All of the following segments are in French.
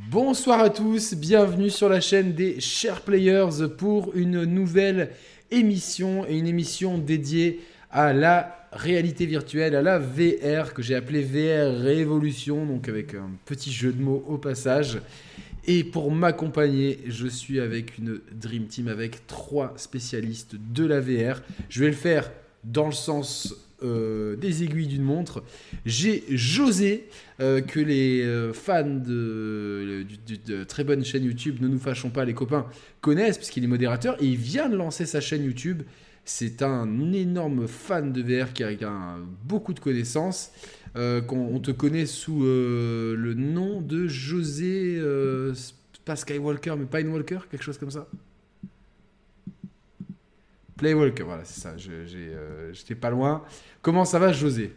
Bonsoir à tous, bienvenue sur la chaîne des Chers Players pour une nouvelle émission et une émission dédiée à la réalité virtuelle, à la VR que j'ai appelée VR Révolution, donc avec un petit jeu de mots au passage. Et pour m'accompagner, je suis avec une Dream Team avec 3 spécialistes de la VR. Je vais le faire dans le sens des aiguilles d'une montre. J'ai José, que les fans de très bonne chaîne YouTube, ne nous fâchons pas les copains, connaissent puisqu'il est modérateur et il vient de lancer sa chaîne YouTube. C'est un énorme fan de VR qui a beaucoup de connaissances. On te connaît sous le nom de José, pas Skywalker, mais Pinewalker, quelque chose comme ça. Playwalker, voilà, c'est ça. J'étais pas loin. Comment ça va, José?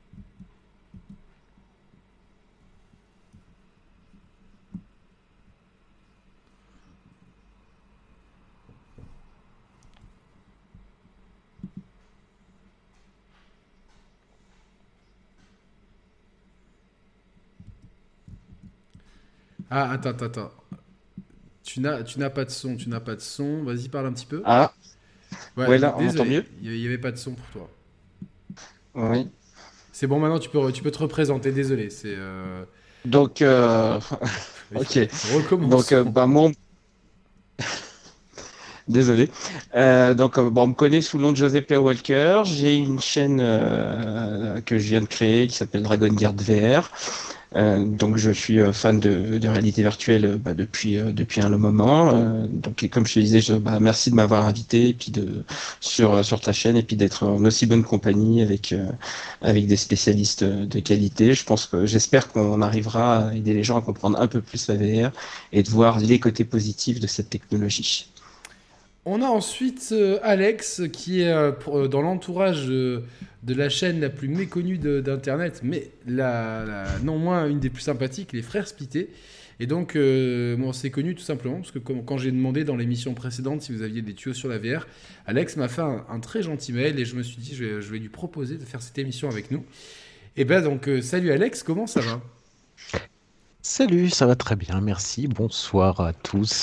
Ah, attends. Tu n'as pas de son, tu n'as pas de son. Vas-y, parle un petit peu. Ah, Ouais, ouais, là, on m'entend désolé, mieux? il n'y avait pas de son pour toi. Oui. C'est bon, maintenant tu peux te représenter, désolé. Donc, Oui, ok. Donc, recommençons. désolé. On me connaît sous le nom de José P. Walker. J'ai une chaîne que je viens de créer qui s'appelle Dragon Guard VR. Donc, je suis fan de réalité virtuelle depuis un long moment. Et comme je te disais, merci de m'avoir invité et puis sur ta chaîne et puis d'être en aussi bonne compagnie avec des spécialistes de qualité. J'espère qu'on arrivera à aider les gens à comprendre un peu plus la VR et de voir les côtés positifs de cette technologie. On a ensuite Alex qui est dans l'entourage de la chaîne la plus méconnue d'Internet, mais non moins une des plus sympathiques, les Frères Splittés. Et donc, on s'est connus tout simplement parce que quand j'ai demandé dans l'émission précédente si vous aviez des tuyaux sur la VR, Alex m'a fait un très gentil mail et je me suis dit je vais lui proposer de faire cette émission avec nous. Et ben donc, salut Alex, comment ça va? Salut, ça va très bien, merci. Bonsoir à tous,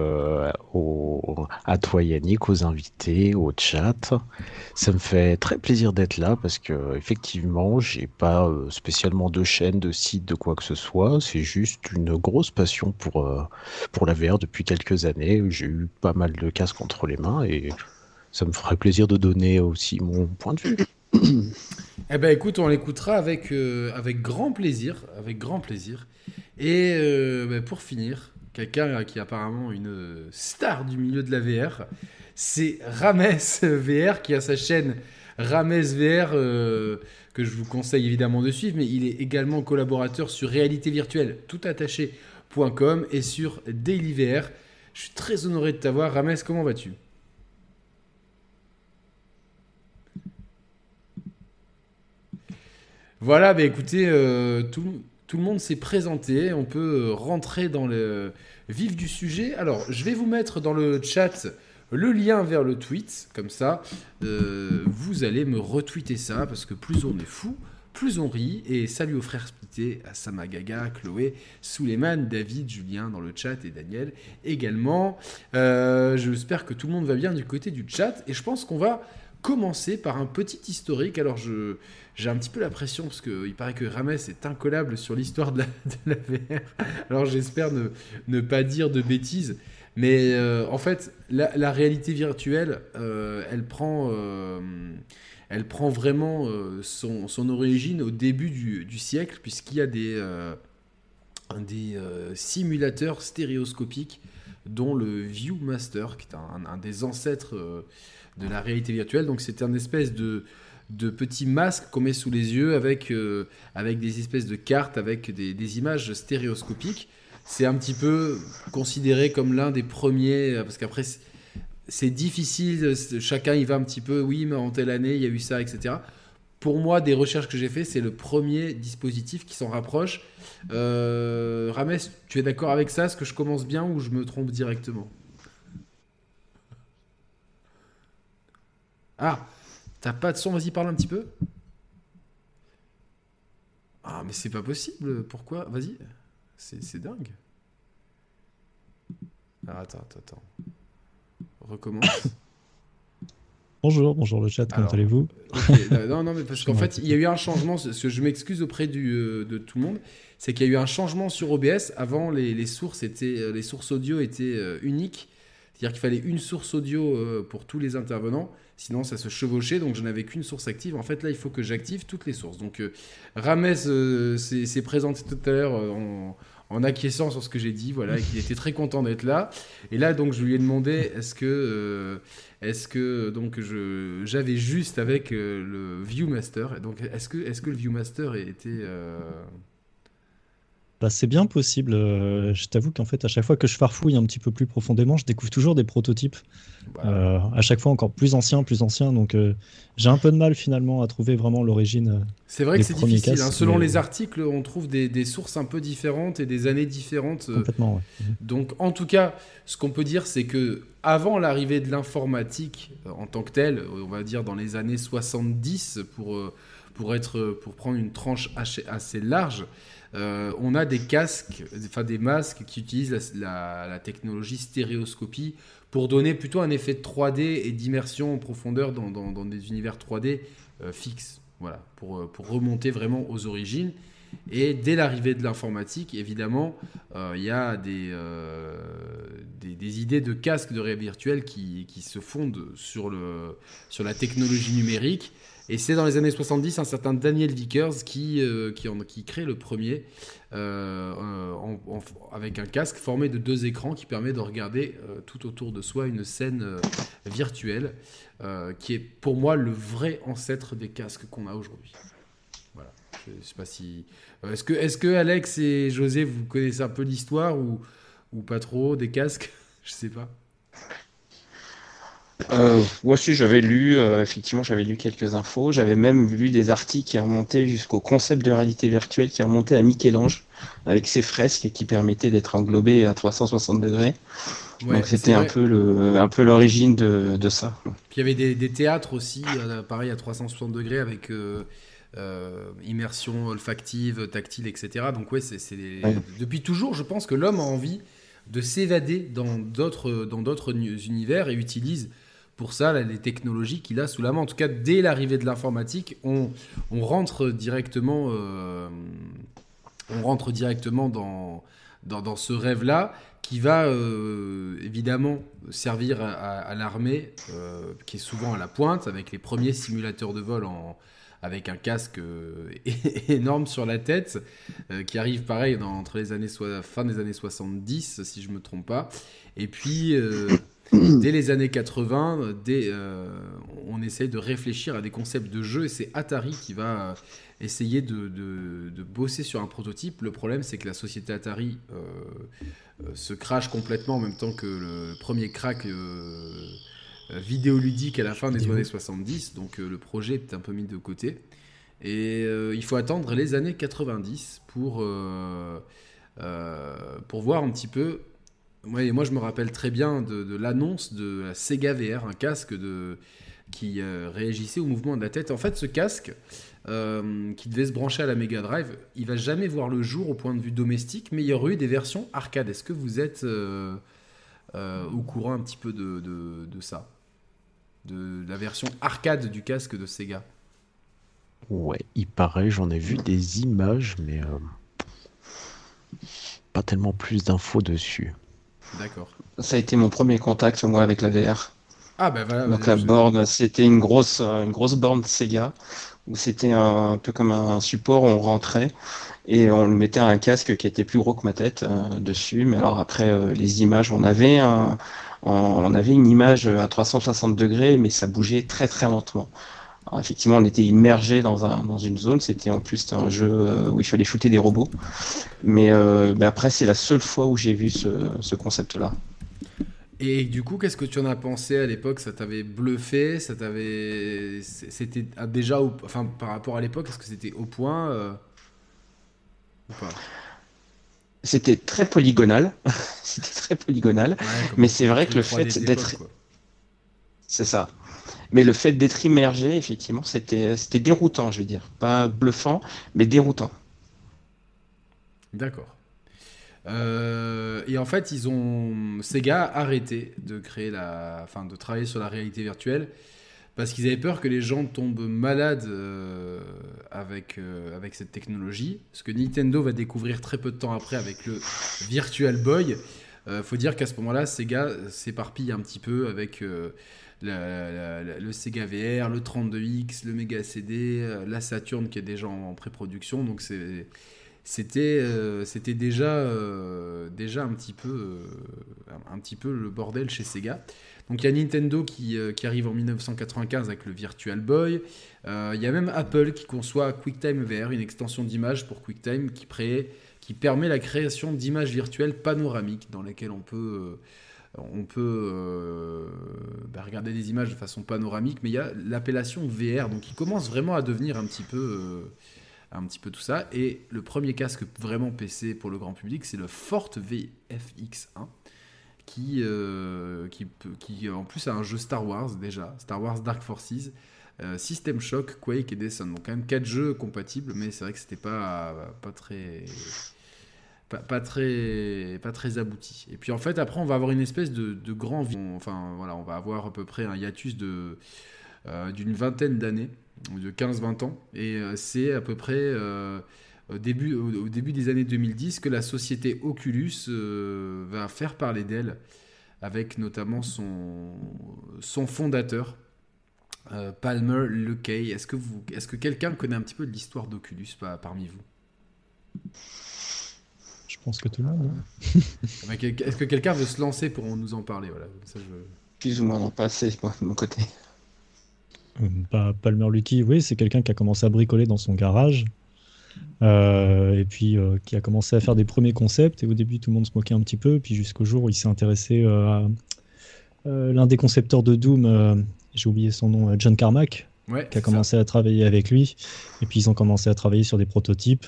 à toi Yannick, aux invités, au chat. Ça me fait très plaisir d'être là parce que effectivement, j'ai pas spécialement de chaîne, de site, de quoi que ce soit. C'est juste une grosse passion pour la VR depuis quelques années. J'ai eu pas mal de casques entre les mains et ça me ferait plaisir de donner aussi mon point de vue. Eh ben écoute, on l'écoutera avec grand plaisir, avec grand plaisir. Et ben, pour finir, quelqu'un qui est apparemment une star du milieu de la VR, c'est Rames VR qui a sa chaîne Rames VR que je vous conseille évidemment de suivre, mais il est également collaborateur sur réalité virtuelle toutattaché.com et sur Daily VR. Je suis très honoré de t'avoir. Rames, comment vas-tu? Voilà, bah écoutez, tout le monde s'est présenté. On peut rentrer dans le vif du sujet. Alors, je vais vous mettre dans le chat le lien vers le tweet. Comme ça, vous allez me retweeter ça. Parce que plus on est fou, plus on rit. Et salut aux frères splittés, à Samagaga, Chloé, Souleymane, David, Julien dans le chat et Daniel également. J'espère que tout le monde va bien du côté du chat. Et je pense qu'on va commencer par un petit historique. Alors, j'ai un petit peu la pression parce qu'il paraît que Rames est incollable sur l'histoire de la VR. Alors j'espère ne pas dire de bêtises. Mais en fait, la réalité virtuelle, elle prend vraiment son origine au début du siècle, puisqu'il y a des simulateurs stéréoscopiques, dont le Viewmaster, qui est un des ancêtres de la réalité virtuelle. Donc c'est un espèce de petits masques qu'on met sous les yeux avec des espèces de cartes, avec des images stéréoscopiques. C'est un petit peu considéré comme l'un des premiers, parce qu'après, c'est difficile, chacun y va un petit peu, oui, mais en telle année, il y a eu ça, etc. Pour moi, des recherches que j'ai fait, c'est le premier dispositif qui s'en rapproche. Rames, tu es d'accord avec ça? Est-ce que je commence bien ou je me trompe directement? Ah, t'as pas de son, vas-y, parle un petit peu. Ah, mais c'est pas possible, pourquoi? Vas-y, c'est dingue. Alors, attends. Recommence. Bonjour le chat, comment Alors, allez-vous? Ok, non, mais parce qu'en fait, il y a eu un changement, ce que je m'excuse auprès de tout le monde, c'est qu'il y a eu un changement sur OBS. Avant, les sources audio étaient uniques, c'est-à-dire qu'il fallait une source audio pour tous les intervenants, sinon ça se chevauchait, donc je n'avais qu'une source active. En fait, là, il faut que j'active toutes les sources. Donc, Ramès s'est présenté tout à l'heure en acquiesçant sur ce que j'ai dit, voilà, et qu'il était très content d'être là. Et là, donc, je lui ai demandé est-ce que donc j'avais juste avec le Viewmaster. Donc, est-ce que le Viewmaster était Bah, c'est bien possible. Je t'avoue qu'en fait, à chaque fois que je farfouille un petit peu plus profondément, je découvre toujours des prototypes. voilà. À chaque fois encore plus anciens. Donc, j'ai un peu de mal finalement à trouver vraiment l'origine C'est vrai que des c'est premiers difficile. casques, Selon mais- les articles, on trouve des sources un peu différentes et des années différentes. complètement. Ouais. Donc, en tout cas, ce qu'on peut dire, c'est que avant l'arrivée de l'informatique en tant que telle, on va dire dans les années 70, pour prendre une tranche assez large, on a des casques, enfin des masques qui utilisent la technologie stéréoscopie pour donner plutôt un effet de 3D et d'immersion en profondeur dans des univers 3D fixes. Voilà, pour remonter vraiment aux origines. Et dès l'arrivée de l'informatique, évidemment, il y a des idées de casques de réalité virtuelle qui se fondent sur la technologie numérique. Et c'est dans les années 70 un certain Daniel Vickers qui crée le premier avec un casque formé de 2 écrans qui permet de regarder tout autour de soi une scène virtuelle qui est pour moi le vrai ancêtre des casques qu'on a aujourd'hui. Voilà. Je sais pas si... Est-ce que Alex et José, vous connaissez un peu l'histoire ou pas trop des casques? Je sais pas. Moi aussi, effectivement, j'avais lu quelques infos. J'avais même lu des articles qui remontaient jusqu'au concept de réalité virtuelle qui remontait à Michel-Ange avec ses fresques et qui permettaient d'être englobé à 360 degrés. Ouais, Donc c'est c'était un vrai. peu l'origine de ça. Puis il y avait des théâtres aussi, pareil à 360 degrés avec immersion olfactive, tactile, etc. Donc ouais, Ouais. depuis toujours, je pense que l'homme a envie de s'évader dans d'autres univers et utilise pour ça là, les technologies qu'il a sous la main. En tout cas, dès l'arrivée de l'informatique, on rentre directement, dans ce rêve-là qui va évidemment servir à l'armée, qui est souvent à la pointe, avec les premiers simulateurs de vol avec un casque énorme sur la tête, qui arrive pareil entre les années fin des années 70, si je ne me trompe pas. Et puis, dès les années 80, on essaye de réfléchir à des concepts de jeu, et c'est Atari qui va essayer de bosser sur un prototype. Le problème, c'est que la société Atari se crache complètement en même temps que le premier crack vidéoludique à la fin des années 70. Donc le projet est un peu mis de côté. Et il faut attendre les années 90 pour voir un petit peu. Moi, je me rappelle très bien de l'annonce de la Sega VR, un casque qui réagissait au mouvement de la tête. En fait, ce casque, qui devait se brancher à la Mega Drive, il va jamais voir le jour au point de vue domestique, mais il y aurait eu des versions arcade. Est-ce que vous êtes au courant un petit peu de ça, de la version arcade du casque de Sega? Ouais, il paraît, j'en ai vu des images, mais pas tellement plus d'infos dessus. D'accord. Ça a été mon premier contact, moi, avec la VR. Ah ben voilà. Donc la borne, c'était une grosse borne Sega, où c'était un peu comme un support où on rentrait et on mettait un casque qui était plus gros que ma tête dessus. Mais alors après, les images, on avait une image à 360 degrés, mais ça bougeait très très lentement. Alors, effectivement, on était immergé dans une zone. C'était en plus un jeu où il fallait shooter des robots. Mais après, c'est la seule fois où j'ai vu ce concept-là. Et du coup, qu'est-ce que tu en as pensé à l'époque? Ça t'avait bluffé? C'était déjà, enfin, par rapport à l'époque, est-ce que c'était au point ou pas? C'était très polygonal. C'était très polygonal. Ouais, Mais c'est vrai que le 3D fait de d'être... l'époque, quoi. C'est ça. Mais le fait d'être immergé, effectivement, c'était déroutant, je veux dire. Pas bluffant, mais déroutant. D'accord. Et en fait, Sega a arrêté de de travailler sur la réalité virtuelle parce qu'ils avaient peur que les gens tombent malades avec cette technologie. Ce que Nintendo va découvrir très peu de temps après avec le Virtual Boy. Faut dire qu'à ce moment-là, Sega s'éparpille un petit peu avec le Sega VR, le 32X, le Mega CD, la Saturn qui est déjà en pré-production. Donc c'était déjà un petit peu le bordel chez Sega. Donc il y a Nintendo qui arrive en 1995 avec le Virtual Boy. Il y a même Apple qui conçoit QuickTime VR, une extension d'image pour QuickTime qui permet la création d'images virtuelles panoramiques dans lesquelles on peut regarder des images de façon panoramique, mais il y a l'appellation VR, donc il commence vraiment à devenir un petit peu tout ça. Et le premier casque vraiment PC pour le grand public, c'est le Forte VFX1, qui en plus a un jeu Star Wars déjà, Star Wars Dark Forces, System Shock, Quake et Descent. Donc quand même 4 jeux compatibles, mais c'est vrai que c'était pas très abouti. Et puis en fait après on va avoir une espèce de grand on va avoir à peu près un hiatus d'une vingtaine d'années, de 15-20 ans, et c'est à peu près au début des années 2010 que la société Oculus va faire parler d'elle, avec notamment son fondateur Palmer Luckey. Est-ce que quelqu'un connaît un petit peu de l'histoire d'Oculus parmi vous? Je pense que tout le monde. Est-ce que quelqu'un veut se lancer pour nous en parler? Voilà, ça, Plus ou moins non, pas assez de mon côté. Palmer Luckey, oui, c'est quelqu'un qui a commencé à bricoler dans son garage. Et puis qui a commencé à faire des premiers concepts, et au début tout le monde se moquait un petit peu, puis jusqu'au jour où il s'est intéressé à l'un des concepteurs de Doom, j'ai oublié son nom, John Carmack, qui a commencé à travailler avec lui, et puis ils ont commencé à travailler sur des prototypes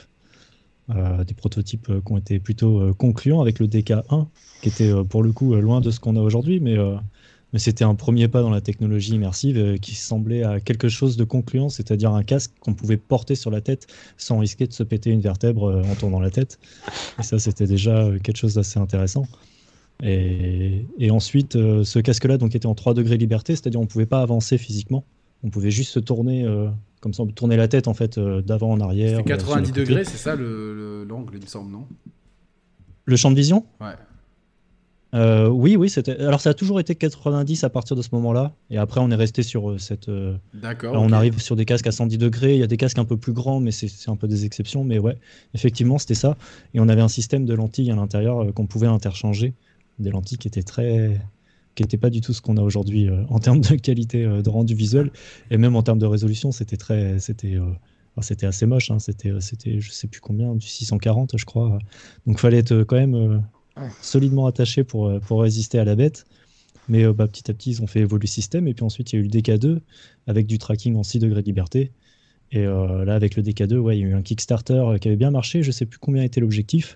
qui ont été plutôt concluants, avec le DK1 qui était pour le coup loin de ce qu'on a aujourd'hui, mais c'était un premier pas dans la technologie immersive qui semblait à quelque chose de concluant, c'est-à-dire un casque qu'on pouvait porter sur la tête sans risquer de se péter une vertèbre en tournant la tête. Et ça, c'était déjà quelque chose d'assez intéressant. Et ensuite, ce casque-là donc, était en 3 degrés liberté, c'est-à-dire on ne pouvait pas avancer physiquement. On pouvait juste se tourner, comme ça, on tourner la tête en fait, d'avant en arrière. C'est 90 degrés, c'est ça l'angle, il me semble, non? Le champ de vision? Ouais. Oui, c'était. Alors ça a toujours été 90 à partir de ce moment-là, et après on est resté sur cette. D'accord. On arrive sur des casques à 110 degrés. Il y a des casques un peu plus grands, mais c'est un peu des exceptions. Mais ouais, effectivement, c'était ça. Et on avait un système de lentilles à l'intérieur qu'on pouvait interchanger, des lentilles qui étaient pas du tout ce qu'on a aujourd'hui en termes de qualité de rendu visuel, et même en termes de résolution, c'était assez moche. Hein. C'était, je sais plus combien, du 640, je crois. Donc fallait être quand même solidement attaché pour résister à la bête. Mais petit à petit, ils ont fait évoluer le système. Et puis ensuite, il y a eu le DK2 avec du tracking en 6 degrés de liberté. Et là, avec le DK2, ouais, il y a eu un Kickstarter qui avait bien marché. Je ne sais plus combien était l'objectif.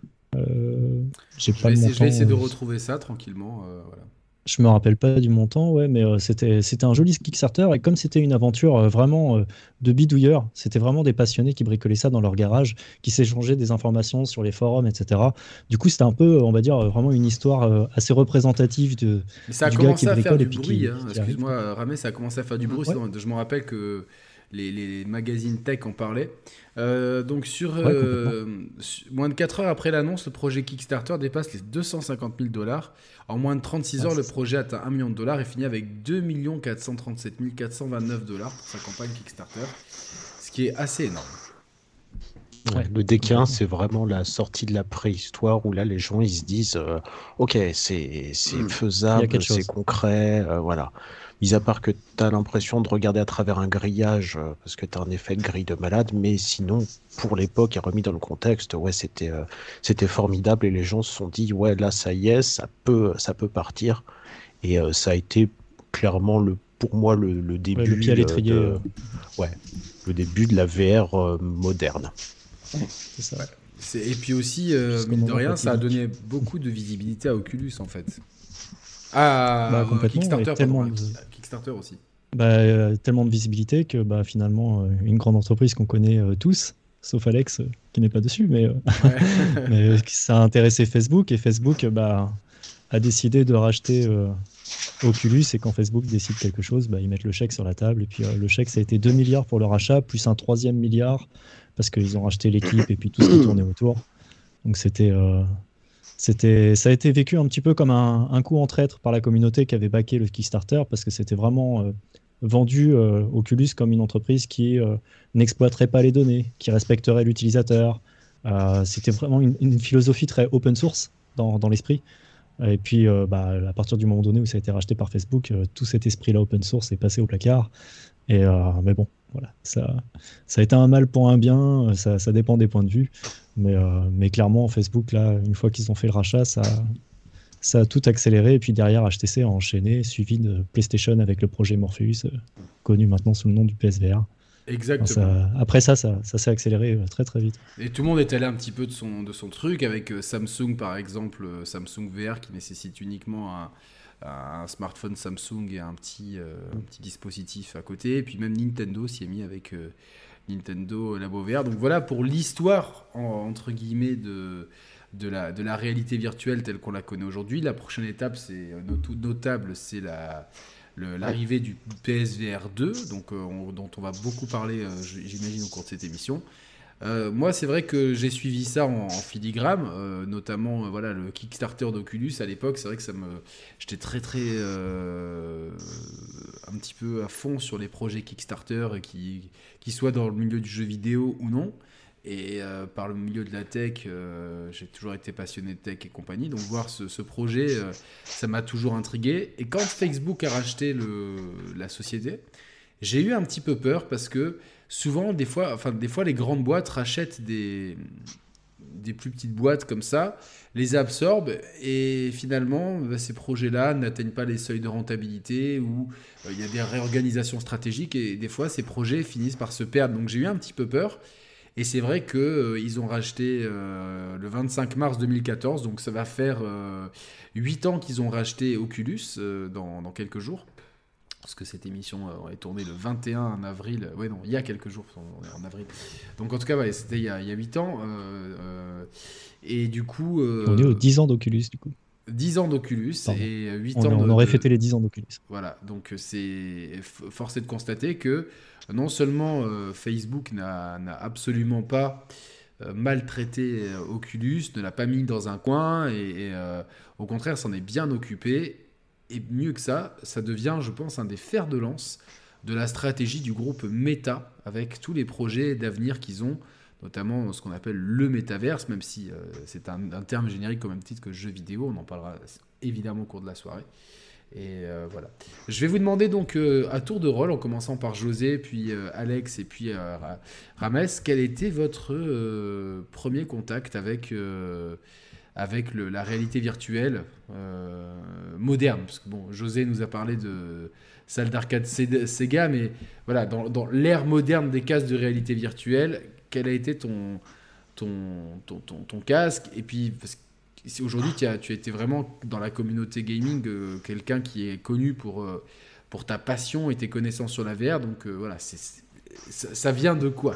Je vais essayer de retrouver ça tranquillement. Voilà. Je me rappelle pas du montant, ouais, mais c'était un joli Kickstarter, et comme c'était une aventure vraiment de bidouilleurs, c'était vraiment des passionnés qui bricolaient ça dans leur garage, qui s'échangeaient des informations sur les forums, etc. Du coup, c'était un peu, on va dire, vraiment une histoire assez représentative du gars qui bricole et puis qui Excuse-moi, Ramé, ça a commencé à faire du bruit. Ouais. Je me rappelle que les magazines tech en parlaient. Donc moins de 4 heures après l'annonce, le projet Kickstarter dépasse les 250 000 $. En moins de 36 heures, le projet atteint $1 million et finit avec 2 437 429 $ pour sa campagne Kickstarter, ce qui est assez énorme. Ouais, le DK1, c'est vraiment la sortie de la préhistoire, où là les gens ils se disent ok, c'est faisable, c'est concret, voilà. Mis à part que tu as l'impression de regarder à travers un grillage parce que tu as un effet de grille de malade, mais sinon pour l'époque et remis dans le contexte, ouais, c'était formidable, et les gens se sont dit ouais, là ça y est, ça peut partir, et ça a été clairement pour moi le début le pied à l'étrier, le début de la VR moderne. C'est ça. Ouais. Et puis aussi, mine de rien, ça a donné beaucoup de visibilité à Oculus en fait. Kickstarter, Kickstarter aussi. Tellement de visibilité que finalement, une grande entreprise qu'on connaît tous, sauf Alex, qui n'est pas dessus, mais, Ouais. mais ça a intéressé Facebook, et Facebook a décidé de racheter Oculus, et quand Facebook décide quelque chose, ils mettent le chèque sur la table, et puis le chèque, ça a été 2 milliards pour le rachat, plus un troisième milliard, parce qu'ils ont racheté l'équipe et puis tout ce qui tournait autour. Donc ça a été vécu un petit peu comme un coup en traître par la communauté qui avait backé le Kickstarter, parce que c'était vraiment vendu Oculus comme une entreprise qui n'exploiterait pas les données, qui respecterait l'utilisateur. C'était vraiment une philosophie très open source dans l'esprit. Et puis, à partir du moment donné où ça a été racheté par Facebook, tout cet esprit-là open source est passé au placard. Mais bon, voilà, ça a été un mal pour un bien, ça dépend des points de vue. Mais clairement, Facebook, là, une fois qu'ils ont fait le rachat, ça a tout accéléré. Et puis derrière, HTC a enchaîné, suivi de PlayStation avec le projet Morpheus, connu maintenant sous le nom du PSVR. Exactement. Après ça s'est accéléré très très vite. Et tout le monde est allé un petit peu de son truc, avec Samsung par exemple, Samsung VR qui nécessite uniquement un smartphone Samsung et un petit dispositif à côté. Et puis même Nintendo s'y est mis avec Nintendo Labo VR. Donc voilà pour l'histoire, entre guillemets, de la réalité virtuelle telle qu'on la connaît aujourd'hui. La prochaine étape, c'est notable, c'est l'arrivée du PSVR 2, donc, dont on va beaucoup parler, j'imagine, au cours de cette émission. Moi, c'est vrai que j'ai suivi ça en filigrane, notamment voilà, le Kickstarter d'Oculus à l'époque. C'est vrai que j'étais très un petit peu à fond sur les projets Kickstarter, qui soient dans le milieu du jeu vidéo ou non. Et par le milieu de la tech, j'ai toujours été passionné de tech et compagnie. Donc voir ce projet, ça m'a toujours intrigué. Et quand Facebook a racheté la société, j'ai eu un petit peu peur, parce que souvent, des fois, les grandes boîtes rachètent des plus petites boîtes comme ça, les absorbent, et finalement, ces projets-là n'atteignent pas les seuils de rentabilité, ou il y a des réorganisations stratégiques, et des fois, ces projets finissent par se perdre. Donc j'ai eu un petit peu peur. Et c'est vrai qu'ils ont racheté le 25 mars 2014, donc ça va faire 8 ans qu'ils ont racheté Oculus dans quelques jours. Parce que cette émission est tournée le 21 avril. Ouais, non, il y a quelques jours, on est en avril. Donc en tout cas, ouais, c'était il y a 8 ans. Et du coup... on est aux 10 ans d'Oculus, du coup. 10 ans d'Oculus. Pardon. Et 8 on ans on aurait fêté les 10 ans d'Oculus. Voilà, donc force est de constater que non seulement Facebook n'a absolument pas maltraité Oculus, ne l'a pas mis dans un coin, et au contraire s'en est bien occupé, et mieux que ça devient, je pense, un des fers de lance de la stratégie du groupe Meta, avec tous les projets d'avenir qu'ils ont, notamment ce qu'on appelle le métaverse, même si c'est un terme générique au même titre que jeu vidéo. On en parlera évidemment au cours de la soirée. Et voilà. Je vais vous demander donc à tour de rôle, en commençant par José, puis Alex et puis Rames, quel était votre premier contact avec la réalité virtuelle moderne, parce que bon, José nous a parlé de salle d'arcade Sega, mais voilà, dans l'ère moderne des casques de réalité virtuelle, quel a été ton casque? Et puis, parce que aujourd'hui, tu as été vraiment dans la communauté gaming, quelqu'un qui est connu pour ta passion et tes connaissances sur la VR. Donc voilà, ça vient de quoi?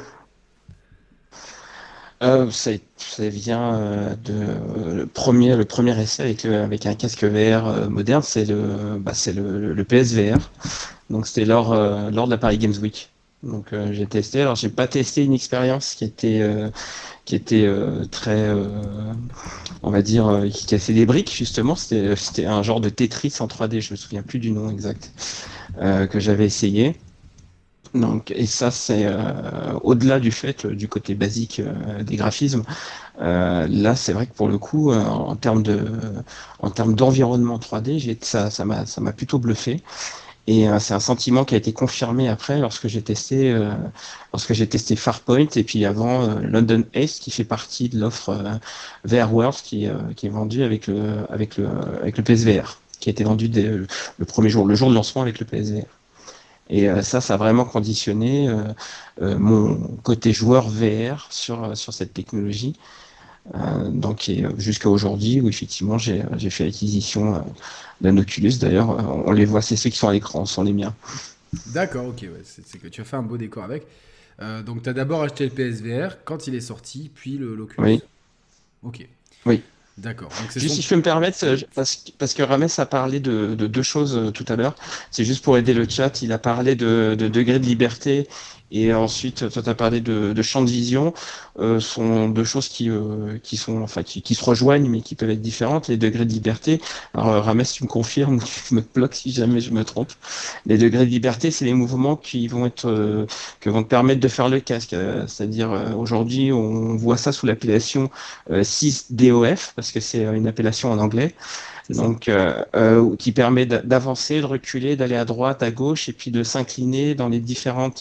Ça vient le premier essai avec un casque VR moderne, c'est le PSVR. Donc c'était lors de la Paris Games Week. Donc j'ai testé. Alors j'ai pas testé une expérience qui était très, on va dire, qui cassait des briques justement. C'était un genre de Tetris en 3D. Je me souviens plus du nom exact que j'avais essayé. Donc, et ça, c'est au-delà du fait du côté basique des graphismes. Là, c'est vrai que pour le coup, en termes d'environnement 3D, ça m'a plutôt bluffé. Et c'est un sentiment qui a été confirmé après lorsque j'ai testé Farpoint, et puis avant London Ace, qui fait partie de l'offre VR World qui est vendue avec le PSVR, qui a été vendu le premier jour, le jour de lancement avec le PSVR. Et ça a vraiment conditionné mon côté joueur VR sur cette technologie. Donc jusqu'à aujourd'hui, où effectivement j'ai fait l'acquisition d'un Oculus. D'ailleurs, on les voit, c'est ceux qui sont à l'écran, sont les miens. D'accord, ok, ouais, c'est que tu as fait un beau décor avec. Donc, tu as d'abord acheté le PSVR quand il est sorti, puis l'Oculus. Oui. Ok. Oui. D'accord. Donc, c'est Juste si je peux me permettre, parce que Rames a parlé de deux choses tout à l'heure. C'est juste pour aider le chat. Il a parlé de degré de liberté et ensuite, toi, tu as parlé de champ de vision. Sont deux choses qui sont, enfin, qui se rejoignent, mais qui peuvent être différentes. Les degrés de liberté. Alors, Rames, tu me confirmes, tu me bloques si jamais je me trompe. Les degrés de liberté, c'est les mouvements qui vont être, que vont te permettre de faire le casque. C'est-à-dire, aujourd'hui, on voit ça sous l'appellation 6DOF, parce que c'est une appellation en anglais, donc qui permet d'avancer, de reculer, d'aller à droite, à gauche, et puis de s'incliner dans les différentes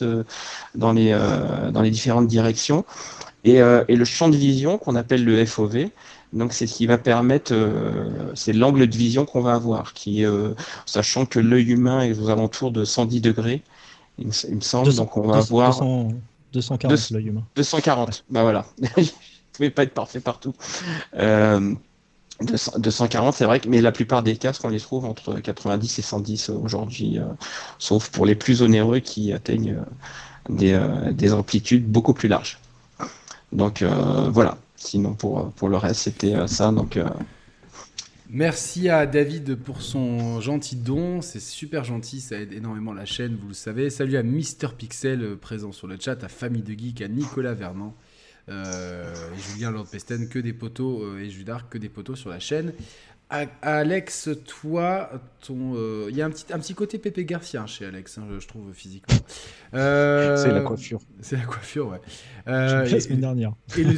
directions. Et le champ de vision qu'on appelle le FOV. Donc c'est ce qui va permettre, c'est l'angle de vision qu'on va avoir, sachant que l'œil humain est aux alentours de 110 degrés, il me semble, 200, donc on va avoir 240 l'œil humain. 240. Ouais. Bah voilà, je pouvais pas être parfait partout. 240, c'est vrai, mais la plupart des casques, on les trouve entre 90 et 110 aujourd'hui, sauf pour les plus onéreux qui atteignent des amplitudes beaucoup plus larges. Donc voilà. Sinon, pour le reste, c'était ça. Donc, Merci à David pour son gentil don. C'est super gentil, ça aide énormément la chaîne, vous le savez. Salut à Mister Pixel, présent sur le chat, à Famille de Geek, à Nicolas Vernant, Julien Lord Pesten, que des potos, et Judar, que des potos sur la chaîne. Alex, toi, il y a un petit côté Pépé Garcia chez Alex, hein, je trouve, physiquement. C'est la coiffure. C'est la coiffure, ouais. La semaine dernière. Hein ?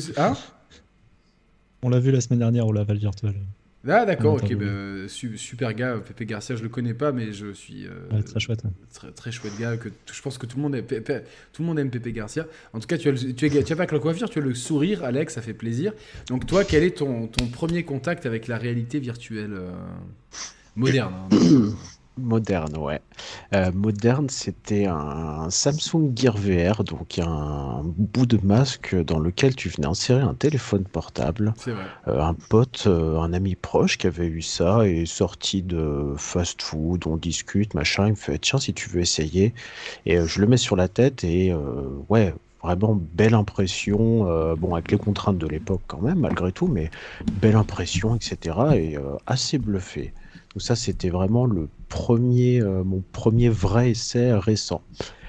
On l'a vu la semaine dernière au Laval Virtuel. Ah d'accord, ok, super gars, Pépé Garcia, je le connais pas, mais je suis très chouette. Très, très chouette gars, je pense que tout le monde aime Pépé Garcia. En tout cas, tu as pas que la coiffure, tu as le sourire, Alex, ça fait plaisir. Donc toi, quel est ton premier contact avec la réalité virtuelle moderne, hein, Moderne, ouais. Moderne, c'était un Samsung Gear VR, donc un bout de masque dans lequel tu venais insérer un téléphone portable. C'est vrai. Un pote, un ami proche qui avait eu ça est sorti de fast-food, on discute, machin. Il me fait tiens, si tu veux essayer. Et je le mets sur la tête et ouais. Vraiment belle impression, bon avec les contraintes de l'époque quand même malgré tout, mais belle impression, etc. Et assez bluffé. Donc ça c'était vraiment mon premier vrai essai récent.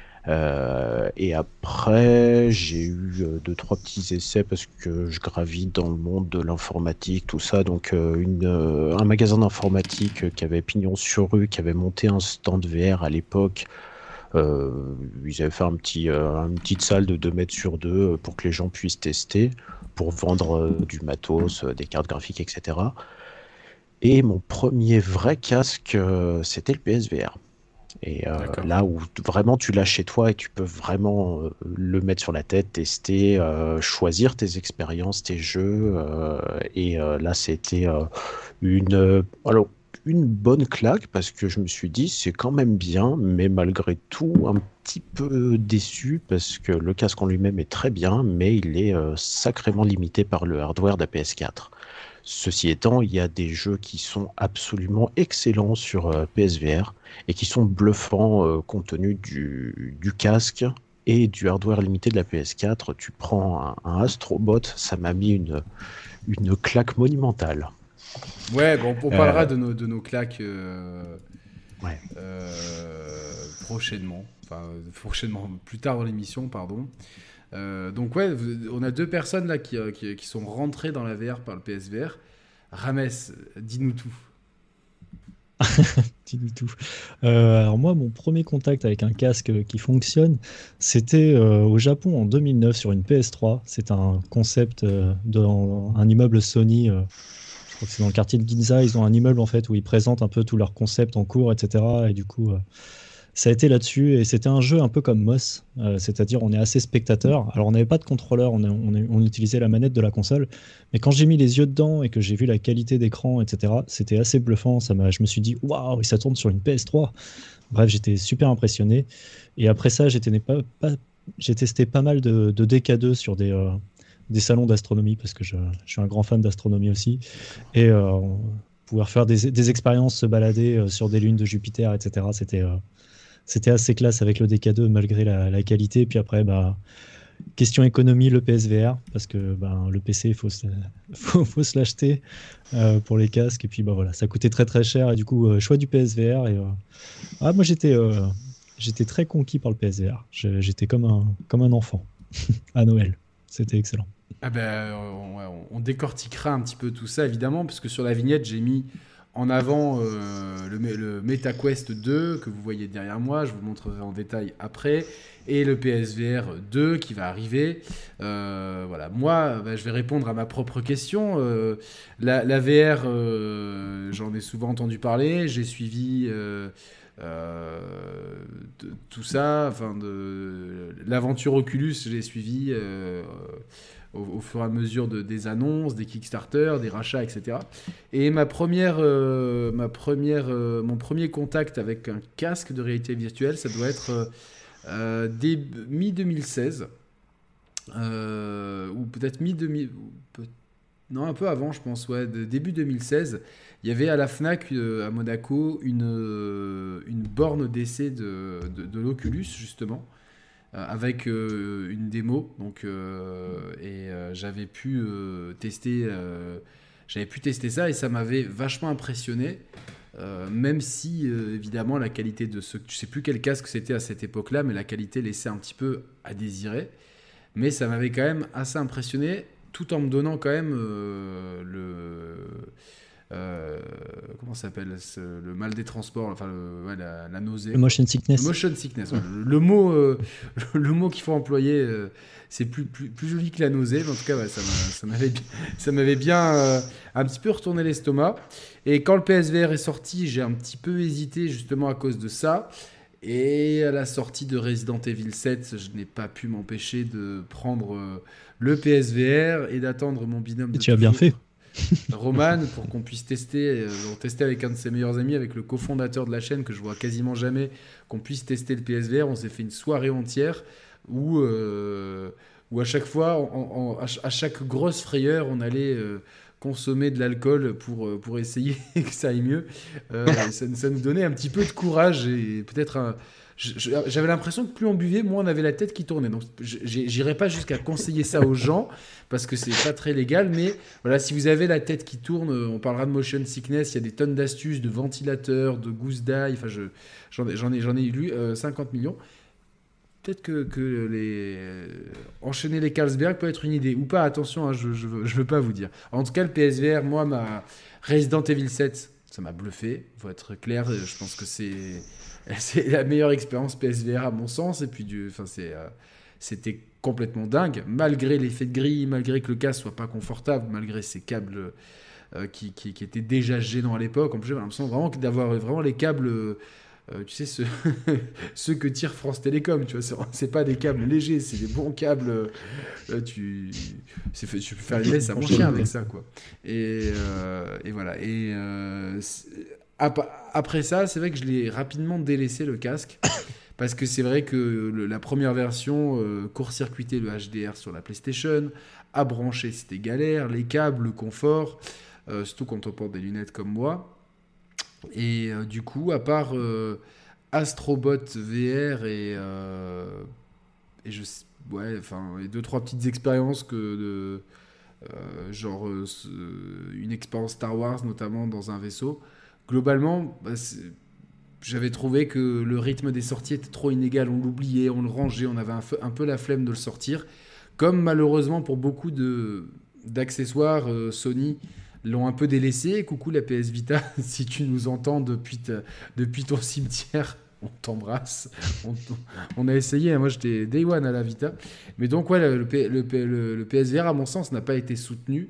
Et après j'ai eu 2-3 petits essais parce que je gravite dans le monde de l'informatique, tout ça. Donc un magasin d'informatique qui avait pignon sur rue, qui avait monté un stand VR à l'époque. Ils avaient fait une petite salle de 2 mètres sur 2 pour que les gens puissent tester, pour vendre du matos, des cartes graphiques, etc. Et mon premier vrai casque, c'était le PSVR. Et là où vraiment tu l'as chez toi et tu peux vraiment le mettre sur la tête, tester, choisir tes expériences, tes jeux. Et là, c'était une bonne claque parce que je me suis dit c'est quand même bien, mais malgré tout un petit peu déçu parce que le casque en lui-même est très bien, mais il est sacrément limité par le hardware de la PS4. Ceci étant, il y a des jeux qui sont absolument excellents sur PSVR et qui sont bluffants compte tenu du casque et du hardware limité de la PS4. Tu prends un Astrobot, ça m'a mis une claque monumentale. Ouais, bon, on parlera de nos claques prochainement. Enfin, prochainement, plus tard dans l'émission, pardon. Donc ouais, on a 2 personnes là qui sont rentrées dans la VR par le PSVR. Rames, dis-nous tout. Dis-nous tout. Alors moi, mon premier contact avec un casque qui fonctionne, c'était au Japon en 2009 sur une PS3. C'est un concept dans un immeuble Sony. Je crois que c'est dans le quartier de Ginza. Ils ont un immeuble en fait où ils présentent un peu tous leurs concepts en cours, etc. Et du coup, ça a été là-dessus. Et c'était un jeu un peu comme Moss, c'est-à-dire on est assez spectateur. Alors on n'avait pas de contrôleur, on utilisait la manette de la console. Mais quand j'ai mis les yeux dedans et que j'ai vu la qualité d'écran, etc., c'était assez bluffant. Je me suis dit waouh, ça tourne sur une PS3. Bref, j'étais super impressionné. Et après ça, j'ai testé pas mal de DK2 sur des salons d'astronomie parce que je suis un grand fan d'astronomie aussi, et pouvoir faire des expériences, se balader sur des lunes de Jupiter, etc. c'était assez classe avec le DK2 malgré la qualité. Puis après, bah, question économie, le PSVR, parce que ben, le PC, il faut se l'acheter pour les casques. Et puis bah, voilà, ça coûtait très très cher. Et du coup, choix du PSVR. Et, moi, j'étais très conquis par le PSVR. J'étais comme un enfant à Noël. C'était excellent. Ah ben, on décortiquera un petit peu tout ça, évidemment, parce que sur la vignette, j'ai mis en avant le MetaQuest 2 que vous voyez derrière moi, je vous le montrerai en détail après, et le PSVR 2 qui va arriver. Voilà. Moi, je vais répondre à ma propre question. La VR, j'en ai souvent entendu parler, j'ai suivi tout ça, enfin de l'aventure Oculus, j'ai suivi au fur et à mesure des annonces, des Kickstarter, des rachats, etc. Et mon premier contact avec un casque de réalité virtuelle, ça doit être mi-2016, ou peut-être mi-2000, non, un peu avant, je pense, ouais, début 2016. Il y avait à la Fnac à Monaco une borne d'essai de l'Oculus, justement, avec une démo. Donc, j'avais pu tester ça et ça m'avait vachement impressionné. Même si, évidemment, la qualité de je sais plus quel casque c'était à cette époque-là, mais la qualité laissait un petit peu à désirer. Mais ça m'avait quand même assez impressionné, tout en me donnant quand même comment ça s'appelle, le mal des transports, enfin la nausée. Le motion sickness. Le motion sickness. Ouais. Le mot qu'il faut employer, c'est plus joli que la nausée, mais en tout cas, ouais, ça m'avait bien un petit peu retourné l'estomac. Et quand le PSVR est sorti, j'ai un petit peu hésité justement à cause de ça. Et à la sortie de Resident Evil 7, je n'ai pas pu m'empêcher de prendre le PSVR et d'attendre mon binôme de tu as bien fait. Roman, pour qu'on puisse tester avec un de ses meilleurs amis, avec le cofondateur de la chaîne que je vois quasiment jamais, qu'on puisse tester le PSVR. On s'est fait une soirée entière où à chaque fois, à chaque grosse frayeur, on allait consommer de l'alcool pour essayer que ça aille mieux. Ça nous donnait un petit peu de courage et peut-être j'avais l'impression que plus on buvait, moins on avait la tête qui tournait. Donc, j'irai pas jusqu'à conseiller ça aux gens parce que c'est pas très légal. Mais voilà, si vous avez la tête qui tourne, on parlera de motion sickness. Il y a des tonnes d'astuces, de ventilateurs, de gousses d'ail. Enfin, j'en ai lu 50 millions. Peut-être que enchaîner les Carlsberg peut être une idée ou pas. Attention, hein, je veux pas vous dire. En tout cas, le PSVR, moi, ma Resident Evil 7, ça m'a bluffé. Faut être clair. Je pense que c'est la meilleure expérience PSVR à mon sens. Et puis, c'était complètement dingue. Malgré l'effet de grille, malgré que le casque soit pas confortable, malgré ces câbles qui étaient déjà gênants à l'époque. En plus, j'avais l'impression vraiment d'avoir vraiment les câbles, tu sais, ceux que tire France Télécom. Tu vois, c'est pas des câbles légers, c'est des bons câbles. Tu peux faire une laisse à mon chien avec ça, quoi. Et voilà. Et après ça, c'est vrai que je l'ai rapidement délaissé le casque parce que c'est vrai que la première version court-circuitait le HDR sur la PlayStation, à brancher c'était galère, les câbles, le confort, surtout quand on porte des lunettes comme moi. Et du coup, à part Astrobot VR et et 2-3 petites expériences genre une expérience Star Wars notamment dans un vaisseau. Globalement, j'avais trouvé que le rythme des sorties était trop inégal. On l'oubliait, on le rangeait, on avait un peu la flemme de le sortir. Comme malheureusement pour beaucoup d'accessoires, Sony l'ont un peu délaissé. Coucou la PS Vita, si tu nous entends depuis ton cimetière, on t'embrasse. On a essayé, hein. Moi j'étais Day One à la Vita. Mais donc ouais, le PSVR à mon sens n'a pas été soutenu.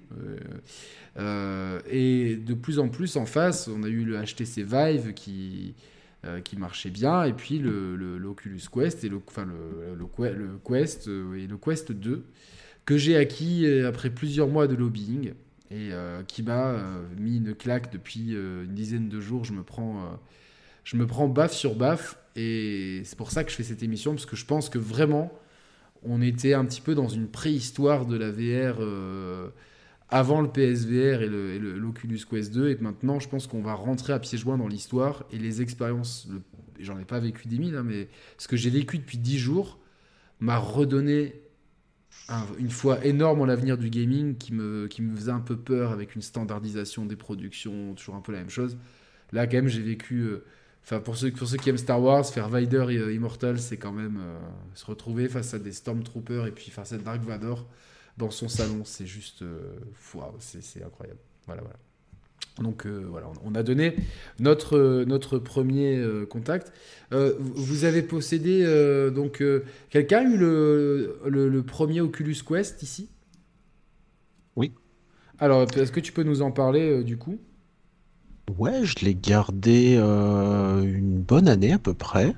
Et de plus en plus en face, on a eu le HTC Vive qui marchait bien, et puis l'Oculus Quest et le Quest et le Quest 2 que j'ai acquis après plusieurs mois de lobbying et qui m'a mis une claque depuis une dizaine de jours. Je me prends baffe sur baffe, et c'est pour ça que je fais cette émission, parce que je pense que vraiment on était un petit peu dans une préhistoire de la VR avant le PSVR et l'Oculus Quest 2, et maintenant je pense qu'on va rentrer à pieds joints dans l'histoire, et les expériences j'en ai pas vécu des mille, hein, mais ce que j'ai vécu depuis 10 jours m'a redonné une foi énorme en l'avenir du gaming qui me faisait un peu peur avec une standardisation des productions, toujours un peu la même chose. Là, quand même, j'ai vécu. Enfin, pour ceux qui aiment Star Wars, faire Vader et Immortal, c'est quand même se retrouver face à des Stormtroopers et puis face à Dark Vador dans son salon, c'est juste. Waouh, c'est incroyable. Voilà. Donc voilà, on a donné notre premier contact. Vous avez possédé donc quelqu'un a eu le premier Oculus Quest ici? Oui. Alors, est-ce que tu peux nous en parler du coup? Ouais, je l'ai gardé une bonne année à peu près.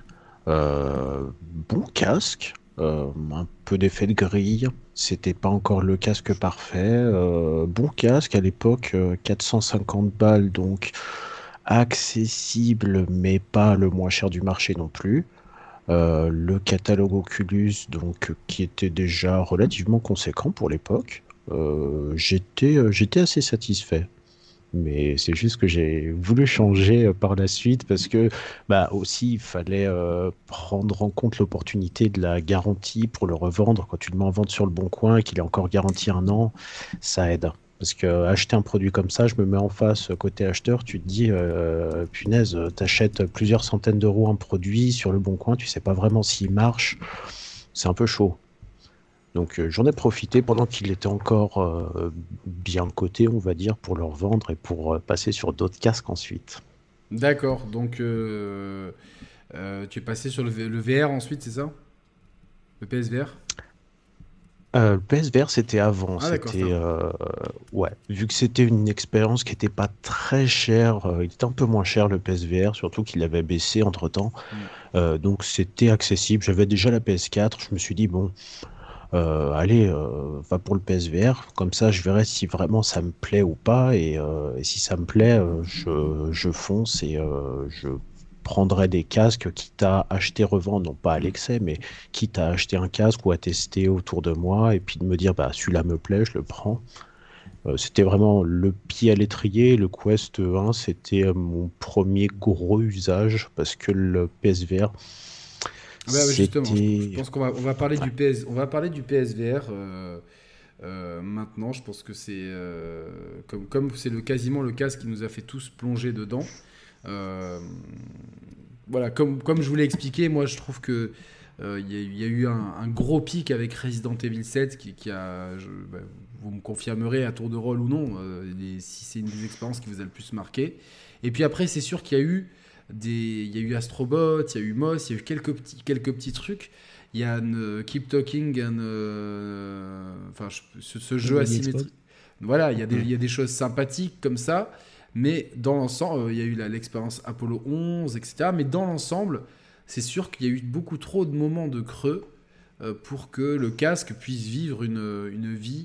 Bon casque, un peu d'effet de grille. C'était pas encore le casque parfait. Bon casque à l'époque, 450 balles, donc accessible, mais pas le moins cher du marché non plus. Le catalogue Oculus, donc qui était déjà relativement conséquent pour l'époque. J'étais assez satisfait. Mais c'est juste que j'ai voulu changer par la suite parce que bah aussi il fallait prendre en compte l'opportunité de la garantie pour le revendre. Quand tu le mets en vente sur le bon coin et qu'il est encore garanti 1 an, ça aide. Parce que acheter un produit comme ça, je me mets en face côté acheteur, tu te dis punaise, t'achètes plusieurs centaines d'euros un produit sur le bon coin, tu sais pas vraiment s'il marche, c'est un peu chaud. Donc j'en ai profité pendant qu'il était encore bien coté, on va dire, pour le revendre et pour passer sur d'autres casques ensuite. D'accord, donc tu es passé sur le VR ensuite, c'est ça? Le PSVR? Le PSVR, c'était avant. Ah d'accord, C'était ouais, vu que c'était une expérience qui n'était pas très chère, il était un peu moins cher le PSVR, surtout qu'il avait baissé entre-temps. Donc c'était accessible. J'avais déjà la PS4, je me suis dit bon. Allez, va pour le PSVR, comme ça je verrai si vraiment ça me plaît ou pas, et si ça me plaît, je fonce et je prendrai des casques, quitte à acheter, revendre, non pas à l'excès, mais quitte à acheter un casque ou à tester autour de moi, et puis de me dire, bah celui-là me plaît, je le prends. C'était vraiment le pied à l'étrier. Le Quest 1, c'était mon premier gros usage, parce que le PSVR, ouais, justement, je c'était... pense qu'on va parler Ouais. on va parler du PSVR maintenant. Je pense que c'est comme c'est quasiment le casque qui nous a fait tous plonger dedans. Euh, voilà, comme je vous l'ai expliqué, moi je trouve que il y a eu un gros pic avec Resident Evil 7 qui a, vous me confirmerez à tour de rôle ou non, si c'est une des expériences qui vous a le plus marqué. Et puis après, c'est sûr qu'il y a eu il y a eu Astrobot, il y a eu Moss, il y a eu quelques petits trucs. Il y a Keep Talking, enfin, ce jeu asymétrique. Voilà, il y a des choses sympathiques comme ça, mais dans l'ensemble, il y a eu l'expérience Apollo 11, etc. Mais dans l'ensemble, c'est sûr qu'il y a eu beaucoup trop de moments de creux pour que le casque puisse vivre une vie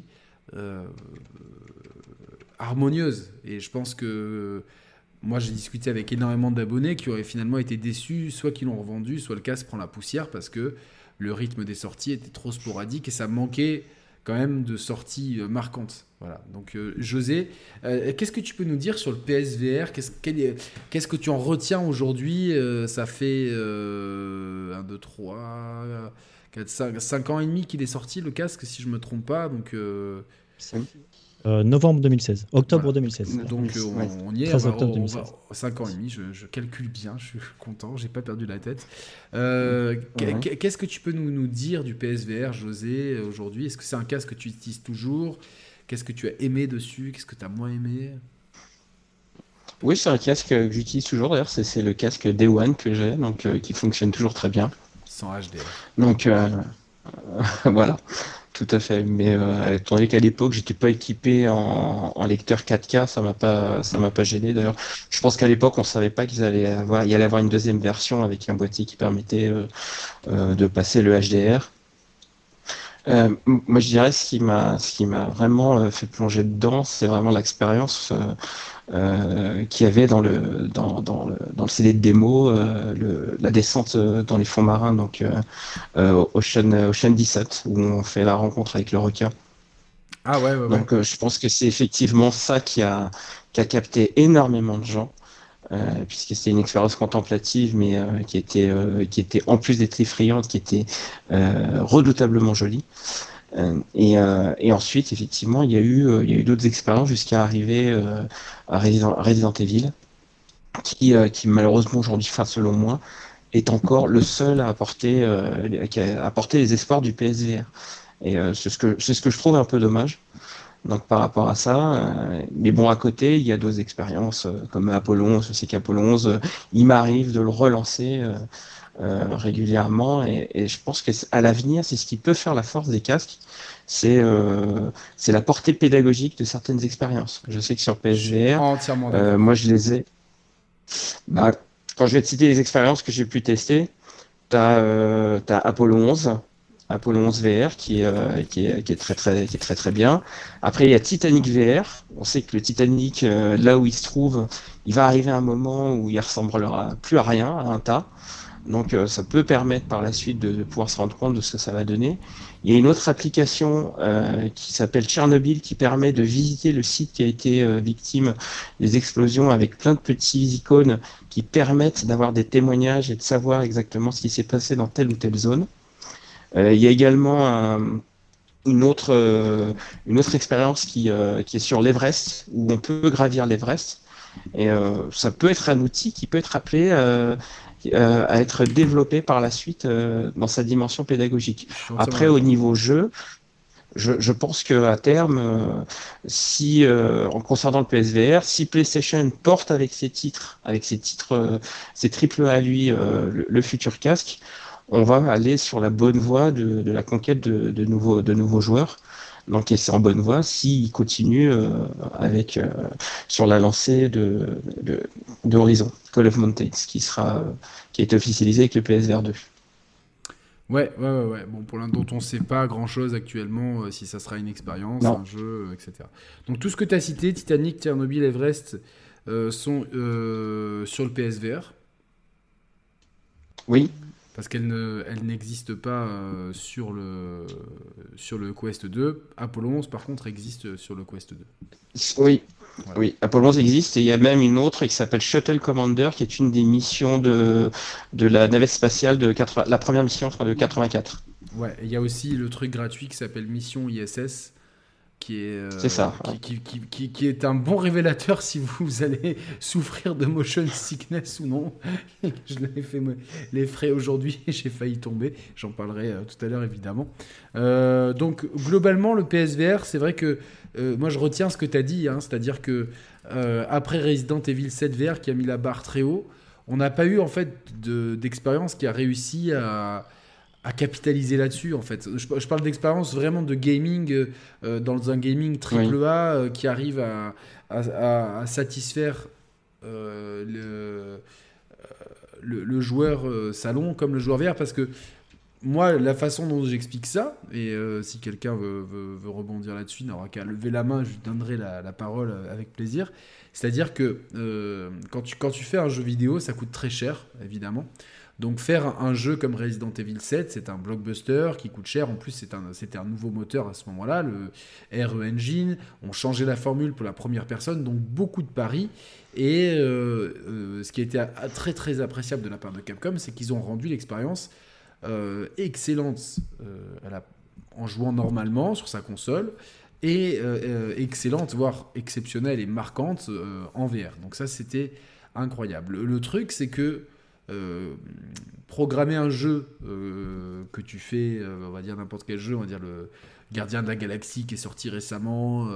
harmonieuse. Et je pense que moi, j'ai discuté avec énormément d'abonnés qui auraient finalement été déçus, soit qu'ils l'ont revendu, soit le casque prend la poussière parce que le rythme des sorties était trop sporadique et ça manquait quand même de sorties marquantes. Voilà. Donc, José, qu'est-ce que tu peux nous dire sur le PSVR? Qu'est-ce que tu en retiens aujourd'hui? Ça fait 1, 2, 3, 4, 5 ans et demi qu'il est sorti, le casque, si je ne me trompe pas. Donc, Novembre 2016, octobre voilà. 2016. Donc Ouais. on y est, 13 octobre 2016. 5 ans et demi, je calcule bien, je suis content, j'ai pas perdu la tête. Ouais. Qu'est-ce que tu peux nous dire du PSVR, José, aujourd'hui? Est-ce que c'est un casque que tu utilises toujours? Qu'est-ce que tu as aimé dessus? Qu'est-ce que tu as moins aimé? Oui, c'est un casque que j'utilise toujours. D'ailleurs, c'est le casque Day One que j'ai, donc qui fonctionne toujours très bien. Sans HDR. Donc voilà, tout à fait. Mais étant donné qu'à l'époque, j'étais pas équipé en lecteur 4K, ça m'a pas gêné. D'ailleurs, je pense qu'à l'époque, on savait pas il allait avoir une deuxième version avec un boîtier qui permettait de passer le HDR. Moi, je dirais ce qui m'a vraiment fait plonger dedans, c'est vraiment l'expérience qu'il y avait dans le CD de démo, la descente dans les fonds marins, donc Ocean 17, où on fait la rencontre avec le requin. Ah ouais. Donc je pense que c'est effectivement ça qui a capté énormément de gens. puisque c'était une expérience contemplative, mais qui était en plus d'être effrayante, qui était redoutablement jolie. Et ensuite, effectivement, il y a eu d'autres expériences jusqu'à arriver à Resident Evil, qui malheureusement aujourd'hui, enfin selon moi, est encore le seul à qui a apporté les espoirs du PSVR. Et c'est ce que je trouve un peu dommage. Donc par rapport à ça, mais bon, à côté, il y a d'autres expériences comme Apollo 11. Je sais qu'Apollo 11, il m'arrive de le relancer régulièrement, et je pense que à l'avenir, c'est ce qui peut faire la force des casques, c'est la portée pédagogique de certaines expériences. Je sais que sur PSVR, Entièrement d'accord. moi je les ai. Bah, quand je vais te citer les expériences que j'ai pu tester, t'as Apollo 11. Apollo 11 VR qui est très très bien. Après il y a Titanic VR. On sait que le Titanic, là où il se trouve, il va arriver un moment où il ressemblera plus à rien, à un tas. Donc ça peut permettre par la suite de pouvoir se rendre compte de ce que ça va donner. Il y a une autre application qui s'appelle Tchernobyl, qui permet de visiter le site qui a été victime des explosions, avec plein de petits icônes qui permettent d'avoir des témoignages et de savoir exactement ce qui s'est passé dans telle ou telle zone. Il y a également une autre expérience qui est sur l'Everest, où on peut gravir l'Everest. Et ça peut être un outil qui peut être appelé à être développé par la suite dans sa dimension pédagogique. Après, au niveau jeu, je pense qu'à terme, si en concernant le PSVR, si PlayStation porte avec ses titres, ses triple A à lui, le futur casque, on va aller sur la bonne voie de la conquête de nouveaux joueurs. Donc, et c'est en bonne voie s'il continue sur la lancée de Horizon, Call of Mountains, qui a été officialisé avec le PSVR 2. Ouais. Bon, pour l'un dont on ne sait pas grand-chose actuellement, si ça sera une expérience, Non. un jeu, etc. Donc tout ce que tu as cité, Titanic, Tchernobyl, Everest, sont sur le PSVR. Oui. Parce qu'elle n'existe pas sur le Quest 2. Apollo 11, par contre, existe sur le Quest 2. Oui. Voilà. Oui, Apollo 11 existe, et il y a même une autre qui s'appelle Shuttle Commander, qui est une des missions de la navette spatiale la première mission, je crois, de 84. Ouais, et il y a aussi le truc gratuit qui s'appelle Mission ISS, qui est, C'est ça. qui est un bon révélateur si vous allez souffrir de motion sickness ou non. Je l'avais fait les frais aujourd'hui et j'ai failli tomber. J'en parlerai tout à l'heure évidemment. Donc globalement le PSVR, c'est vrai que moi je retiens ce que tu as dit, hein, c'est-à-dire que après Resident Evil 7 VR qui a mis la barre très haut, on n'a pas eu en fait d'expérience qui a réussi à capitaliser là-dessus en fait. Je parle d'expérience vraiment de gaming dans un gaming AAA qui arrive à satisfaire le joueur salon comme le joueur VR, parce que moi la façon dont j'explique ça, et si quelqu'un veut rebondir là-dessus, n'aura qu'à lever la main, je lui donnerai la parole avec plaisir. C'est-à-dire que quand tu fais un jeu vidéo, ça coûte très cher évidemment. Donc faire un jeu comme Resident Evil 7, c'est un blockbuster qui coûte cher. En plus, c'était un nouveau moteur à ce moment-là, le RE Engine. On changeait la formule pour la première personne, donc beaucoup de paris. Et ce qui a été très très appréciable de la part de Capcom, c'est qu'ils ont rendu l'expérience excellente en jouant normalement sur sa console, et excellente, voire exceptionnelle et marquante en VR. Donc ça, c'était incroyable. Le truc, c'est que programmer un jeu que tu fais, on va dire n'importe quel jeu, on va dire le Gardien de la Galaxie qui est sorti récemment,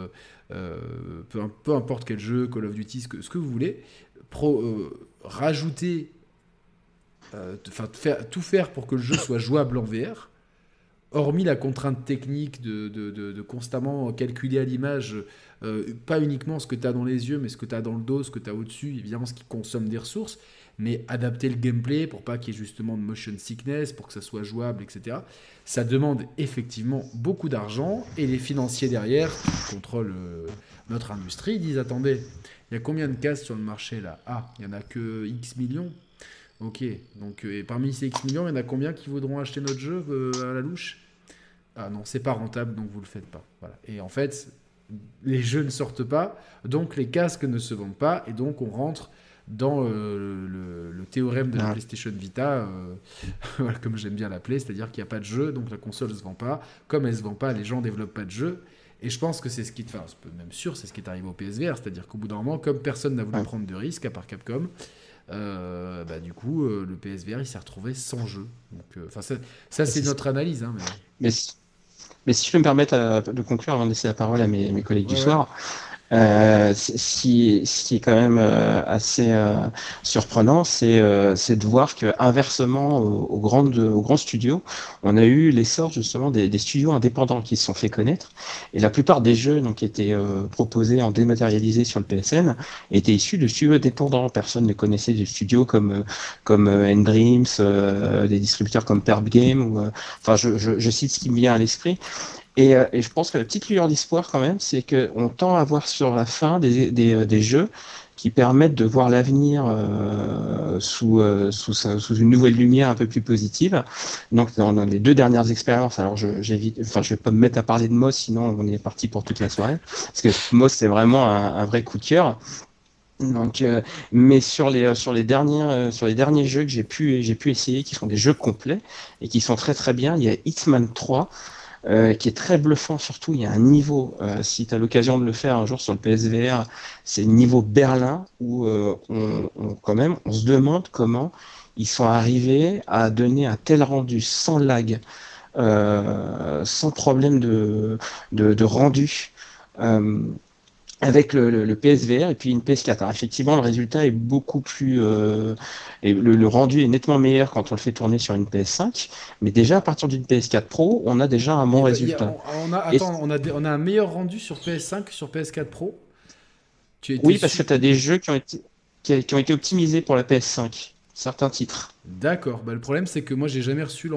peu importe quel jeu, Call of Duty, ce que vous voulez, rajouter, tout faire pour que le jeu soit jouable en VR, hormis la contrainte technique de constamment calculer à l'image, pas uniquement ce que tu as dans les yeux, mais ce que tu as dans le dos, ce que tu as au-dessus, évidemment ce qui consomme des ressources, mais adapter le gameplay pour pas qu'il y ait justement de motion sickness, pour que ça soit jouable, etc. Ça demande effectivement beaucoup d'argent, et les financiers derrière, qui contrôlent notre industrie, disent attendez, il y a combien de casques sur le marché là ? Ah, il y en a que X millions. Ok, donc et parmi ces X millions, il y en a combien qui voudront acheter notre jeu à la louche ? Ah non, c'est pas rentable, donc vous le faites pas. Voilà. Et en fait, les jeux ne sortent pas, donc les casques ne se vendent pas, et donc on rentre dans le théorème de la PlayStation Vita, voilà, comme j'aime bien l'appeler, c'est-à-dire qu'il n'y a pas de jeu, donc la console ne se vend pas. Comme elle ne se vend pas, les gens ne développent pas de jeu. Et je pense que c'est ce qui... Enfin, c'est même sûr, c'est ce qui est arrivé au PSVR, c'est-à-dire qu'au bout d'un moment, comme personne n'a voulu prendre de risques, à part Capcom, du coup, le PSVR, il s'est retrouvé sans jeu. Donc, ça c'est notre analyse. Hein, mais si je peux me permettre de conclure avant de laisser la parole à mes collègues du soir, ce qui est quand même assez surprenant, c'est de voir que inversement aux grands studios, on a eu l'essor justement des studios indépendants qui se sont fait connaître, et la plupart des jeux donc qui étaient proposés en dématérialisé sur le PSN étaient issus de studios indépendants. Personne ne connaissait des studios comme N-Dreams, des distributeurs comme Perp Game, je cite ce qui me vient à l'esprit. Et je pense que la petite lueur d'espoir quand même, c'est qu'on tend à voir sur la fin des jeux qui permettent de voir l'avenir sous une nouvelle lumière un peu plus positive. Donc dans les 2 dernières expériences, alors je vais pas me mettre à parler de Moss, sinon on est parti pour toute la soirée, parce que Moss c'est vraiment un vrai coup de cœur. Donc, mais sur les derniers jeux que j'ai pu essayer, qui sont des jeux complets et qui sont très très bien, il y a Hitman 3. Qui est très bluffant, surtout il y a un niveau, si tu as l'occasion de le faire un jour sur le PSVR, c'est le niveau Berlin où on se demande comment ils sont arrivés à donner un tel rendu sans lag, sans problème de rendu, avec le PSVR et puis une PS4. Alors effectivement, le résultat est beaucoup plus... et le rendu est nettement meilleur quand on le fait tourner sur une PS5, mais déjà à partir d'une PS4 Pro, on a déjà un bon résultat. On a un meilleur rendu sur PS5 que sur PS4 Pro. Oui, parce que tu as des jeux qui ont été optimisés pour la PS5, certains titres. D'accord. Le problème, c'est que moi, j'ai jamais reçu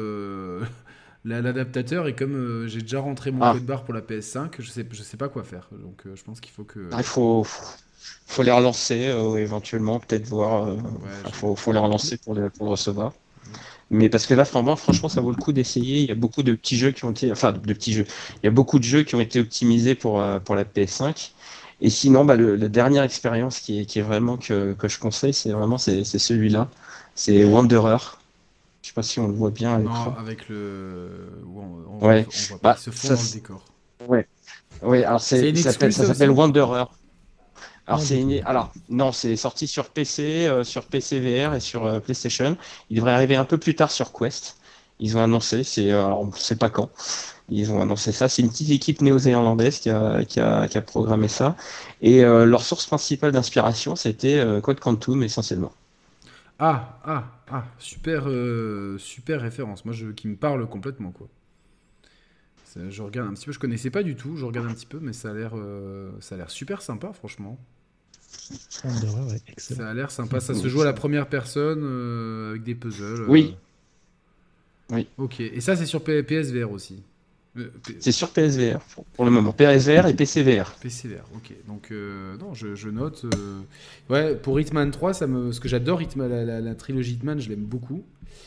l'adaptateur, et comme j'ai déjà rentré mon code barre pour la PS5, je sais pas quoi faire. Donc je pense qu'il faut que... Il faut les relancer, éventuellement, peut-être voir. Faut les relancer pour le recevoir. Mais parce que là, franchement, ça vaut le coup d'essayer. Il y a beaucoup de petits jeux qui ont été... Enfin, de petits jeux. Il y a beaucoup de jeux qui ont été optimisés pour la PS5. Et sinon, la dernière expérience qui est vraiment que je conseille, c'est celui-là. C'est Wanderer. Je sais pas si on le voit bien à l'écran. Non, avec le... On voit pas, il se fond dans le décor. Ouais, alors ça s'appelle Wanderer. Alors, non, c'est sorti sur PC, sur PC VR et sur PlayStation. Il devrait arriver un peu plus tard sur Quest. Ils ont annoncé, on ne sait pas quand. Ils ont annoncé ça. C'est une petite équipe néo-zélandaise qui a programmé ça. Et leur source principale d'inspiration, c'était Code Quantum essentiellement. Super référence. Moi, qui me parle complètement, quoi. Je regarde un petit peu, je connaissais pas du tout, je regarde un petit peu, mais ça a l'air super sympa, franchement. Excellent. Ça a l'air sympa, ça se joue à la première personne, avec des puzzles. Oui. Ok, et ça c'est sur PSVR aussi. C'est sur PSVR pour le moment, PSVR et PCVR. PCVR, ok. Donc non, je note. Ouais, pour Hitman 3, parce que j'adore Hitman, la trilogie Hitman, je l'aime beaucoup.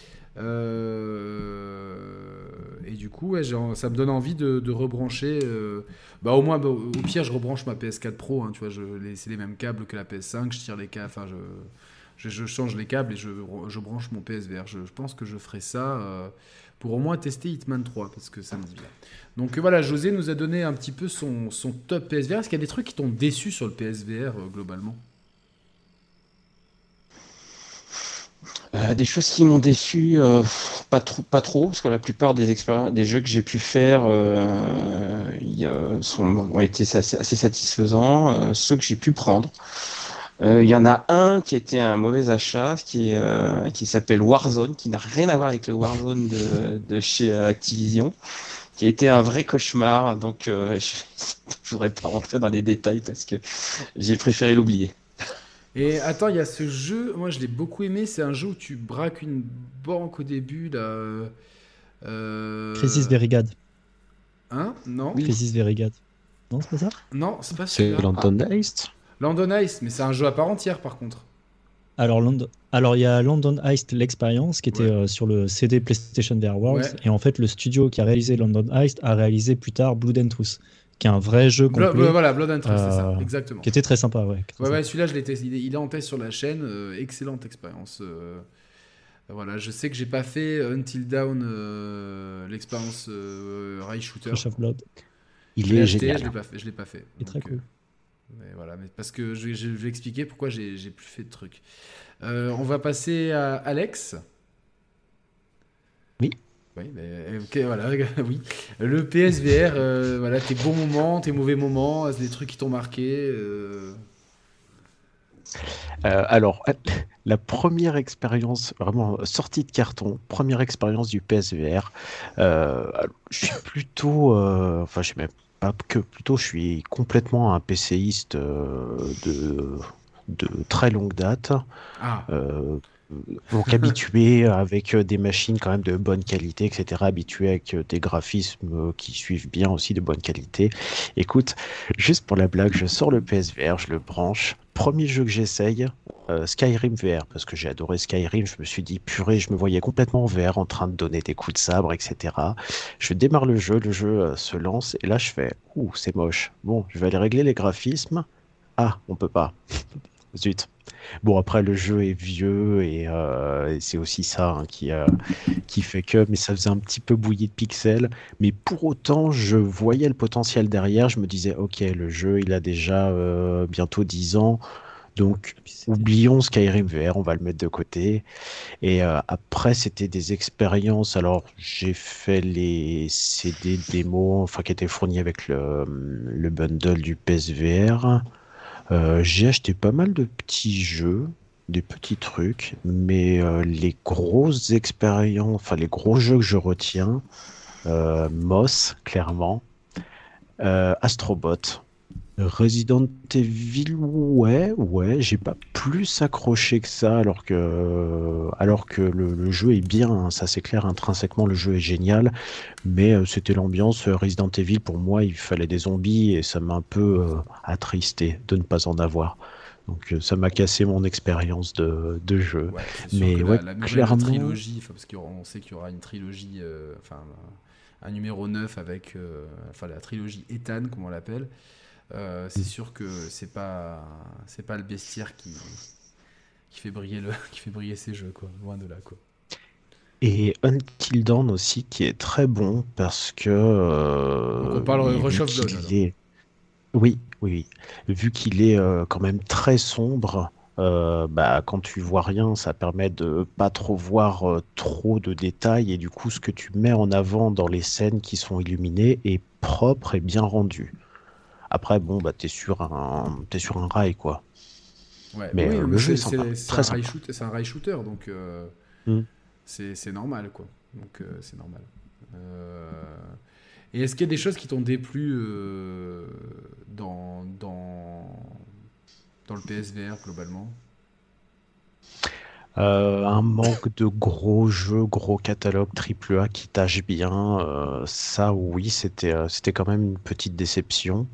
Et du coup, ça me donne envie de rebrancher. Au moins, au pire, je rebranche ma PS4 Pro. Hein, tu vois, c'est les mêmes câbles que la PS5. Je tire les câbles. Enfin, je change les câbles et je branche mon PSVR. Je pense que je ferai ça pour au moins tester Hitman 3 parce que ça me dit bien. Donc voilà, José nous a donné un petit peu son top PSVR. Est-ce qu'il y a des trucs qui t'ont déçu sur le PSVR globalement? Des choses qui m'ont déçu, pas trop, parce que la plupart des jeux que j'ai pu faire ont été assez satisfaisants. Ceux que j'ai pu prendre, il y en a un qui était un mauvais achat, qui s'appelle Warzone, qui n'a rien à voir avec le Warzone de chez Activision, qui a été un vrai cauchemar. Donc, je voudrais pas rentrer dans les détails parce que j'ai préféré l'oublier. Et attends, il y a ce jeu, moi je l'ai beaucoup aimé, c'est un jeu où tu braques une banque au début, là... Crisis Verigade. Hein? Non? Oui. Crisis Verigade. Non, c'est pas ça? Non, c'est pas celui-là. C'est London Heist. London Heist, mais c'est un jeu à part entière par contre. Alors il y a London Heist, l'expérience, qui était sur le CD PlayStation VR Worlds, et en fait le studio qui a réalisé London Heist a réalisé plus tard Blood and Truth, qui est un vrai jeu complet. Voilà, Blood and Trust, c'est ça, exactement. Qui était très sympa, ouais. Ouais, celui-là, il est en test sur la chaîne. Excellente expérience. Voilà, je sais que j'ai pas fait Until Dawn, l'expérience Rail Shooter. Rush of Blood. Il Je l'ai est acheté, génial. je l'ai pas fait. Il est très cool. Mais voilà, mais parce que je vais expliquer pourquoi j'ai plus fait de trucs. On va passer à Alex. Oui. Oui, ok, voilà, oui. Le PSVR, voilà, tes bons moments, tes mauvais moments, des trucs qui t'ont marqué. Alors, la première expérience, vraiment sortie de carton, première expérience du PSVR, je suis plutôt, enfin, je suis même pas que, plutôt, je suis complètement un PCiste de très longue date. Ah, Donc habitué avec des machines quand même de bonne qualité, etc. Habitué avec des graphismes qui suivent bien aussi de bonne qualité. Écoute, juste pour la blague, je sors le PSVR, je le branche. Premier jeu que j'essaye, Skyrim VR, parce que j'ai adoré Skyrim. Je me suis dit, purée, je me voyais complètement en VR en train de donner des coups de sabre, etc. Je démarre le jeu se lance, et là je fais, ouh, c'est moche. Bon, je vais aller régler les graphismes. Ah, on peut pas. Zut. Bon, après, le jeu est vieux et c'est aussi ça hein, qui fait que, mais ça faisait un petit peu bouillir de pixels. Mais pour autant, je voyais le potentiel derrière. Je me disais, ok, le jeu, il a déjà bientôt 10 ans. Donc, oublions Skyrim VR, on va le mettre de côté. Et après, c'était des expériences. Alors, j'ai fait les CD démos, enfin, qui étaient fournis avec le bundle du PSVR. J'ai acheté pas mal de petits jeux, des petits trucs, mais les grosses expériences, enfin les gros jeux que je retiens, Moss, clairement, Astrobot, Resident Evil, ouais, j'ai pas plus accroché que ça, alors que le jeu est bien, hein, ça c'est clair, intrinsèquement le jeu est génial, mais c'était l'ambiance Resident Evil, pour moi il fallait des zombies et ça m'a un peu attristé de ne pas en avoir. Donc ça m'a cassé mon expérience de jeu. ouais, c'est sûr Mais que ouais, la nouvelle clairement, trilogie, parce qu'on sait qu'il y aura une trilogie, enfin un numéro 9 avec, enfin la trilogie Ethan, comme on l'appelle. C'est sûr que c'est pas le bestiaire qui fait briller qui fait briller ces jeux, quoi, loin de là, quoi. et Until Dawn aussi qui est très bon parce que Donc on parle Rush vu of Blood alors. qu'il est oui, oui, oui. Vu qu'il est quand même très sombre, bah, quand tu vois rien, ça permet de pas trop voir trop de détails et du coup, ce que tu mets en avant dans les scènes qui sont illuminées est propre et bien rendu. Après, bon, bah, t'es sur un rail, quoi. Ouais, Mais oui, mais le jeu est sympa, c'est très un rail sympa. shooter, donc Mm. c'est normal, quoi. Donc c'est normal. Euh, Et est-ce qu'il y a des choses qui t'ont déplu dans le PSVR globalement? Un manque de gros jeux, gros catalogue triple A qui tâche bien, ça oui, c'était quand même une petite déception.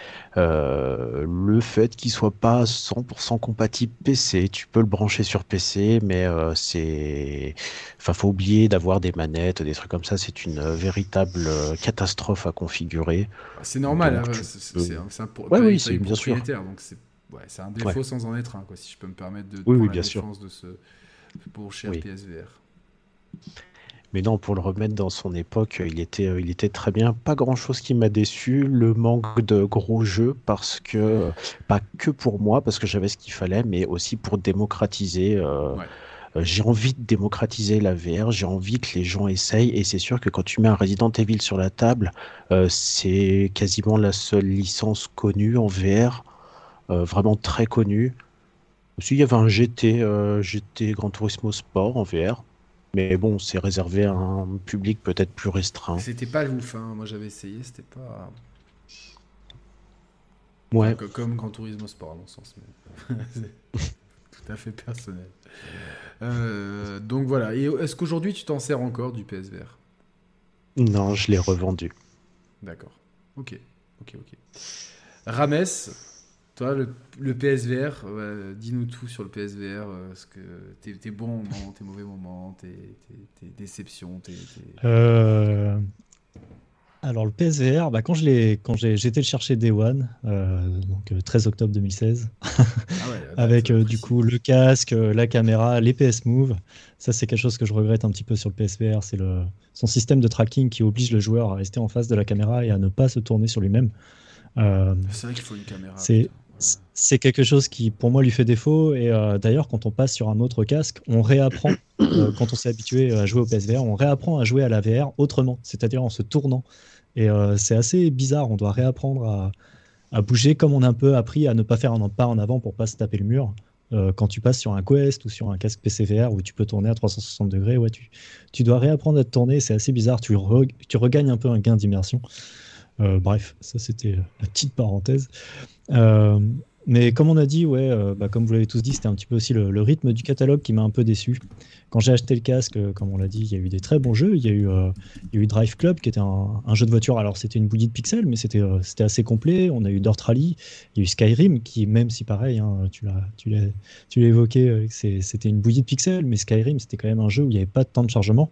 Le fait qu'il soit pas 100% compatible PC, tu peux le brancher sur PC, mais enfin, faut oublier d'avoir des manettes, des trucs comme ça. C'est une véritable catastrophe à configurer. Bah, c'est normal, Donc hein, tu peux. Ouais, t'as oui, eu c'est bien sûr. propriétaire, donc c'est un Ouais. défaut sans en être un, quoi, si je peux me permettre de Oui, oui, prendre la bien sûr. défense de ce pour cher Oui. PSVR. Mais non, pour le remettre dans son époque, il était très bien. Pas grand-chose qui m'a déçu. Le manque de gros jeux, parce que, pas que pour moi, parce que j'avais ce qu'il fallait, mais aussi pour démocratiser. Ouais. J'ai envie de démocratiser la VR, j'ai envie que les gens essayent. Et c'est sûr que quand tu mets un Resident Evil sur la table, c'est quasiment la seule licence connue en VR, vraiment très connue. Aussi, il y avait un GT Gran Turismo Sport en VR. Mais bon, c'est réservé à un public peut-être plus restreint. C'était pas ouf, hein. Moi j'avais essayé, c'était pas. Enfin, Ouais, comme Gran Turismo Sport, à mon sens, mais c'est tout à fait personnel. Donc voilà. Et est-ce qu'aujourd'hui tu t'en sers encore du PSVR? non, je l'ai revendu. D'accord. Ok. Ok, ok. Rames, toi, le PSVR, dis-nous tout sur le PSVR, ce que tes bons moments, tes mauvais moments, tes déceptions, Euh, Alors le PSVR, bah, j'étais le chercher Day One, donc 13 octobre 2016, Ah ouais, la date, avec du précise. coup le casque, la caméra, les PS Move. Ça c'est quelque chose que je regrette un petit peu sur le PSVR, c'est son système de tracking qui oblige le joueur à rester en face de la caméra et à ne pas se tourner sur lui-même. Euh, C'est vrai qu'il faut une caméra. c'est Putain. c'est quelque chose qui pour moi lui fait défaut et d'ailleurs quand on passe sur un autre casque, on réapprend, quand on s'est habitué à jouer au PSVR, on réapprend à jouer à la VR autrement, c'est-à-dire en se tournant. Et c'est assez bizarre, on doit réapprendre à bouger comme on a un peu appris à ne pas faire un pas en avant pour pas se taper le mur. Quand tu passes sur un Quest ou sur un casque PC VR où tu peux tourner à 360 degrés, ouais, tu dois réapprendre à te tourner, c'est assez bizarre, tu regagnes un peu un gain d'immersion. Bref, ça c'était la petite parenthèse. Euh, mais comme on a dit, ouais, bah, comme vous l'avez tous dit, c'était un petit peu aussi le rythme du catalogue qui m'a un peu déçu. Quand j'ai acheté le casque, comme on l'a dit, il y a eu des très bons jeux. Il y a eu Drive Club qui était un jeu de voiture. Alors c'était une bouillie de pixels, mais c'était assez complet. On a eu Dirt Rally, il y a eu Skyrim qui, même si pareil, hein, tu l'as évoqué, c'était une bouillie de pixels, mais Skyrim c'était quand même un jeu où il n'y avait pas de temps de chargement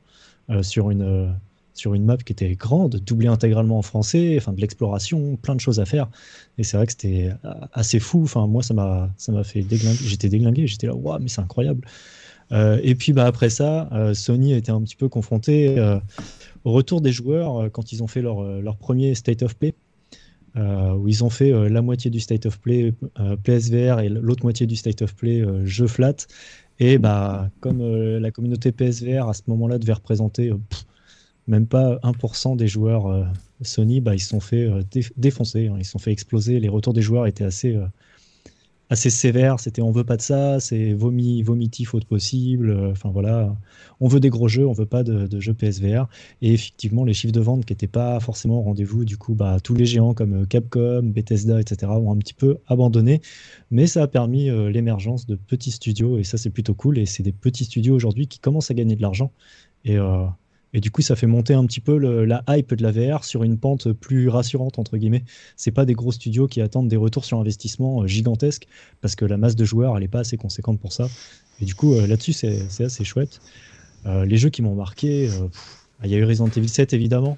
sur une map qui était grande, doublée intégralement en français, enfin de l'exploration, plein de choses à faire. Et c'est vrai que c'était assez fou. Enfin, moi, ça m'a fait déglinguer. J'étais déglingué. J'étais là, waouh, mais c'est incroyable. Et puis, bah, après ça, Sony a été un petit peu confronté au retour des joueurs quand ils ont fait leur premier State of Play, où ils ont fait la moitié du State of Play PSVR et l'autre moitié du State of Play jeu flat. Et bah, comme la communauté PSVR à ce moment-là devait représenter même pas 1% des joueurs Sony, bah, ils se sont fait défoncer, hein, ils se sont fait exploser. Les retours des joueurs étaient assez sévères. C'était on veut pas de ça, c'est vomitif autre possible. Enfin voilà, on veut des gros jeux, on veut pas de jeux PSVR. Et effectivement, les chiffres de vente qui n'étaient pas forcément au rendez-vous, du coup, bah, tous les géants comme Capcom, Bethesda, etc. ont un petit peu abandonné. Mais ça a permis l'émergence de petits studios et ça, c'est plutôt cool. Et c'est des petits studios aujourd'hui qui commencent à gagner de l'argent. Et, euh, et du coup, ça fait monter un petit peu la hype de la VR sur une pente plus rassurante, entre guillemets. C'est pas des gros studios qui attendent des retours sur investissement gigantesques parce que la masse de joueurs, elle n'est pas assez conséquente pour ça. Et du coup, là-dessus, c'est assez chouette. Les jeux qui m'ont marqué, il y a eu Resident Evil 7, évidemment.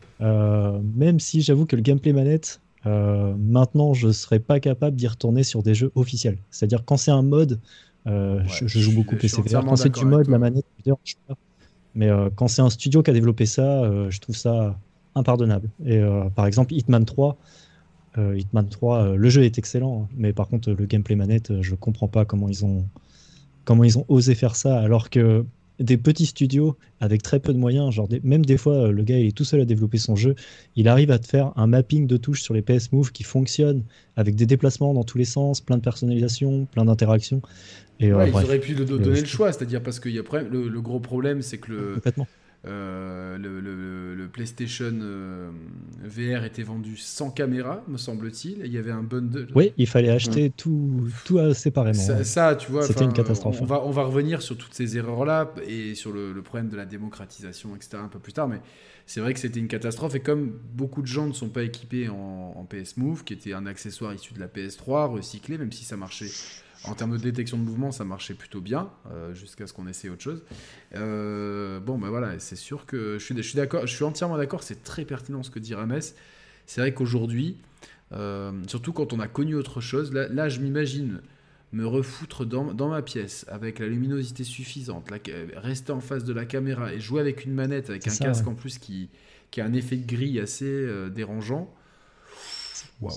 Même si j'avoue que le gameplay manette, maintenant, je ne serais pas capable d'y retourner sur des jeux officiels. C'est-à-dire, quand c'est un mode, Ouais, je joue beaucoup je suis PCVR. entièrement Quand c'est d'accord du avec mode, la toi. manette, je dérange pas. Mais quand c'est un studio qui a développé ça, je trouve ça impardonnable. Et par exemple, Hitman 3, le jeu est excellent, hein, mais par contre, le gameplay manette, je comprends pas comment ils ont osé faire ça, alors que des petits studios avec très peu de moyens, genre même des fois, le gars il est tout seul à développer son jeu, il arrive à te faire un mapping de touches sur les PS Move qui fonctionne avec des déplacements dans tous les sens, plein de personnalisation, plein d'interactions. Et Ouais, ils auraient bref, pu donner le choix, c'est-à-dire parce qu'il y a le gros problème, c'est que complètement. le PlayStation VR était vendu sans caméra, me semble-t-il, et il y avait un bundle. Oui, il fallait acheter tout séparément. Ça, tu vois, C'était une enfin, catastrophe. on va revenir sur toutes ces erreurs-là et sur le problème de la démocratisation, etc. un peu plus tard, mais c'est vrai que c'était une catastrophe. Et comme beaucoup de gens ne sont pas équipés en PS Move, qui était un accessoire issu de la PS3, recyclé, même si ça marchait en termes de détection de mouvement, ça marchait plutôt bien, jusqu'à ce qu'on essaie autre chose. Bon, ben voilà, c'est sûr que je suis d'accord, je suis entièrement d'accord, c'est très pertinent ce que dit Rames. C'est vrai qu'aujourd'hui, surtout quand on a connu autre chose, là je m'imagine me refoutre dans ma pièce avec la luminosité suffisante, rester en face de la caméra et jouer avec une manette, avec C'est un ça, casque ouais. en plus qui a un effet de grille assez dérangeant. Waouh,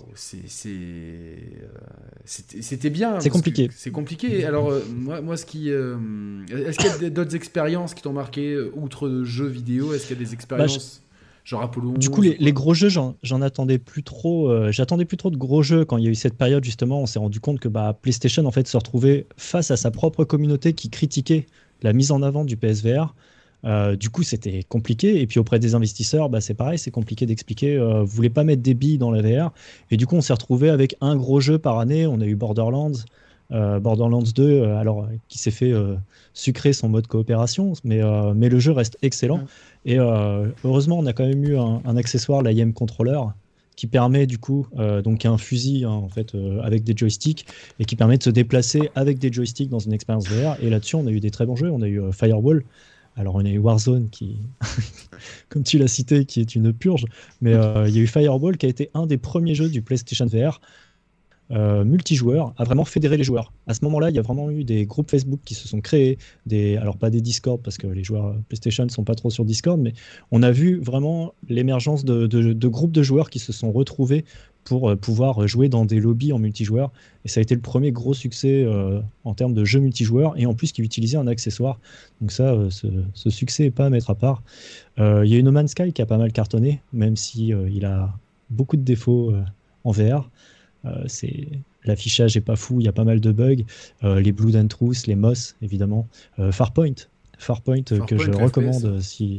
c'était bien. C'est Parce que compliqué. c'est compliqué. Alors, moi, est-ce qu'il y a d'autres expériences qui t'ont marqué, outre de jeux vidéo? Est-ce qu'il y a des Bah, expériences genre Apollo du coup, 11 ou les quoi? gros jeux, j'en attendais plus trop. J'attendais plus trop de gros jeux quand il y a eu cette période. Justement, on s'est rendu compte que bah, PlayStation en fait se retrouvait face à sa propre communauté qui critiquait la mise en avant du PSVR. Du coup, c'était compliqué. Et puis auprès des investisseurs, bah, c'est pareil, c'est compliqué d'expliquer. Vous voulez pas mettre des billes dans la VR. Et du coup, on s'est retrouvé avec un gros jeu par année. On a eu Borderlands 2, qui s'est fait sucrer son mode coopération, mais le jeu reste excellent. Et heureusement, on a quand même eu un accessoire, la IM Controller, qui permet du coup, donc un fusil hein, en fait, avec des joysticks, et qui permet de se déplacer avec des joysticks dans une expérience VR. Et là-dessus, on a eu des très bons jeux. On a eu Firewall, Alors, on a eu Warzone qui, comme tu l'as cité, qui est une purge, mais il y a eu Fireball qui a été un des premiers jeux du PlayStation VR multijoueur à vraiment fédérer les joueurs. À ce moment-là, il y a vraiment eu des groupes Facebook qui se sont créés, alors pas des Discord parce que les joueurs PlayStation ne sont pas trop sur Discord, mais on a vu vraiment l'émergence de groupes de joueurs qui se sont retrouvés pour pouvoir jouer dans des lobbies en multijoueur. Et ça a été le premier gros succès en termes de jeux multijoueurs et en plus qui utilisait un accessoire. Donc ça, ce succès n'est pas à mettre à part. Il y a eu No Man's Sky qui a pas mal cartonné, même si il a beaucoup de défauts en VR. L'affichage est pas fou, il y a pas mal de bugs, les Blood and Truth, les Moss évidemment, Farpoint que je recommande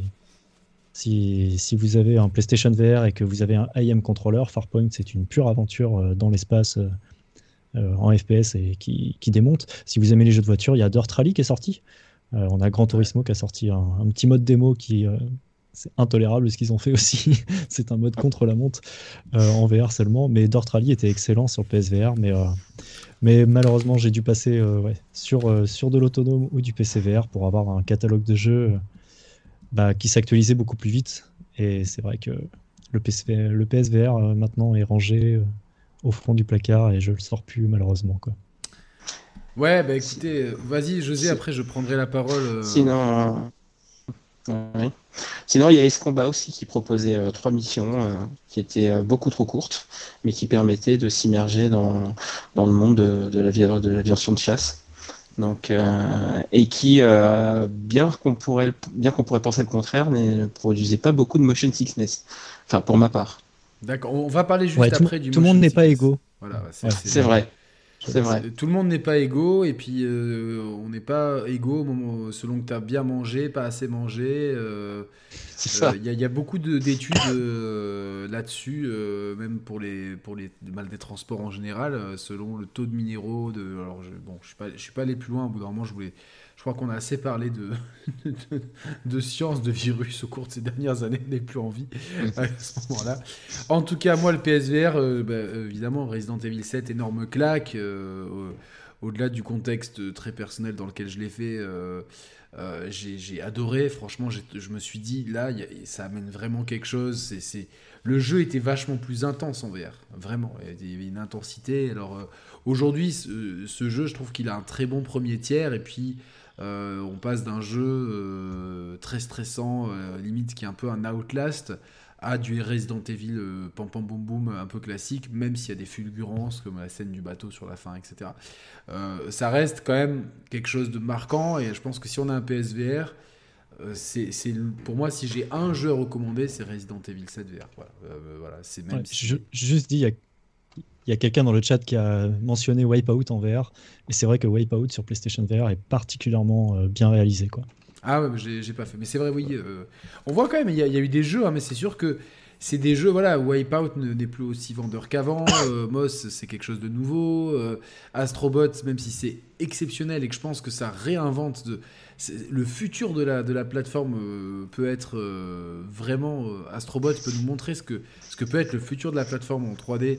si vous avez un PlayStation VR et que vous avez un IM controller. Farpoint, c'est une pure aventure dans l'espace en FPS et qui démonte. Si vous aimez les jeux de voiture, il y a Dirt Rally qui est sorti, on a Gran Turismo qui a sorti un petit mode démo qui c'est intolérable ce qu'ils ont fait aussi. C'est un mode contre la montre en VR seulement. Mais Dirt Rally était excellent sur le PSVR. Mais malheureusement, j'ai dû passer sur de l'autonome ou du PC VR pour avoir un catalogue de jeux qui s'actualisait beaucoup plus vite. Et c'est vrai que le PSVR maintenant est rangé au fond du placard et je le sors plus malheureusement, quoi. Ouais, bah écoutez, vas-y José, après je prendrai la parole. Oui. Sinon, il y a Ace Combat aussi qui proposait 3 missions qui étaient beaucoup trop courtes, mais qui permettaient de s'immerger dans le monde de la version de chasse. Donc, et qui, bien qu'on pourrait penser le contraire, ne produisait pas beaucoup de motion sickness. Enfin, pour ma part. D'accord, on va parler juste après du tout le monde n'est pas égaux. Voilà, c'est vrai. C'est vrai. Tout le monde n'est pas égaux, et puis on n'est pas égaux selon que tu as bien mangé, pas assez mangé. C'est ça. Il y a beaucoup d'études là-dessus, même pour les mal des transports en général, selon le taux de minéraux. Alors, je suis pas allé plus loin. Au bout d'un moment, je crois qu'on a assez parlé de science, de virus au cours de ces dernières années. Je n'ai plus envie à ce moment-là. En tout cas, moi, le PSVR, évidemment, Resident Evil 7, énorme claque. Au-delà du contexte très personnel dans lequel je l'ai fait, j'ai adoré. Franchement, je me suis dit, là, ça amène vraiment quelque chose. Le jeu était vachement plus intense en VR. Vraiment, il y avait une intensité. Alors, aujourd'hui, ce jeu, je trouve qu'il a un très bon premier tiers. Et puis, on passe d'un jeu très stressant, limite qui est un peu un Outlast, à du Resident Evil pam pam boum boum un peu classique, même s'il y a des fulgurances comme la scène du bateau sur la fin, etc. Ça reste quand même quelque chose de marquant, et je pense que si on a un PSVR, pour moi, si j'ai un jeu à recommander, c'est Resident Evil 7 VR. Voilà, c'est même juste dit, il y a quelqu'un dans le chat qui a mentionné Wipeout en VR, et c'est vrai que Wipeout sur PlayStation VR est particulièrement bien réalisé, quoi. Ah ouais, j'ai pas fait. Mais c'est vrai, oui. On voit quand même, il y a eu des jeux, mais c'est sûr que c'est des jeux, voilà, Wipeout n'est plus aussi vendeur qu'avant. Moss, c'est quelque chose de nouveau. Astrobot, même si c'est exceptionnel et que je pense que ça réinvente le futur de la plateforme peut être vraiment... Astrobot peut nous montrer ce que peut être le futur de la plateforme en 3D.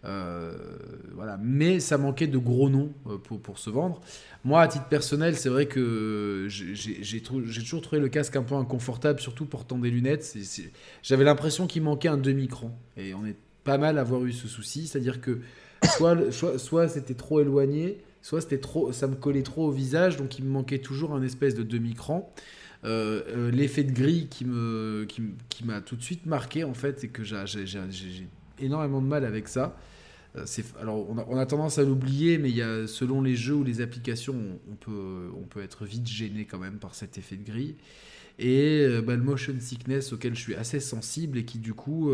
Voilà. Mais ça manquait de gros noms pour se vendre. Moi, à titre personnel, c'est vrai que j'ai toujours trouvé le casque un peu inconfortable, surtout portant des lunettes. J'avais l'impression qu'il manquait un demi-cran. Et on est pas mal à avoir eu ce souci. C'est-à-dire que soit c'était trop éloigné, soit ça me collait trop au visage, donc il me manquait toujours un espèce de demi-cran. L'effet de gris qui m'a tout de suite marqué, en fait, c'est que j'ai énormément de mal avec ça. Alors on a tendance à l'oublier, mais selon les jeux ou les applications, on peut être vite gêné quand même par cet effet de gris. Et le motion sickness auquel je suis assez sensible et qui du coup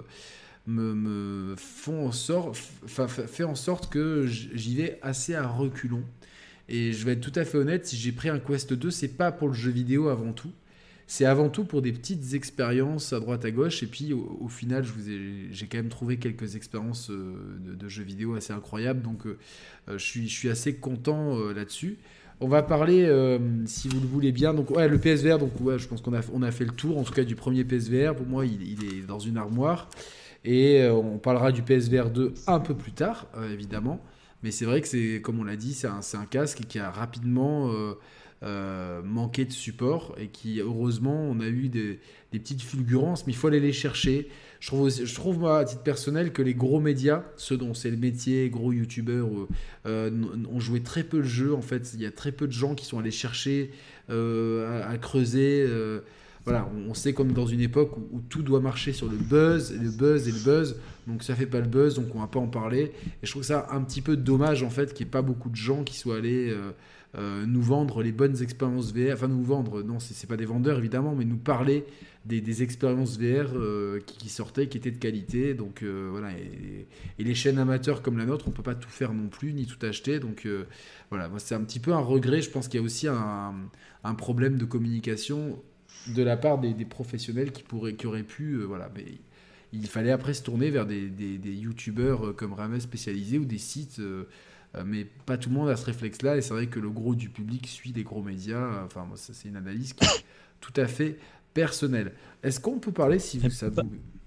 me fait en sorte que j'y vais assez à reculons. Et je vais être tout à fait honnête, si j'ai pris un Quest 2, c'est pas pour le jeu vidéo avant tout. C'est avant tout pour des petites expériences à droite à gauche. Et puis au final, j'ai quand même trouvé quelques expériences de jeux vidéo assez incroyables. Donc je suis assez content là-dessus. On va parler, si vous le voulez bien. Donc le PSVR, je pense qu'on a fait le tour, en tout cas du premier PSVR. Pour moi, il est dans une armoire. Et on parlera du PSVR 2 un peu plus tard, évidemment. Mais c'est vrai que comme on l'a dit, c'est un casque qui a rapidement manquaient de support et qui, heureusement, on a eu des petites fulgurances, mais il faut aller les chercher. Je trouve moi, à titre personnel, que les gros médias, ceux dont c'est le métier, gros youtubeurs, ont joué très peu le jeu. En fait, il y a très peu de gens qui sont allés chercher à creuser. Voilà, on sait comme dans une époque où tout doit marcher sur le buzz, et le buzz et le buzz. Donc ça fait pas le buzz, donc on va pas en parler. Et je trouve ça un petit peu dommage en fait qu'il n'y ait pas beaucoup de gens qui soient allés nous vendre les bonnes expériences VR. Enfin nous vendre, non, c'est pas des vendeurs évidemment, mais nous parler des expériences VR qui sortaient, qui étaient de qualité. Donc voilà, et les chaînes amateurs comme la nôtre, on peut pas tout faire non plus, ni tout acheter. Donc voilà, moi, c'est un petit peu un regret. Je pense qu'il y a aussi un problème de communication de la part des professionnels qui auraient pu, voilà, mais il fallait après se tourner vers des youtubeurs comme Rames spécialisés ou des sites, mais pas tout le monde a ce réflexe-là, et c'est vrai que le gros du public suit les gros médias. Enfin, moi, ça, c'est une analyse qui est tout à fait personnelle. Est-ce qu'on peut parler, si vous savez... Pardon ?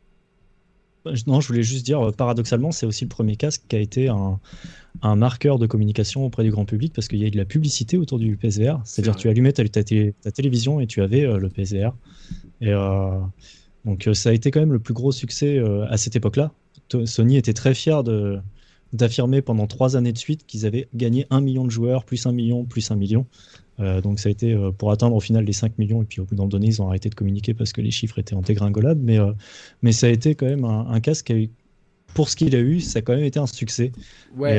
Non, je voulais juste dire, paradoxalement, c'est aussi le premier casque qui a été un marqueur de communication auprès du grand public parce qu'il y a eu de la publicité autour du PSVR. C'est-à-dire que tu allumais ta télévision et tu avais le PSVR. Et donc ça a été quand même le plus gros succès à cette époque-là. Sony était très fier d'affirmer pendant 3 années de suite qu'ils avaient gagné 1 million de joueurs, plus 1 million, plus 1 million. Donc ça a été pour atteindre au final les 5 millions, et puis au bout d'un donné ils ont arrêté de communiquer parce que les chiffres étaient en dégringolade, mais ça a été quand même un casque qui a eu, pour ce qu'il a eu, ça a quand même été un succès. Ouais. Et,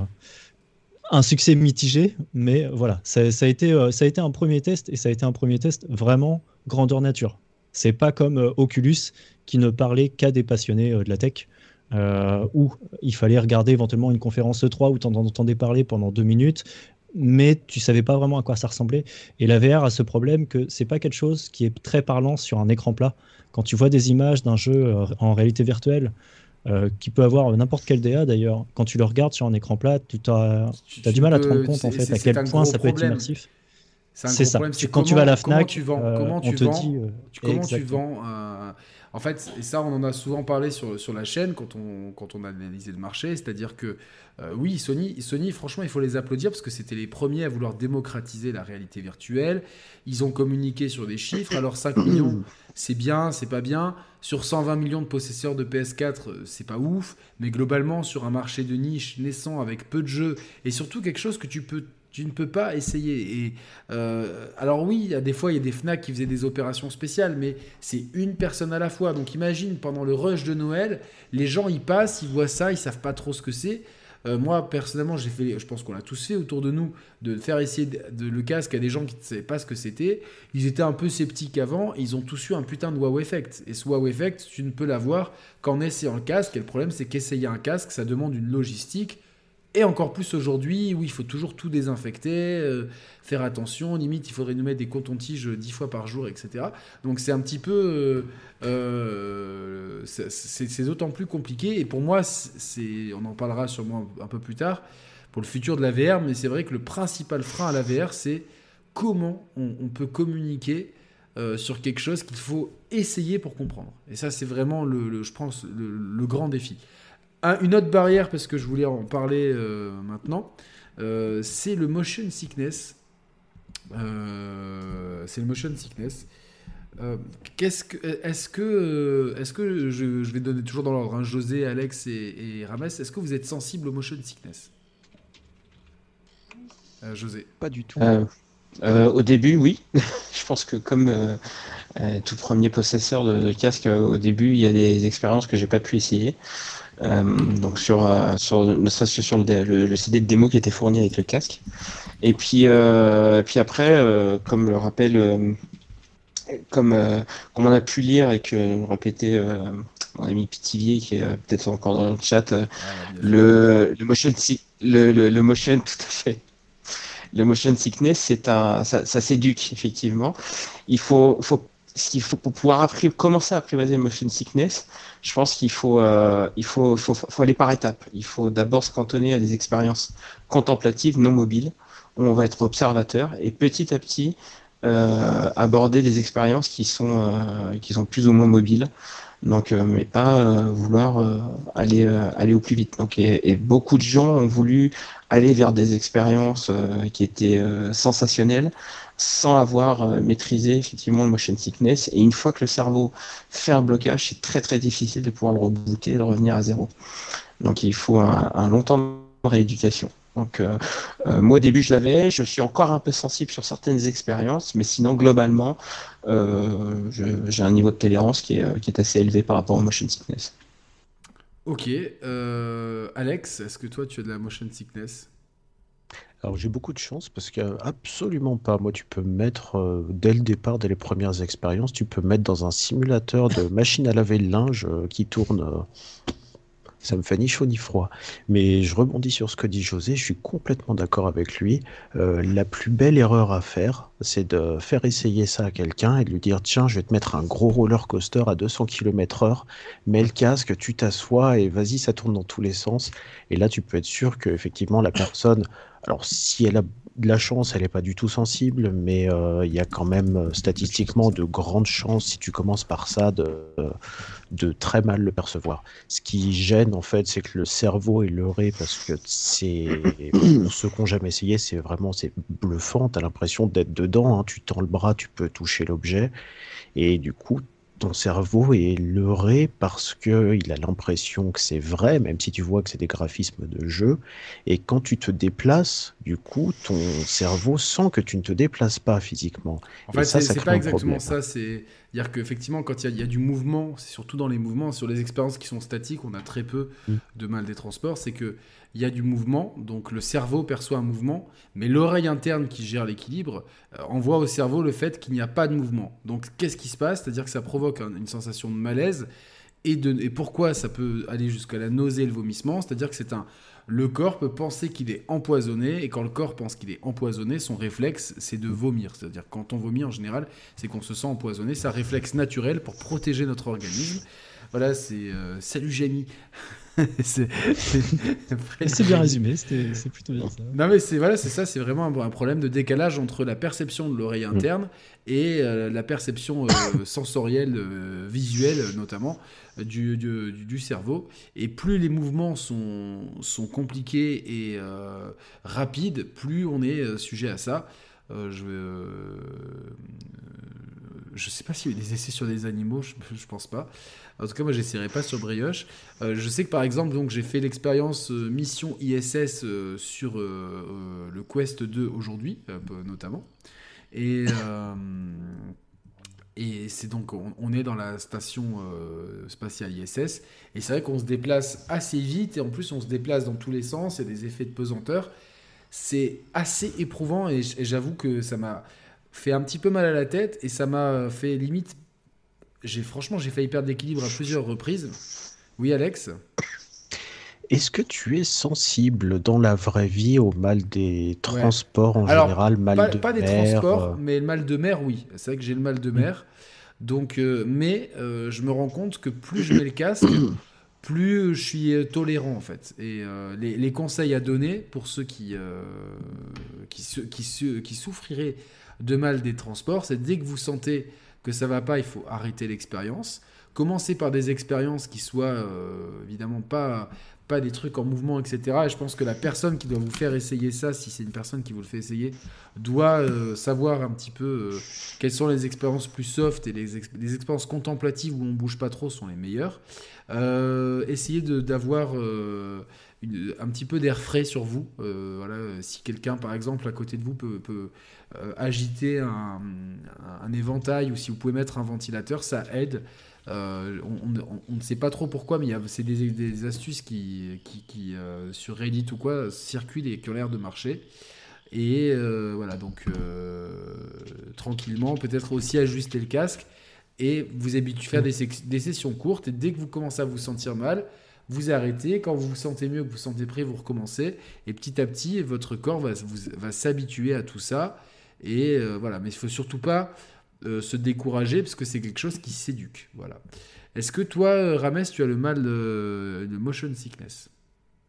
un succès mitigé, mais voilà, ça a été un premier test, et ça a été un premier test vraiment grandeur nature. C'est pas comme Oculus qui ne parlait qu'à des passionnés de la tech, où il fallait regarder éventuellement une conférence E3 où tu en entendais parler pendant 2 minutes, mais tu savais pas vraiment à quoi ça ressemblait. Et la VR a ce problème que c'est pas quelque chose qui est très parlant sur un écran plat. Quand tu vois des images d'un jeu en réalité virtuelle, qui peut avoir n'importe quel DA d'ailleurs, quand tu le regardes sur un écran plat, tu as du mal à te rendre compte en fait à quel point ça peut être immersif. C'est ça. Quand tu vas à la Fnac, comment tu vends. En fait, et ça, on en a souvent parlé sur la chaîne quand on a analysé le marché. C'est-à-dire que, oui, Sony, franchement, il faut les applaudir parce que c'était les premiers à vouloir démocratiser la réalité virtuelle. Ils ont communiqué sur des chiffres. Alors, 5 millions, c'est bien, c'est pas bien. Sur 120 millions de possesseurs de PS4, c'est pas ouf. Mais globalement, sur un marché de niche naissant avec peu de jeux et surtout quelque chose que tu ne peux pas essayer. Et alors oui, des fois, il y a des Fnac qui faisaient des opérations spéciales, mais c'est une personne à la fois. Donc imagine, pendant le rush de Noël, les gens, ils passent, ils voient ça, ils savent pas trop ce que c'est. Moi, personnellement, je pense qu'on l'a tous fait autour de nous, de faire essayer le casque à des gens qui ne savaient pas ce que c'était. Ils étaient un peu sceptiques avant, et ils ont tous eu un putain de wow effect. Et ce wow effect, tu ne peux l'avoir qu'en essayant le casque. Et le problème, c'est qu'essayer un casque, ça demande une logistique. Et encore plus aujourd'hui, où il faut toujours tout désinfecter, faire attention, limite il faudrait nous mettre des cotons-tiges 10 fois par jour, etc. Donc c'est un petit peu... c'est d'autant plus compliqué, et pour moi, on en parlera sûrement un peu plus tard, pour le futur de la VR, mais c'est vrai que le principal frein à la VR, c'est comment on peut communiquer sur quelque chose qu'il faut essayer pour comprendre. Et ça, c'est vraiment, je pense, le grand défi. Une autre barrière, parce que je voulais en parler maintenant, c'est le motion sickness. Est-ce que je vais donner toujours dans l'ordre, hein, José, Alex et Rames, est-ce que vous êtes sensible au motion sickness? José? Pas du tout. Au début, oui. Je pense que comme tout premier possesseur de casque, au début, il y a des expériences que j'ai pas pu essayer. Donc ne serait-ce que sur le CD de démo qui était fourni avec le casque. Et puis après, comme le rappelle, comme on a pu lire et que répétait mon ami Pitivier, qui est peut-être encore dans le chat, le motion tout à fait. Le motion sickness, ça s'éduque effectivement. Il faut pour pouvoir commencer à apprivoiser le motion sickness, je pense qu'il faut aller par étapes. Il faut d'abord se cantonner à des expériences contemplatives non mobiles, où on va être observateur, et petit à petit aborder des expériences qui sont plus ou moins mobiles. Donc, mais pas vouloir aller au plus vite. Donc, et beaucoup de gens ont voulu aller vers des expériences qui étaient sensationnelles, sans avoir maîtrisé effectivement le motion sickness. Et une fois que le cerveau fait un blocage, c'est très très difficile de pouvoir le rebooter et de revenir à zéro. Donc il faut un long temps de rééducation. Donc moi au début je l'avais, je suis encore un peu sensible sur certaines expériences, mais sinon globalement j'ai un niveau de tolérance qui est assez élevé par rapport au motion sickness. Ok, Alex, est-ce que toi tu as de la motion sickness? Alors j'ai beaucoup de chance parce que absolument pas. Moi, tu peux me mettre dès le départ, dès les premières expériences, tu peux me mettre dans un simulateur de machine à laver le linge qui tourne. Ça me fait ni chaud ni froid. Mais je rebondis sur ce que dit José, je suis complètement d'accord avec lui. La plus belle erreur à faire, c'est de faire essayer ça à quelqu'un et de lui dire, tiens, je vais te mettre un gros roller coaster à 200 km/h, mets le casque, tu t'assois et vas-y, ça tourne dans tous les sens. Et là, tu peux être sûr que effectivement la personne, alors si elle a de la chance, elle n'est pas du tout sensible, mais il y a quand même statistiquement de grandes chances, si tu commences par ça, de très mal le percevoir. Ce qui gêne, en fait, c'est que le cerveau est leurré parce que pour ceux qui n'ont jamais essayé, c'est bluffant. Tu as l'impression d'être dedans, hein. Tu tends le bras, tu peux toucher l'objet. Et du coup, ton cerveau est leurré parce qu'il a l'impression que c'est vrai, même si tu vois que c'est des graphismes de jeu. Et quand tu te déplaces, du coup, ton cerveau sent que tu ne te déplaces pas physiquement. En Et fait, ça c'est crée pas un exactement problème. ça. C'est-à-dire qu'effectivement, quand il y a du mouvement, c'est surtout dans les mouvements, sur les expériences qui sont statiques, on a très peu Mm. de mal des transports. C'est que il y a du mouvement, donc le cerveau perçoit un mouvement, mais l'oreille interne qui gère l'équilibre envoie au cerveau le fait qu'il n'y a pas de mouvement. Donc, qu'est-ce qui se passe? C'est-à-dire que ça provoque une sensation de malaise. Et pourquoi ça peut aller jusqu'à la nausée et le vomissement? C'est-à-dire que le corps peut penser qu'il est empoisonné, et quand le corps pense qu'il est empoisonné, son réflexe, c'est de vomir. C'est-à-dire que quand on vomit, en général, c'est qu'on se sent empoisonné. C'est un réflexe naturel pour protéger notre organisme. Voilà, c'est... salut Jamie. c'est C'est bien résumé, c'est plutôt bien ça. Non mais c'est ça, c'est vraiment un problème de décalage entre la perception de l'oreille interne et la perception sensorielle, visuelle notamment, du cerveau. Et plus les mouvements sont compliqués et rapides, plus on est sujet à ça. Je sais pas s'il y a eu des essais sur des animaux, je pense pas. En tout cas, moi, j'essaierai pas sur Brioche. Je sais que par exemple, donc, j'ai fait l'expérience mission ISS sur le Quest 2 aujourd'hui, notamment. Et, et c'est donc, on est dans la station spatiale ISS. Et c'est vrai qu'on se déplace assez vite et en plus, on se déplace dans tous les sens. Il y a des effets de pesanteur. C'est assez éprouvant et j'avoue que ça m'a fait un petit peu mal à la tête et ça m'a fait limite. Franchement, j'ai failli perdre l'équilibre à plusieurs reprises. Oui, Alex? Est-ce que tu es sensible dans la vraie vie au mal des Ouais. transports en Alors, général, mal de pas des mer transports, mais le mal de mer, oui. C'est vrai que j'ai le mal de Hmm. mer. Donc, mais je me rends compte que plus je mets le casque, plus je suis tolérant en fait. Et les conseils à donner pour ceux qui souffriraient de mal des transports, c'est dès que vous sentez que ça va pas, il faut arrêter l'expérience. Commencez par des expériences qui soient évidemment pas des trucs en mouvement, etc. Et je pense que la personne qui doit vous faire essayer ça, si c'est une personne qui vous le fait essayer, doit savoir un petit peu quelles sont les expériences plus soft et les expériences contemplatives où on bouge pas trop sont les meilleures. Essayez d'avoir un petit peu d'air frais sur vous. Voilà, si quelqu'un, par exemple, à côté de vous peut agiter un éventail ou si vous pouvez mettre un ventilateur, ça aide. On ne sait pas trop pourquoi, mais c'est des astuces qui sur Reddit ou quoi circulent et qui ont l'air de marcher. Et voilà, donc tranquillement, peut-être aussi ajuster le casque et vous habituer à faire des sessions courtes. Et dès que vous commencez à vous sentir mal, vous arrêtez. Quand vous vous sentez mieux, que vous vous sentez prêt, vous recommencez. Et petit à petit, votre corps va s'habituer à tout ça. Et voilà, mais il ne faut surtout pas se décourager parce que c'est quelque chose qui s'éduque. Voilà. Est-ce que toi, Rames, tu as le mal de motion sickness?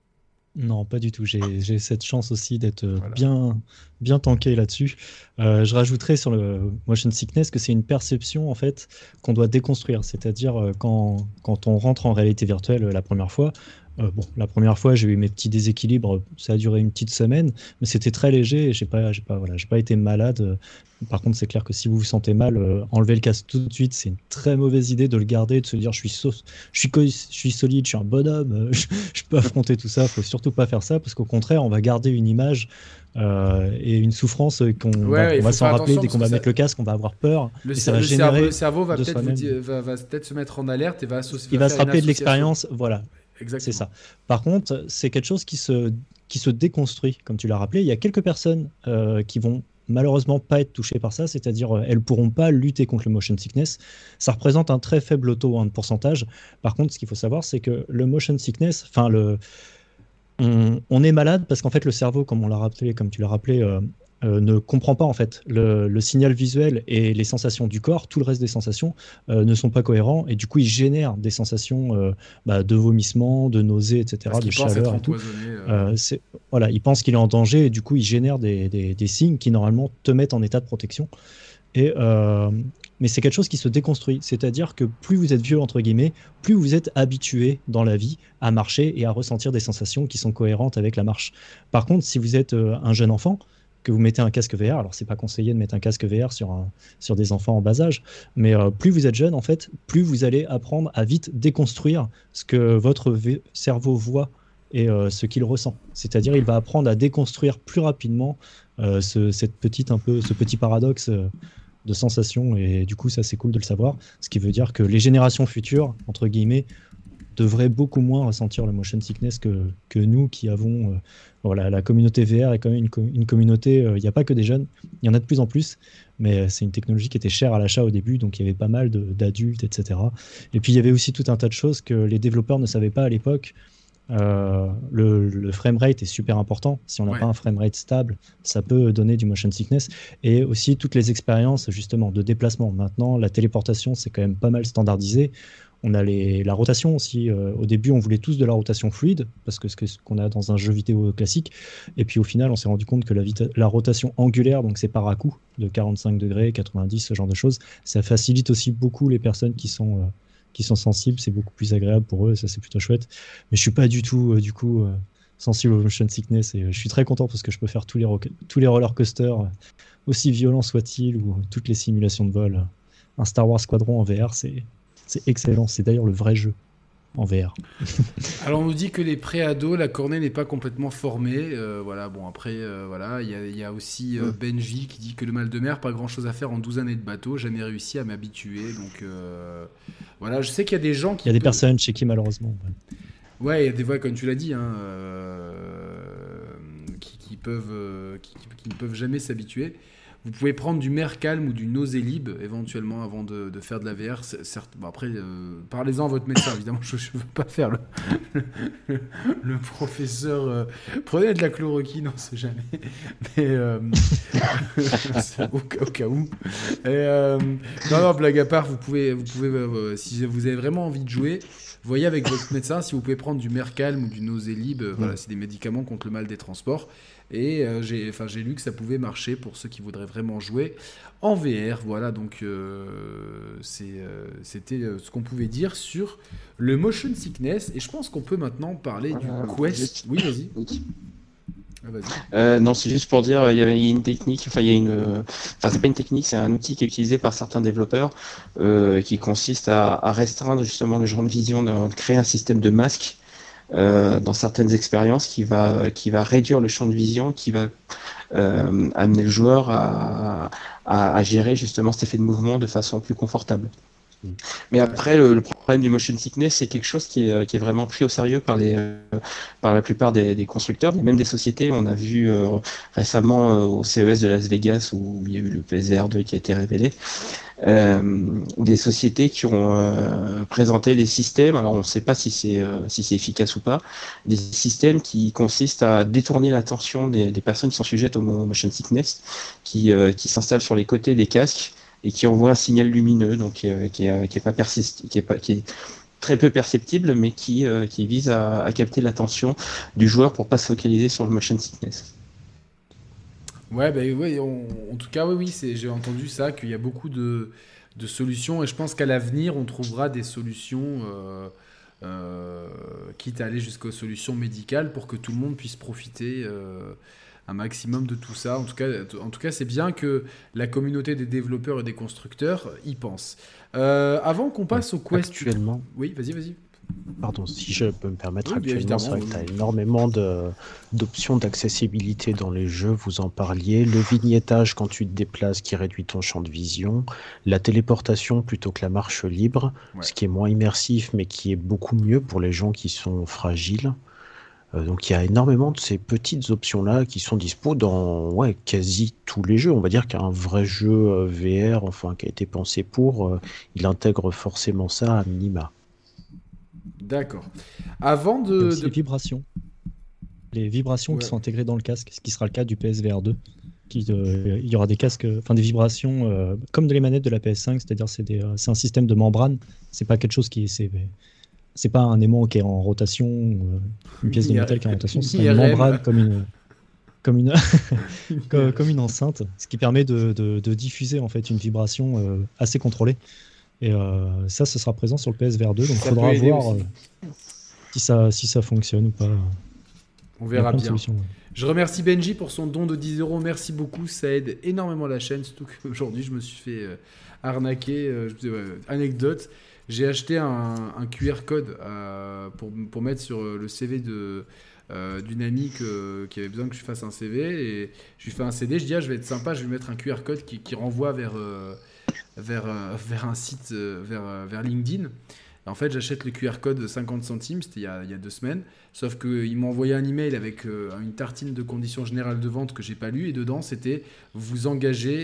Non, pas du tout. J'ai cette chance aussi d'être Voilà. bien tanké là-dessus. Je rajouterais sur le motion sickness que c'est une perception en fait qu'on doit déconstruire. C'est-à-dire quand on rentre en réalité virtuelle la première fois. Bon, la première fois, j'ai eu mes petits déséquilibres. Ça a duré une petite semaine, mais c'était très léger. Et j'ai pas été malade. Par contre, c'est clair que si vous vous sentez mal, enlevez le casque tout de suite. C'est une très mauvaise idée de le garder, de se dire je suis solide, je suis un bonhomme, je peux affronter tout ça. Faut surtout pas faire ça parce qu'au contraire, on va garder une image et une souffrance Ouais, il on va faut s'en faire rappeler attention dès parce qu'on que va ça, mettre le casque, on va avoir peur le, et ça cer- va le cerveau, générer le cerveau va de peut-être soi-même. va peut-être se mettre en alerte et Il va va se faire une rappeler de association. l'expérience, voilà, c'est Exactement. ça. Par contre, c'est quelque chose qui se déconstruit, comme tu l'as rappelé. Il y a quelques personnes qui vont malheureusement pas être touchées par ça, c'est-à-dire elles pourront pas lutter contre le motion sickness. Ça représente un très faible taux de pourcentage. Par contre, ce qu'il faut savoir, c'est que le motion sickness, on est malade parce qu'en fait le cerveau, comme on l'a rappelé, comme tu l'as rappelé, ne comprend pas en fait le signal visuel et les sensations du corps, tout le reste des sensations ne sont pas cohérents et du coup il génère des sensations de vomissement, de nausées, Parce etc., de qu'il pense être chaleur et tout. empoisonné. Voilà, il pense qu'il est en danger et du coup il génère des signes qui normalement te mettent en état de protection. Et, mais c'est quelque chose qui se déconstruit, c'est-à-dire que plus vous êtes vieux, entre guillemets, plus vous êtes habitué dans la vie à marcher et à ressentir des sensations qui sont cohérentes avec la marche. Par contre, si vous êtes un jeune enfant, que vous mettez un casque VR, alors c'est pas conseillé de mettre un casque VR sur des enfants en bas âge, mais plus vous êtes jeune, en fait, plus vous allez apprendre à vite déconstruire ce que votre cerveau voit et ce qu'il ressent. C'est-à-dire, il va apprendre à déconstruire plus rapidement ce petit paradoxe de sensations et du coup ça c'est cool de le savoir, ce qui veut dire que les générations futures entre guillemets devraient beaucoup moins ressentir le motion sickness que nous qui avons voilà, la communauté VR est quand même une communauté, il n'y a pas que des jeunes, il y en a de plus en plus, mais c'est une technologie qui était chère à l'achat au début, donc il y avait pas mal d'adultes, etc. Et puis il y avait aussi tout un tas de choses que les développeurs ne savaient pas à l'époque. Le framerate est super important. Si on n'a Ouais. pas un framerate stable, ça peut donner du motion sickness. Et aussi toutes les expériences justement de déplacement. Maintenant, la téléportation, c'est quand même pas mal standardisé. On a la rotation aussi. Au début, on voulait tous de la rotation fluide, parce que ce qu'on a dans un jeu vidéo classique. Et puis au final, on s'est rendu compte que la rotation angulaire, donc c'est par à-coup, de 45 degrés, 90, ce genre de choses, ça facilite aussi beaucoup les personnes qui sont sensibles, c'est beaucoup plus agréable pour eux, ça c'est plutôt chouette. Mais je suis pas du tout, du coup, sensible au motion sickness et je suis très content parce que je peux faire tous les roller coasters, aussi violents soient-ils, ou toutes les simulations de vol. Un Star Wars Squadron en VR, c'est excellent. C'est d'ailleurs le vrai jeu en VR. Alors on nous dit que les pré-ados, la cornée n'est pas complètement formée. Voilà, bon après, voilà, il y a aussi Benji qui dit que le mal de mer, pas grand chose à faire en 12 années de bateau, jamais réussi à m'habituer. Donc voilà, je sais qu'il y a des gens Il y a des personnes chez qui malheureusement. Ouais, il y a des voix, comme tu l'as dit, hein, qui ne peuvent jamais s'habituer. Vous pouvez prendre du Mercalm ou du Noselib éventuellement avant de faire de la VR. Certes, bon, après, parlez-en à votre médecin. Évidemment, je ne veux pas faire le professeur. Prenez de la chloroquine, on ne sait jamais. Mais au cas où. Et, non, blague à part, vous pouvez si vous avez vraiment envie de jouer, voyez avec votre médecin si vous pouvez prendre du Mercalm ou du Noselib. Voilà, c'est des médicaments contre le mal des transports. Et j'ai lu que ça pouvait marcher pour ceux qui voudraient vraiment jouer en VR. Voilà, donc c'était ce qu'on pouvait dire sur le motion sickness. Et je pense qu'on peut maintenant parler du Quest. Oui, vas-y. Vas-y. Non, c'est juste pour dire, il y a une technique, c'est pas une technique, c'est un outil qui est utilisé par certains développeurs qui consiste à restreindre justement le champ de vision, de créer un système de masque dans certaines expériences qui va réduire le champ de vision, qui va amener le joueur à gérer justement cet effet de mouvement de façon plus confortable. Mais après, le problème du motion sickness, c'est quelque chose qui est vraiment pris au sérieux par la plupart des constructeurs, mais même des sociétés. On a vu récemment au CES de Las Vegas où il y a eu le PSVR 2 qui a été révélé. Des sociétés qui ont présenté des systèmes, alors on ne sait pas si c'est efficace ou pas, des systèmes qui consistent à détourner l'attention des personnes qui sont sujettes au motion sickness, qui s'installent sur les côtés des casques et qui envoient un signal lumineux, donc qui est pas persistant, qui très peu perceptibles, mais qui visent à capter l'attention du joueur pour pas se focaliser sur le motion sickness. Ouais, bah, ouais en tout cas, oui, j'ai entendu ça, qu'il y a beaucoup de solutions, et je pense qu'à l'avenir, on trouvera des solutions, quitte à aller jusqu'aux solutions médicales, pour que tout le monde puisse profiter un maximum de tout ça. En tout cas, c'est bien que la communauté des développeurs et des constructeurs y pense. Avant qu'on passe au Quest... Actuellement... Oui, vas-y. Pardon, si je peux me permettre, Oui, actuellement, c'est vrai que tu as énormément d'options d'accessibilité dans les jeux, vous en parliez. Le vignettage quand tu te déplaces qui réduit ton champ de vision. La téléportation plutôt que la marche libre, ce qui est moins immersif mais qui est beaucoup mieux pour les gens qui sont fragiles. Donc il y a énormément de ces petites options-là qui sont dispo dans quasi tous les jeux. On va dire qu'un vrai jeu VR, enfin qui a été pensé pour, il intègre forcément ça à minima. D'accord. Avant Il y a aussi les vibrations. Les vibrations qui sont intégrées dans le casque, ce qui sera le cas du PSVR 2. Il y aura des casques, des vibrations comme les manettes de la PS5, c'est-à-dire c'est un système de membrane. C'est pas quelque chose c'est pas un aimant qui est en rotation, une pièce de métal qui est en rotation. C'est une membrane comme une enceinte, ce qui permet de diffuser en fait une vibration assez contrôlée. Et ça, ce sera présent sur le PSVR 2, donc il faudra voir si ça fonctionne ou pas. On verra bien. Je remercie Benji pour son don de 10 €. Merci beaucoup, ça aide énormément la chaîne, surtout qu'aujourd'hui, je me suis fait arnaquer. Anecdote, j'ai acheté un QR code pour mettre sur le CV d'une amie qui avait besoin que je fasse un CV, et je lui fais un CD, je dis je vais être sympa, je vais lui mettre un QR code qui renvoie vers un site, vers LinkedIn. Et en fait, j'achète le QR code de 50 centimes, c'était il y a 2 semaines, sauf qu'il m'a envoyé un email avec une tartine de conditions générales de vente que j'ai pas lu, et dedans c'était vous engagez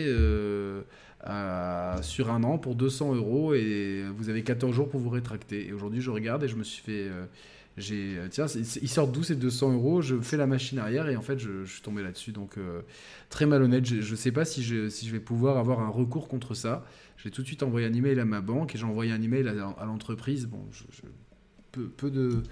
sur un an pour 200 € et vous avez 14 jours pour vous rétracter. Et aujourd'hui, je regarde et je me suis fait... tiens, ils sortent d'où ces 200 €? Je fais la machine arrière et en fait, je suis tombé là-dessus. Donc, très malhonnête. Je ne sais pas si je vais pouvoir avoir un recours contre ça. J'ai tout de suite envoyé un email à ma banque et j'ai envoyé un email à l'entreprise. Bon, peu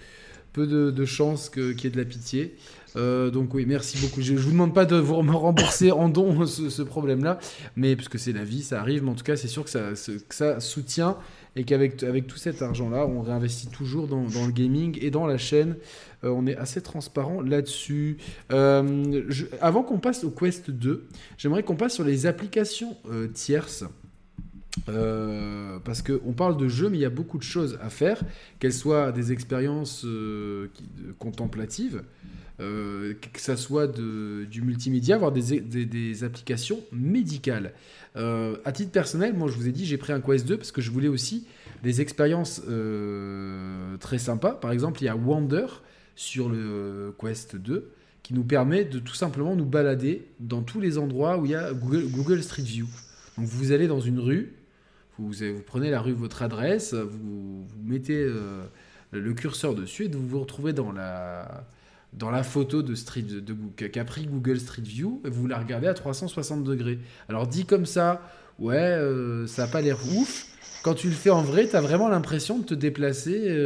de chances qu'il y ait de la pitié. Donc oui, merci beaucoup. Je ne vous demande pas de me rembourser en don ce problème-là, mais parce que c'est la vie, ça arrive. Mais en tout cas, c'est sûr que ça soutient, et qu'avec tout cet argent-là, on réinvestit toujours dans le gaming et dans la chaîne. On est assez transparent là-dessus. Avant qu'on passe au Quest 2, j'aimerais qu'on passe sur les applications tierces. Parce qu'on parle de jeux, mais il y a beaucoup de choses à faire, qu'elles soient des expériences contemplatives, que ça soit du multimédia, voire des applications médicales. À titre personnel, moi je vous ai dit, j'ai pris un Quest 2 parce que je voulais aussi des expériences très sympas. Par exemple, il y a Wander sur le Quest 2 qui nous permet de tout simplement nous balader dans tous les endroits où il y a Google Street View. Donc vous allez dans une rue, vous prenez la rue, votre adresse, vous mettez le curseur dessus et vous vous retrouvez dans la photo qu'a pris Google Street View, et vous la regardez à 360 degrés. Alors dit comme ça, ça n'a pas l'air ouf. Quand tu le fais en vrai, tu as vraiment l'impression de te déplacer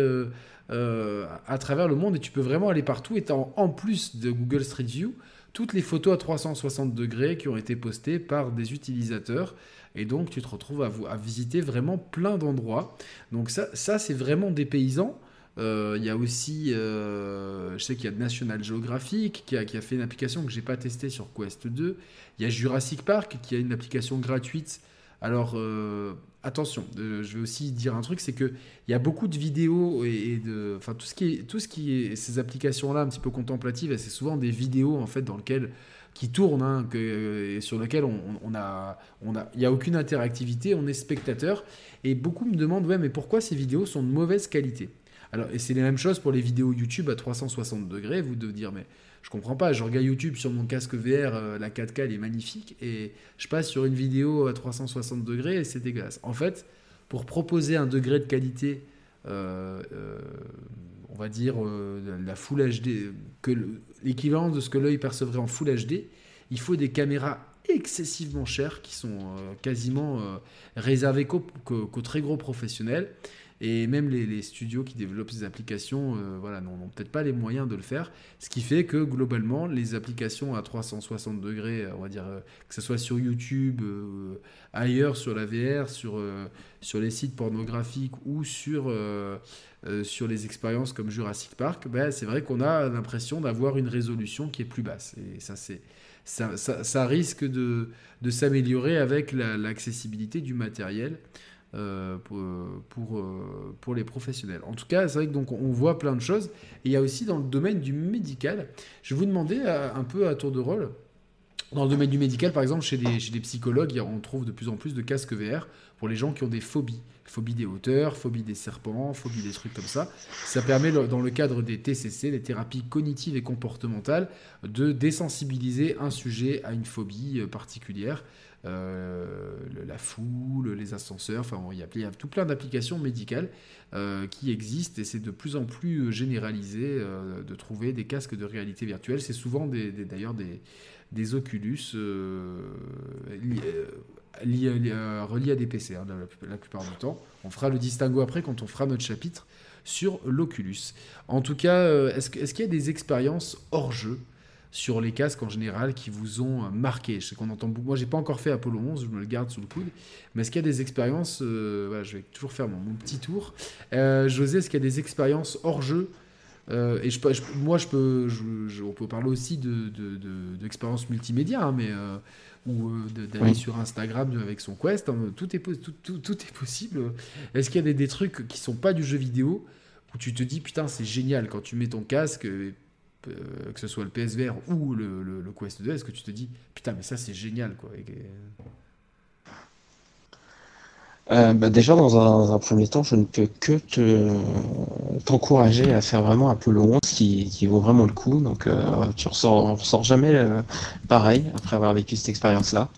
à travers le monde, et tu peux vraiment aller partout. Et en plus de Google Street View, toutes les photos à 360 degrés qui ont été postées par des utilisateurs. Et donc, tu te retrouves à visiter vraiment plein d'endroits. Donc ça c'est vraiment dépaysant. Il y a aussi, je sais qu'il y a National Geographic qui a fait une application que je n'ai pas testée sur Quest 2. Il y a Jurassic Park qui a une application gratuite. Alors, attention, je vais aussi dire un truc, c'est qu'il y a beaucoup de vidéos tout ce qui est ces applications-là un petit peu contemplatives, et c'est souvent des vidéos en fait qui tournent, et sur lesquelles il n'y a aucune interactivité, on est spectateur. Et beaucoup me demandent, mais pourquoi ces vidéos sont de mauvaise qualité? Alors, et c'est la même chose pour les vidéos YouTube à 360 degrés. Vous devez dire, mais je comprends pas, je regarde YouTube sur mon casque VR, la 4K elle est magnifique, et je passe sur une vidéo à 360 degrés et c'est dégueulasse. En fait, pour proposer un degré de qualité, on va dire la Full HD, l'équivalent de ce que l'œil percevrait en Full HD, il faut des caméras excessivement chères qui sont quasiment réservées qu'aux très gros professionnels. Et même les studios qui développent ces applications voilà, n'ont peut-être pas les moyens de le faire. Ce qui fait que globalement, les applications à 360 degrés, on va dire, que ce soit sur YouTube, ailleurs sur la VR, sur les sites pornographiques ou sur les expériences comme Jurassic Park, ben, c'est vrai qu'on a l'impression d'avoir une résolution qui est plus basse. Et ça risque de s'améliorer avec l'accessibilité du matériel pour les professionnels. En tout cas, c'est vrai que donc on voit plein de choses. Et il y a aussi dans le domaine du médical, je vais vous demander un peu à tour de rôle. Dans le domaine du médical, par exemple, chez des psychologues, on trouve de plus en plus de casques VR pour les gens qui ont des phobies. Phobie des hauteurs, phobie des serpents, phobie des trucs comme ça. Ça permet, dans le cadre des TCC, les thérapies cognitives et comportementales, de désensibiliser un sujet à une phobie particulière. La foule, les ascenseurs, enfin il y a tout plein d'applications médicales qui existent et c'est de plus en plus généralisé de trouver des casques de réalité virtuelle. C'est souvent d'ailleurs des Oculus reliés à des PC la plupart du temps. On fera le distinguo après quand on fera notre chapitre sur l'Oculus. En tout cas, est-ce qu'il y a des expériences hors jeu sur les casques en général qui vous ont marqué? Je sais qu'on entend beaucoup. Moi, j'ai pas encore fait Apollo 11, je me le garde sous le coude. Mais est-ce qu'il y a des expériences voilà, je vais toujours faire mon petit tour. José, est-ce qu'il y a des expériences hors jeu et on peut parler aussi d'expériences multimédia, hein, mais ou d'aller sur Instagram avec son Quest, hein, tout est possible. Est-ce qu'il y a des trucs qui sont pas du jeu vidéo où tu te dis putain c'est génial quand tu mets ton casque, que ce soit le PSVR ou le Quest 2, est-ce que tu te dis putain mais ça c'est génial quoi. Déjà, dans un premier temps, je ne peux que t'encourager à faire vraiment Apollo 11 qui vaut vraiment le coup. Donc, tu ressors jamais pareil après avoir vécu cette expérience-là.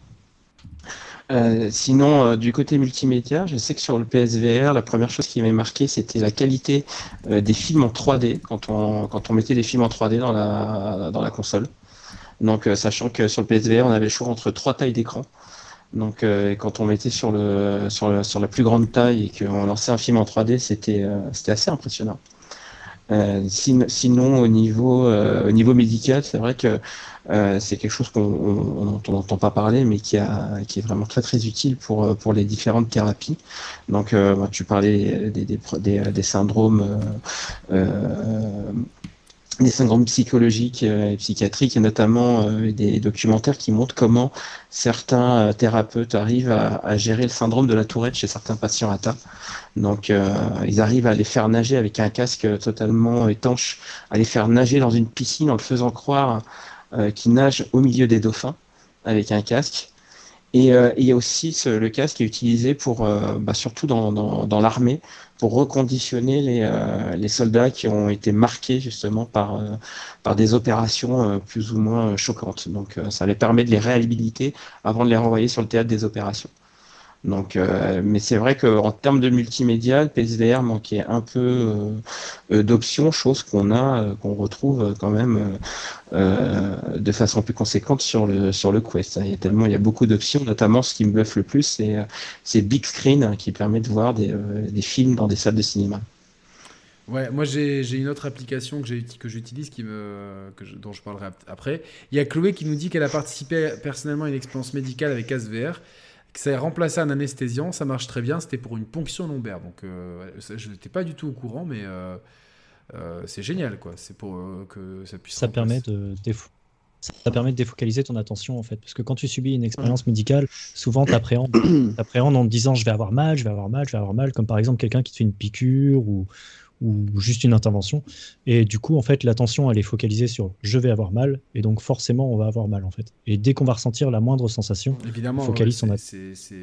Sinon, du côté multimédia, je sais que sur le PSVR, la première chose qui m'avait marqué, c'était la qualité des films en 3D, quand on mettait des films en 3D dans la console. Donc, sachant que sur le PSVR, on avait le choix entre 3 tailles d'écran. Donc, quand on mettait sur la plus grande taille et qu'on lançait un film en 3D, c'était assez impressionnant. Sinon, au niveau médical, c'est vrai que c'est quelque chose dont on n'entend pas parler, mais qui est vraiment très très utile pour les différentes thérapies. Donc, tu parlais des syndromes. Des syndromes psychologiques et psychiatriques, et notamment des documentaires qui montrent comment certains thérapeutes arrivent à gérer le syndrome de la Tourette chez certains patients atteints. Donc, ils arrivent à les faire nager avec un casque totalement étanche, à les faire nager dans une piscine en le faisant croire qu'ils nagent au milieu des dauphins avec un casque. Et il y a aussi le casque qui est utilisé pour, surtout dans l'armée, pour reconditionner les soldats qui ont été marqués justement par des opérations plus ou moins choquantes. Donc ça les permet de les réhabiliter avant de les renvoyer sur le théâtre des opérations. Donc, mais c'est vrai qu'en termes de multimédia, le PSVR manquait un peu d'options, chose qu'on retrouve quand même de façon plus conséquente sur le Quest. Il y a beaucoup d'options, notamment ce qui me bluffe le plus, c'est Big Screen qui permet de voir des films dans des salles de cinéma. Ouais, moi j'ai une autre application que j'utilise dont je parlerai après. Il y a Chloé qui nous dit qu'elle a participé personnellement à une expérience médicale avec ASVR, que ça a remplacé un anesthésiant, ça marche très bien, c'était pour une ponction lombaire. Donc je n'étais pas du tout au courant, mais c'est génial, quoi. C'est pour que ça puisse... Ça permet de défocaliser ton attention, en fait. Parce que quand tu subis une expérience médicale, souvent t'appréhendes en te disant je vais avoir mal, comme par exemple quelqu'un qui te fait une piqûre ou juste une intervention. Et du coup, en fait, l'attention, elle est focalisée sur je vais avoir mal, et donc forcément, on va avoir mal, en fait. Et dès qu'on va ressentir la moindre sensation, évidemment, on focalise son attention.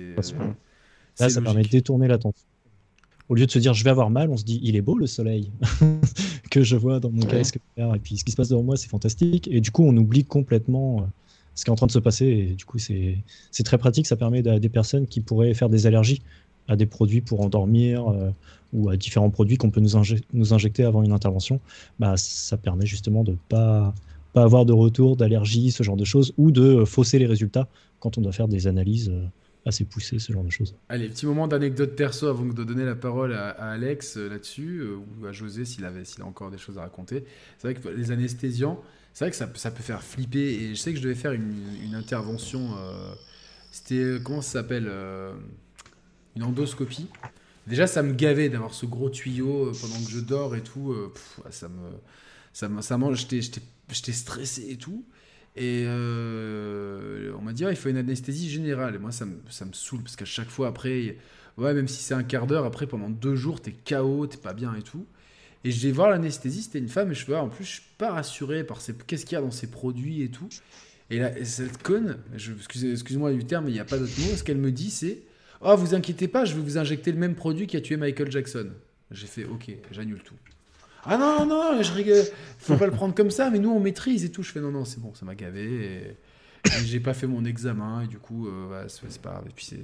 Là, ça permet de détourner l'attention. Au lieu de se dire je vais avoir mal, on se dit il est beau le soleil que je vois dans mon casque. Et puis ce qui se passe devant moi, c'est fantastique. Et du coup, on oublie complètement ce qui est en train de se passer. Et du coup, c'est très pratique. Ça permet à des personnes qui pourraient faire des allergies à des produits pour endormir ou à différents produits qu'on peut nous injecter avant une intervention. Ça permet justement de pas avoir de retour d'allergie, ce genre de choses, ou de fausser les résultats quand on doit faire des analyses assez poussé, ce genre de choses. Allez, petit moment d'anecdote perso avant de donner la parole à Alex là-dessus, ou à José s'il a encore des choses à raconter. C'est vrai que les anesthésiants, c'est vrai que ça peut faire flipper. Et je sais que je devais faire une intervention. C'était, comment ça s'appelle une endoscopie. Déjà, ça me gavait d'avoir ce gros tuyau pendant que je dors et tout. J'étais stressé et tout. Et on m'a dit, il faut une anesthésie générale. Et moi, ça me saoule parce qu'à chaque fois, après, ouais, même si c'est un quart d'heure, après, pendant 2 jours, t'es KO, t'es pas bien et tout. Et je vais voir l'anesthésie, c'était une femme, et je fais, en plus, je suis pas rassuré par qu'est-ce qu'il y a dans ces produits et tout. Et là, cette conne, excusez-moi du terme, mais il n'y a pas d'autre mot, ce qu'elle me dit, c'est, oh, vous inquiétez pas, je vais vous injecter le même produit qui a tué Michael Jackson. J'ai fait, ok, j'annule tout. Ah non, non, je rigole, faut pas le prendre comme ça, mais nous on maîtrise et tout. Je fais non, c'est bon, ça m'a gavé. Et j'ai pas fait mon examen, et du coup, c'est pas grave. Et puis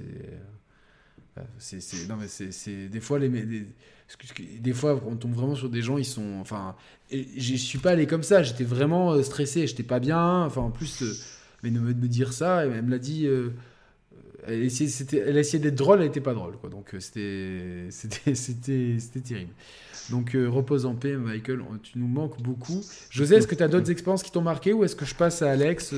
non, mais c'est des fois, des fois, on tombe vraiment sur des gens, ils sont. Enfin, je suis pas allé comme ça, j'étais vraiment stressé, j'étais pas bien. Enfin, en plus, mais de me dire ça, elle me l'a dit. Elle a essayé d'être drôle, elle était pas drôle, quoi. Donc c'était terrible. Donc repose en paix, Michael, tu nous manques beaucoup. José, est-ce que tu as d'autres expériences qui t'ont marqué ou est-ce que je passe à Alex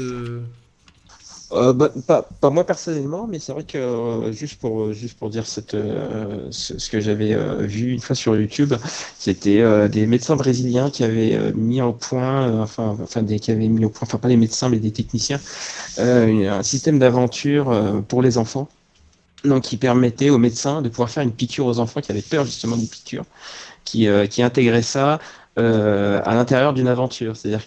Pas moi personnellement, mais c'est vrai que juste pour dire ce que j'avais vu une fois sur YouTube, c'était des médecins brésiliens qui avaient mis au point, qui avaient mis au point, enfin pas les médecins mais des techniciens, un système d'aventure pour les enfants. Donc, qui permettait aux médecins de pouvoir faire une piqûre aux enfants qui avaient peur justement des piqûres, qui intégrait ça à l'intérieur d'une aventure. C'est-à-dire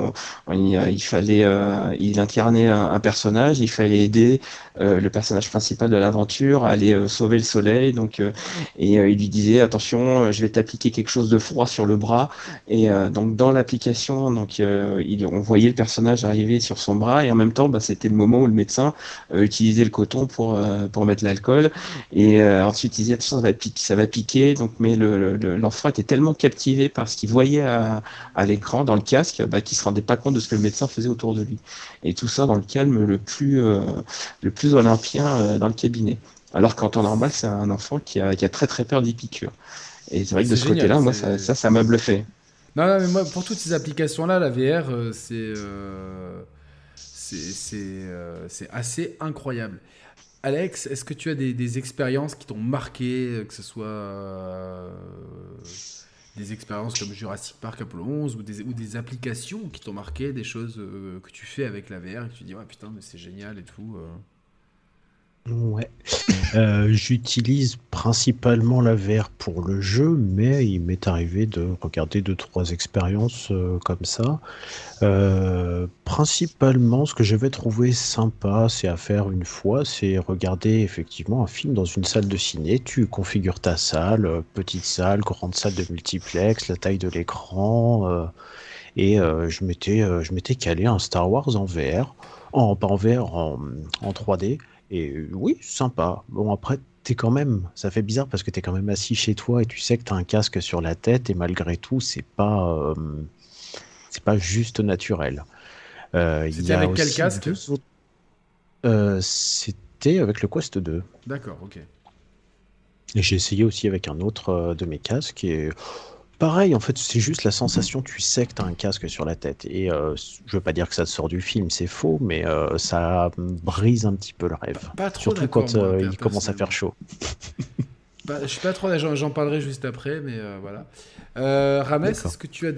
il incarnait un personnage, il fallait aider le personnage principal de l'aventure à aller sauver le soleil. Donc, il lui disait attention, je vais t'appliquer quelque chose de froid sur le bras. Et donc dans l'application, on voyait le personnage arriver sur son bras et en même temps, c'était le moment où le médecin utilisait le coton pour mettre l'alcool. Et ensuite, il disait attention, ça va piquer. Donc, mais l'enfant était tellement captivé par ce qu'il voyait à l'écran, dans le casque, qui se rendait pas compte de ce que le médecin faisait autour de lui. Et tout ça dans le calme le plus olympien dans le cabinet. Alors qu'en temps normal, c'est un enfant qui a très très peur des piqûres. Et c'est vrai que de ce côté-là, moi, ça m'a bluffé. Non, mais moi, pour toutes ces applications-là, la VR, c'est assez incroyable. Alex, est-ce que tu as des expériences qui t'ont marqué, que ce soit des expériences comme Jurassic Park Apollo 11 ou des applications qui t'ont marqué, des choses que tu fais avec la VR et que tu dis ouais putain mais c'est génial et tout Ouais. J'utilise principalement la VR pour le jeu, mais il m'est arrivé de regarder 2-3 expériences comme ça. Principalement, ce que j'avais trouvé sympa, c'est à faire une fois, c'est regarder effectivement un film dans une salle de ciné. Tu configures ta salle, petite salle, grande salle de multiplex, la taille de l'écran, et je m'étais calé un Star Wars en VR, pas en VR, en 3D. Et oui, sympa. Bon, après, ça fait bizarre parce que t'es quand même assis chez toi et tu sais que t'as un casque sur la tête et malgré tout, c'est pas juste naturel. C'était avec quel casque ? C'était avec le Quest 2. D'accord, ok. Et j'ai essayé aussi avec un autre de mes casques et pareil, en fait, c'est juste la sensation, tu sais que tu as un casque sur la tête. Et je veux pas dire que ça te sort du film, c'est faux, mais ça brise un petit peu le rêve. Pas trop surtout quand il commence à faire chaud. Je suis pas trop, j'en parlerai juste après, mais voilà. Rames, est-ce que tu as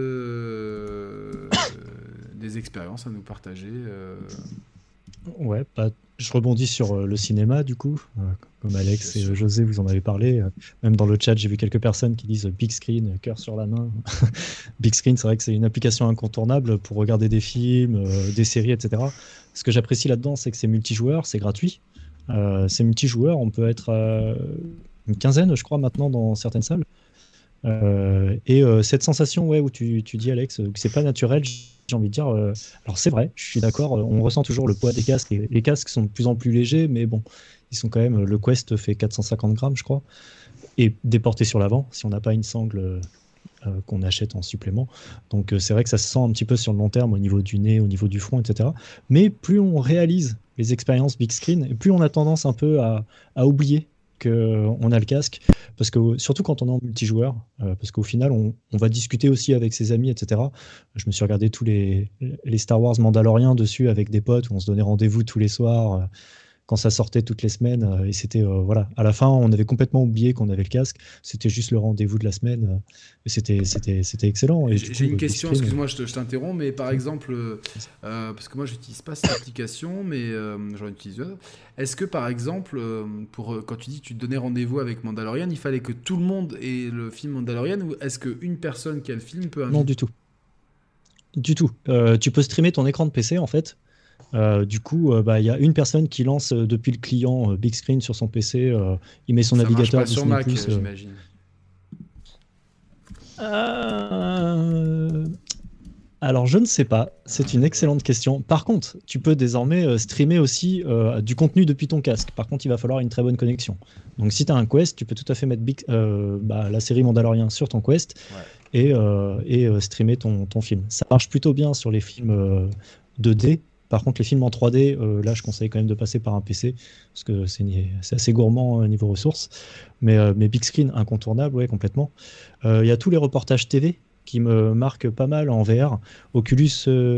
des expériences à nous partager Ouais, je rebondis sur le cinéma du coup, comme Alex et José vous en avez parlé. Même dans le chat, j'ai vu quelques personnes qui disent Big Screen, cœur sur la main. Big Screen, c'est vrai que c'est une application incontournable pour regarder des films, des séries, etc. Ce que j'apprécie là-dedans, c'est que c'est multijoueur, c'est gratuit. C'est multijoueur, on peut être une quinzaine, je crois, maintenant dans certaines salles. Et cette sensation où tu dis, Alex, que c'est pas naturel, j'ai envie de dire, alors c'est vrai, je suis d'accord, on ressent toujours le poids des casques, et les casques sont de plus en plus légers, mais bon, ils sont quand même, le Quest fait 450 grammes, je crois, et déporté sur l'avant, si on n'a pas une sangle qu'on achète en supplément. Donc c'est vrai que ça se sent un petit peu sur le long terme, au niveau du nez, au niveau du front, etc. Mais plus on réalise les expériences big screen, et plus on a tendance un peu à oublier qu'on a le casque, parce que surtout quand on est en multijoueur, parce qu'au final on va discuter aussi avec ses amis, etc. Je me suis regardé tous les Star Wars Mandalorian dessus avec des potes où on se donnait rendez-vous tous les soirs quand ça sortait toutes les semaines, et c'était voilà, à la fin on avait complètement oublié qu'on avait le casque, c'était juste le rendez-vous de la semaine, et c'était excellent. Et j'ai une question, excuse-moi, je t'interromps, mais par exemple, parce que moi j'utilise pas cette application, mais j'en utilise. Est-ce que par exemple, quand tu dis que tu te donnais rendez-vous avec Mandalorian, il fallait que tout le monde ait le film Mandalorian, ou est-ce qu'une personne qui a le film peut inviter? Non, du tout. Du tout. Tu peux streamer ton écran de PC en fait. Du coup, il y a une personne qui lance depuis le client Big Screen sur son PC, il met son ça navigateur marche pas sur Mac, j'imagine. Alors, je ne sais pas. C'est une excellente question. Par contre, tu peux désormais streamer aussi du contenu depuis ton casque. Par contre, il va falloir une très bonne connexion. Donc, si tu as un Quest, tu peux tout à fait mettre la série Mandalorian sur ton Quest et streamer ton film. Ça marche plutôt bien sur les films 2D. Par contre, les films en 3D, là, je conseille quand même de passer par un PC, parce que c'est assez gourmand niveau ressources. Mais Big Screen, incontournable, ouais, complètement. Il y a tous les reportages TV qui me marquent pas mal en VR. Oculus,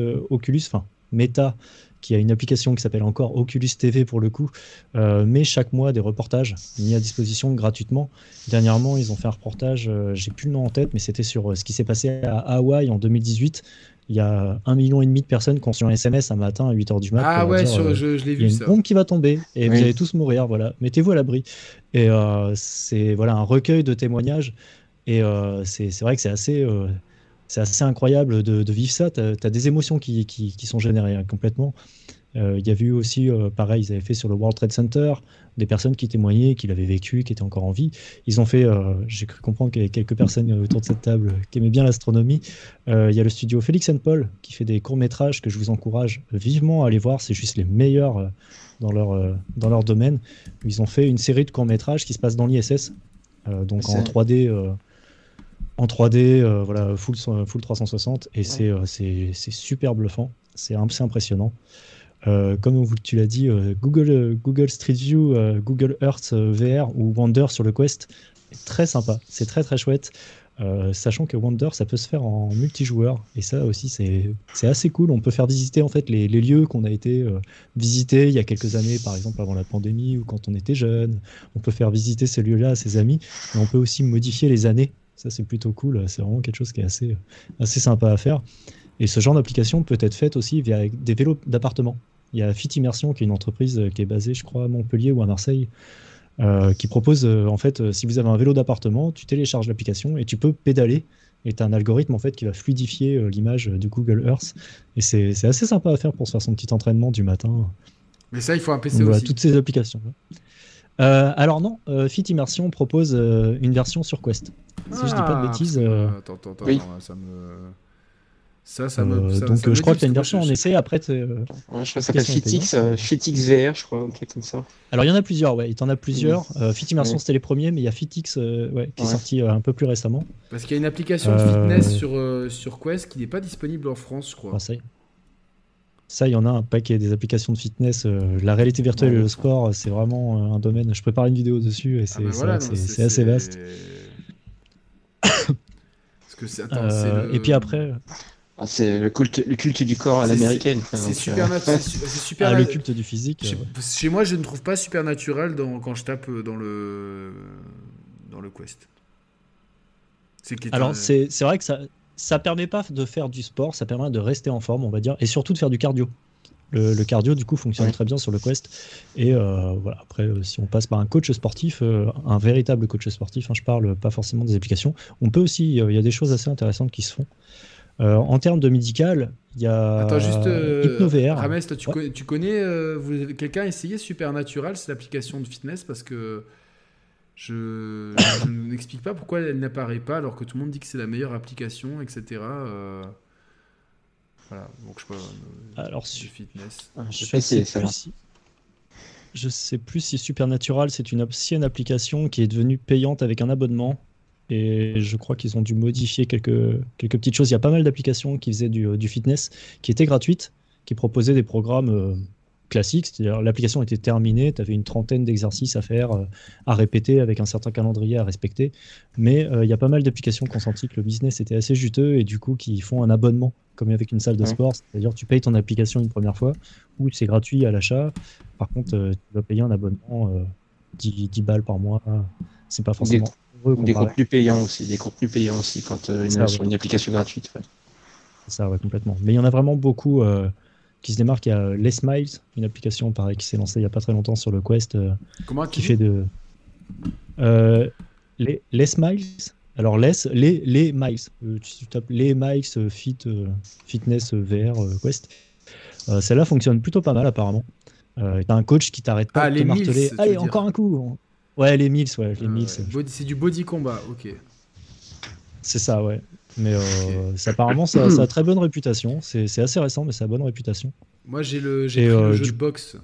Meta, qui a une application qui s'appelle encore Oculus TV pour le coup, met chaque mois des reportages mis à disposition gratuitement. Dernièrement, ils ont fait un reportage, j'ai plus le nom en tête, mais c'était sur ce qui s'est passé à Hawaï en 2018. Il y a 1,5 million de personnes qui ont reçu un SMS un matin à 8h du matin. Ah ouais, je l'ai vu ça. Il y a une bombe qui va tomber et vous allez tous mourir, voilà. Mettez-vous à l'abri. Et c'est voilà, un recueil de témoignages. Et c'est vrai que c'est assez incroyable de vivre ça. Tu as des émotions qui sont générées complètement. Il y a eu aussi, pareil, ils avaient fait sur le World Trade Center des personnes qui témoignaient, qui l'avaient vécu, qui étaient encore en vie. Ils ont fait, j'ai cru comprendre qu'il y avait quelques personnes autour de cette table qui aimaient bien l'astronomie. Il y a le studio Félix & Paul qui fait des courts-métrages que je vous encourage vivement à aller voir. C'est juste les meilleurs dans leur domaine. Ils ont fait une série de courts-métrages qui se passe dans l'ISS, donc en 3D. En 3D, voilà, full 360, et c'est super bluffant, c'est impressionnant. Comme tu l'as dit, Google Street View, Google Earth VR ou Wonder sur le Quest, c'est très sympa, c'est très très chouette, sachant que Wonder ça peut se faire en multijoueur, et ça aussi c'est assez cool. On peut faire visiter en fait les lieux qu'on a été visiter il y a quelques années, par exemple avant la pandémie ou quand on était jeune. On peut faire visiter ces lieux-là à ses amis, mais on peut aussi modifier les années. Ça, c'est plutôt cool. C'est vraiment quelque chose qui est assez sympa à faire. Et ce genre d'application peut être faite aussi via des vélos d'appartement. Il y a Fit Immersion, qui est une entreprise qui est basée, je crois, à Montpellier ou à Marseille, qui propose, en fait, si vous avez un vélo d'appartement, tu télécharges l'application et tu peux pédaler. Et tu as un algorithme en fait, qui va fluidifier l'image de Google Earth. Et c'est assez sympa à faire pour se faire son petit entraînement du matin. Mais ça, il faut un PC donc, aussi. Voilà, toutes ces applications. Alors non, Fit Immersion propose une version sur Quest. Si je dis pas de bêtises. Attends, oui. Ça me. Donc je crois qu'il y a une version en essai. Après, je crois que ça s'appelle FitX VR, je crois, un truc comme ça. Alors il y en a plusieurs, ouais. Il y en a plusieurs. Fit Immersion c'était les premiers, mais il y a FitX qui est sorti un peu plus récemment. Parce qu'il y a une application de fitness sur Quest qui n'est pas disponible en France, je crois. Ça, il y en a un paquet des applications de fitness. La réalité virtuelle et le sport, c'est vraiment un domaine. Je prépare une vidéo dessus et c'est assez vaste. Parce que et puis après. C'est le culte du corps à l'américaine. C'est super. Le culte du physique. Chez moi, je ne trouve pas Supernatural quand je tape dans le Quest. Alors, c'est vrai que ça permet pas de faire du sport, ça permet de rester en forme, on va dire, et surtout de faire du cardio. Le cardio, du coup, fonctionne très bien sur le Quest. Et voilà, après, si on passe par un coach sportif, un véritable coach sportif, je parle pas forcément des applications, on peut aussi, il y a des choses assez intéressantes qui se font. En termes de médical, il y a Attends, juste, HypnoVR. Rames, tu connais, quelqu'un a essayé Supernatural, c'est l'application de fitness, parce que je n'explique pas pourquoi elle n'apparaît pas alors que tout le monde dit que c'est la meilleure application, etc. Voilà, donc je sais pas. Alors, fitness. Je sais plus si Supernatural c'est une ancienne application qui est devenue payante avec un abonnement. Et je crois qu'ils ont dû modifier quelques petites choses. Il y a pas mal d'applications qui faisaient du fitness, qui étaient gratuites, qui proposaient des programmes classique, c'est-à-dire l'application était terminée, tu avais une trentaine d'exercices à faire, à répéter avec un certain calendrier à respecter. Mais il y a pas mal d'applications qui ont senti que le business était assez juteux et du coup qui font un abonnement, comme avec une salle de sport, c'est-à-dire tu payes ton application une première fois ou c'est gratuit à l'achat. Par contre, tu dois payer un abonnement 10 balles par mois. C'est pas forcément des contenus payants aussi, quand sur une application gratuite. Ouais. C'est ça, ouais, complètement. Mais il y en a vraiment beaucoup qui se démarquent. Il y a Les Smiles, une application pareil qui s'est lancée il y a pas très longtemps sur le Quest, qui fait de les Smiles. Alors les Miles. Tu tapes les Miles Fitness VR Quest. Celle-là fonctionne plutôt pas mal apparemment. T'as un coach qui t'arrête pas de te marteler. Allez, encore un coup. Ouais, les Mills, c'est du body combat, ok. C'est ça, ouais. Mais apparemment, ça a très bonne réputation. C'est assez récent, mais ça a bonne réputation. Moi, j'ai pris le jeu de boxe.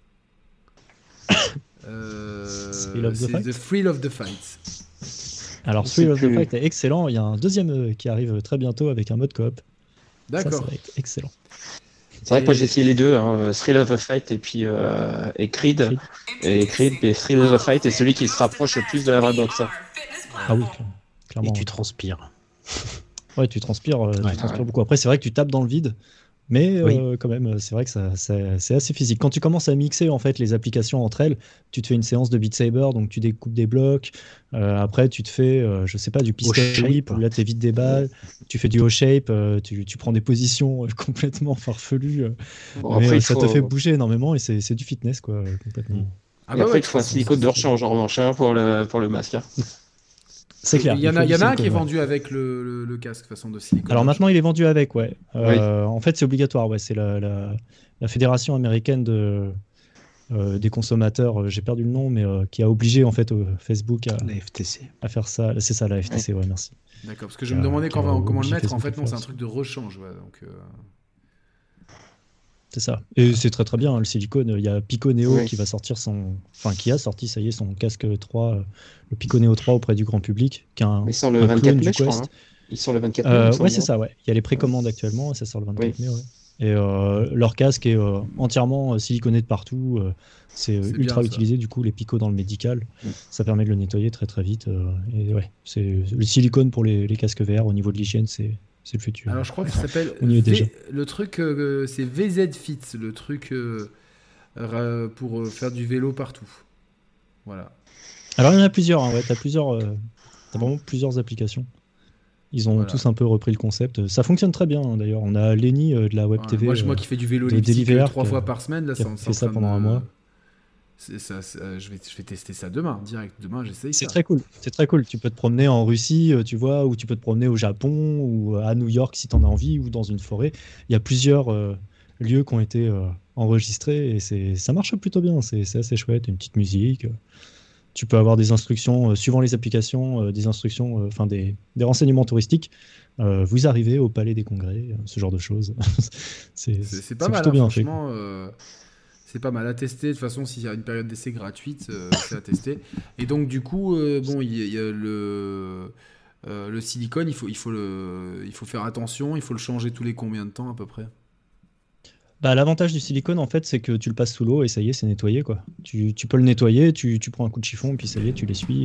C'est The Thrill of the Fight. Alors, Thrill of the Fight est excellent. Il y a un deuxième qui arrive très bientôt avec un mode coop. D'accord. Ça va être excellent. C'est vrai que moi j'ai essayé les deux, Thrill of the Fight et puis Creed. Et Creed, mais Thrill of the Fight est celui qui se rapproche le plus de la vraie boxe. Ah oui, clairement. Et tu transpires. Ouais, tu transpires beaucoup. Après, c'est vrai que tu tapes dans le vide, mais quand même, c'est vrai que c'est assez physique. Quand tu commences à mixer en fait les applications entre elles, tu te fais une séance de Beat Saber, donc tu découpes des blocs. Après, tu te fais, je sais pas, du pistol whip, où là t'évites des balles. Tu fais du O-shape, tu prends des positions complètement farfelues. Mais après, ça te fait bouger énormément et c'est du fitness, quoi, complètement. Après, il faut un silicone de rechange en revanche pour le masque. C'est clair. Il y en a un qui est vendu avec le casque façon de silicone. Alors maintenant, il est vendu avec, ouais. En fait, c'est obligatoire, ouais. C'est la fédération américaine des consommateurs, j'ai perdu le nom, mais qui a obligé en fait Facebook la FTC à faire ça. C'est ça, la FTC, ouais, merci. D'accord, parce que je me demandais comment le mettre. En fait, non, c'est un truc de rechange, ouais, donc. C'est ça. Et c'est très très bien, le silicone. Il y a Pico Neo qui va sortir qui a sorti, ça y est, son casque 3, le Pico Neo 3 auprès du grand public. Mais sur le 24 mai, je crois. Ils sont le 24 mai. Ouais, c'est ça, ouais. Il y a les précommandes actuellement, et ça sort le 24 mai, ouais. Et leur casque est entièrement siliconé de partout. C'est ultra bien, utilisé, du coup, les picots dans le médical. Ça permet de le nettoyer très très vite. Et ouais, c'est le silicone pour les casques VR au niveau de l'hygiène, c'est le futur. Alors je crois que ça s'appelle le truc, c'est VZ Fit, le truc pour faire du vélo partout. Voilà. Alors il y en a plusieurs, hein, ouais, t'as vraiment plusieurs applications. Ils ont tous un peu repris le concept. Ça fonctionne très bien, hein, d'ailleurs. On a Lenny de la Web TV. Moi qui fais du vélo elliptique 3 fois par semaine, là, ça fait ça pendant un mois. Je vais tester ça demain, direct. Demain, j'essaye ça. C'est très cool. C'est très cool. Tu peux te promener en Russie, tu vois, ou tu peux te promener au Japon, ou à New York si tu en as envie, ou dans une forêt. Il y a plusieurs lieux qui ont été enregistrés et ça marche plutôt bien. C'est assez chouette. Une petite musique. Tu peux avoir des instructions, suivant les applications, des instructions, des renseignements touristiques. Vous arrivez au Palais des Congrès, ce genre de choses. c'est pas mal, bien franchement. C'est pas mal à tester. De toute façon, s'il y a une période d'essai gratuite, c'est à tester. Et donc, du coup, il y a le silicone, il faut faire attention. Il faut le changer tous les combien de temps à peu près? L'avantage du silicone, en fait, c'est que tu le passes sous l'eau et ça y est, c'est nettoyé, quoi. Tu peux le nettoyer, tu prends un coup de chiffon, puis ça y est, tu l'essuies.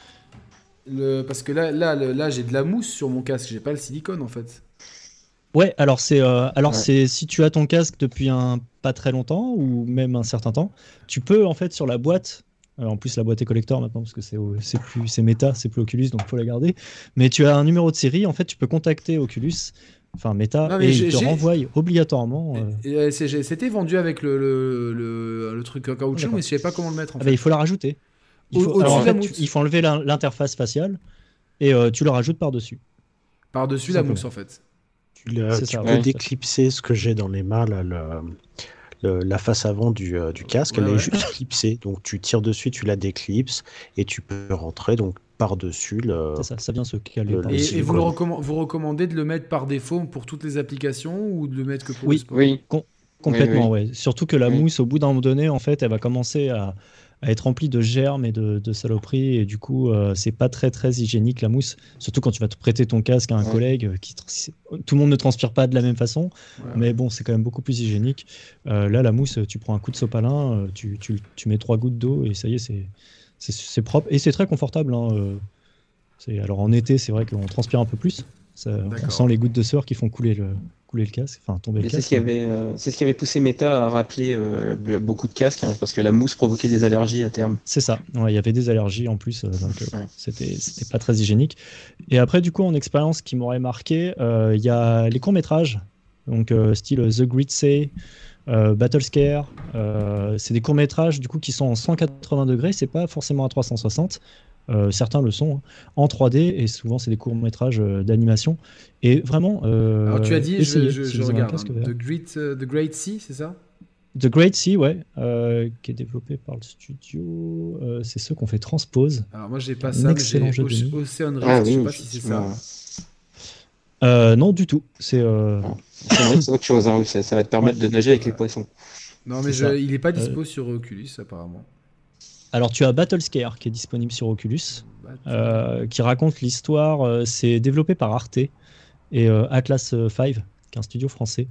Parce que là, j'ai de la mousse sur mon casque, j'ai pas le silicone, en fait. Ouais, alors c'est si tu as ton casque depuis pas très longtemps ou même un certain temps, tu peux en fait sur la boîte. En plus, la boîte est collector maintenant parce que c'est méta, c'est plus Oculus, donc faut la garder. Mais tu as un numéro de série, en fait, tu peux contacter Oculus. Enfin, Meta, et ils te renvoient obligatoirement. C'était vendu avec le truc en caoutchouc, mais je ne savais pas comment le mettre. En fait. Il faut la rajouter. Il faut enlever l'interface faciale et tu le rajoutes par-dessus. Par-dessus la mousse, en fait. Tu peux déclipser ce que j'ai dans les mains, là, la face avant du casque. Elle est juste clipsée. Donc, tu tires dessus, tu la déclipses et tu peux rentrer donc par-dessus ça vient se caler. Et vous recommandez de le mettre par défaut pour toutes les applications ou de le mettre que pour le sport? Complètement, ouais. Surtout que la mousse, au bout d'un moment donné, en fait, elle va commencer à être remplie de germes et de saloperies, et du coup, c'est pas très très hygiénique la mousse, surtout quand tu vas te prêter ton casque à un collègue, tout le monde ne transpire pas de la même façon, mais bon, c'est quand même beaucoup plus hygiénique. Là, la mousse, tu prends un coup de sopalin, tu mets 3 gouttes d'eau, et ça y est, c'est propre, et c'est très confortable, hein, alors en été, c'est vrai qu'on transpire un peu plus, on sent les gouttes de sueur qui font couler le casque, enfin tomber le casque. C'est ce qui avait poussé Meta à rappeler beaucoup de casques, hein, parce que la mousse provoquait des allergies à terme. C'est ça, il y avait des allergies en plus, donc c'était pas très hygiénique. Et après, du coup, en expérience qui m'aurait marqué, il y a les courts-métrages, donc style The Great Say, Battle Scare, c'est des courts-métrages du coup qui sont en 180 degrés, c'est pas forcément à 360. Certains le sont, hein, en 3D, et souvent c'est des courts-métrages d'animation. Et vraiment. Alors tu as dit, je regarde, casque, The Great Sea, c'est ça? The Great Sea, ouais, qui est développé par le studio. C'est ceux qu'on fait Transpose. Alors moi j'ai pas ça, mais j'ai Ocean Rift, je sais pas si c'est ça. Non, du tout. C'est autre chose, hein, ça va te permettre de nager avec les poissons. Non, mais il est pas dispo sur Oculus apparemment. Alors tu as Battle Scare qui est disponible sur Oculus, qui raconte l'histoire. C'est développé par Arte et Atlas 5, qui est un studio français.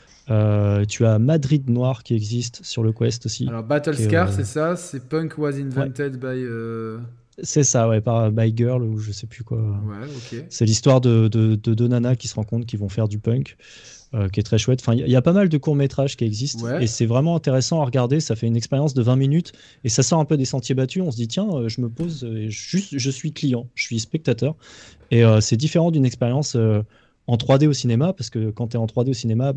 Tu as Madrid Noir qui existe sur le Quest aussi. Alors Battle Scare, c'est ça, c'est Punk was invented by. C'est ça, ouais, par By Girl ou je sais plus quoi. Ouais, ok. C'est l'histoire de deux nanas qui se rencontrent, qui vont faire du punk. Qui est très chouette. Enfin, il y a pas mal de courts-métrages qui existent, et c'est vraiment intéressant à regarder. Ça fait une expérience de 20 minutes et ça sort un peu des sentiers battus. On se dit, tiens, je me pose, je suis client, je suis spectateur. Et c'est différent d'une expérience en 3D au cinéma, parce que quand tu es en 3D au cinéma,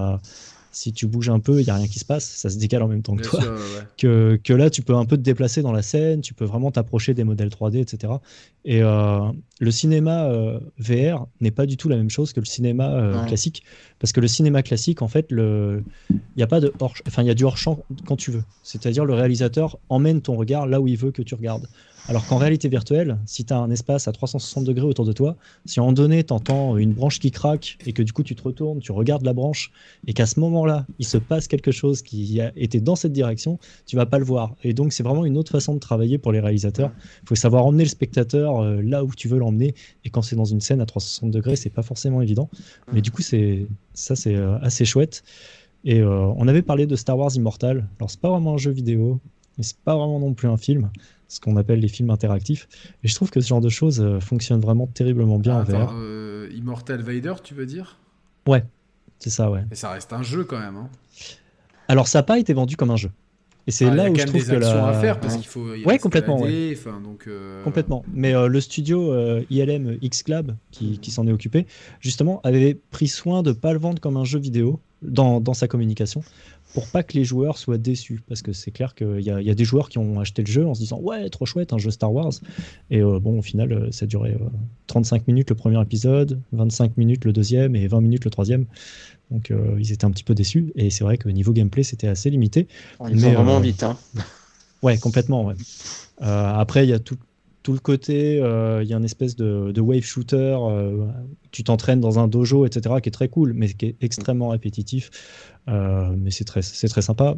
si tu bouges un peu, il n'y a rien qui se passe, ça se décale en même temps que toi. Sûr, que là, tu peux un peu te déplacer dans la scène, tu peux vraiment t'approcher des modèles 3D, etc. Et le cinéma VR n'est pas du tout la même chose que le cinéma classique, parce que le cinéma classique, en fait, il y a du hors-champ quand tu veux. C'est-à-dire le réalisateur emmène ton regard là où il veut que tu regardes. Alors qu'en réalité virtuelle, si tu as un espace à 360 degrés autour de toi, si à un moment donné, tu entends une branche qui craque et que du coup tu te retournes, tu regardes la branche et qu'à ce moment-là, il se passe quelque chose qui a été dans cette direction, tu vas pas le voir. Et donc, c'est vraiment une autre façon de travailler pour les réalisateurs. Il faut savoir emmener le spectateur là où tu veux l'emmener. Et quand c'est dans une scène à 360 degrés, c'est pas forcément évident. Mais du coup, c'est assez chouette. Et on avait parlé de Star Wars Immortal. Alors, c'est pas vraiment un jeu vidéo, mais c'est pas vraiment non plus un film, ce qu'on appelle les films interactifs. Et je trouve que ce genre de choses fonctionne vraiment terriblement bien en VR. Immortal Vader, tu veux dire? Ouais, c'est ça, ouais. Mais ça reste un jeu quand même, hein. Alors, ça n'a pas été vendu comme un jeu. Et c'est là où je trouve que il y a quand même des actions à faire, parce qu'il faut complètement, donc, complètement. Mais le studio ILM X-Club, qui s'en est occupé, justement, avait pris soin de ne pas le vendre comme un jeu vidéo dans sa communication, pour pas que les joueurs soient déçus, parce que c'est clair qu'il y a des joueurs qui ont acheté le jeu en se disant ouais, trop chouette, un jeu Star Wars, et bon, au final ça durait 35 minutes le premier épisode, 25 minutes le deuxième et 20 minutes le troisième, donc ils étaient un petit peu déçus, et c'est vrai que niveau gameplay c'était assez limité. Ils sont vraiment vite, hein. Ouais, complètement, ouais. Après il y a tout le côté, il y a une espèce de wave shooter, tu t'entraînes dans un dojo, etc., qui est très cool, mais qui est extrêmement répétitif. Mais c'est très sympa.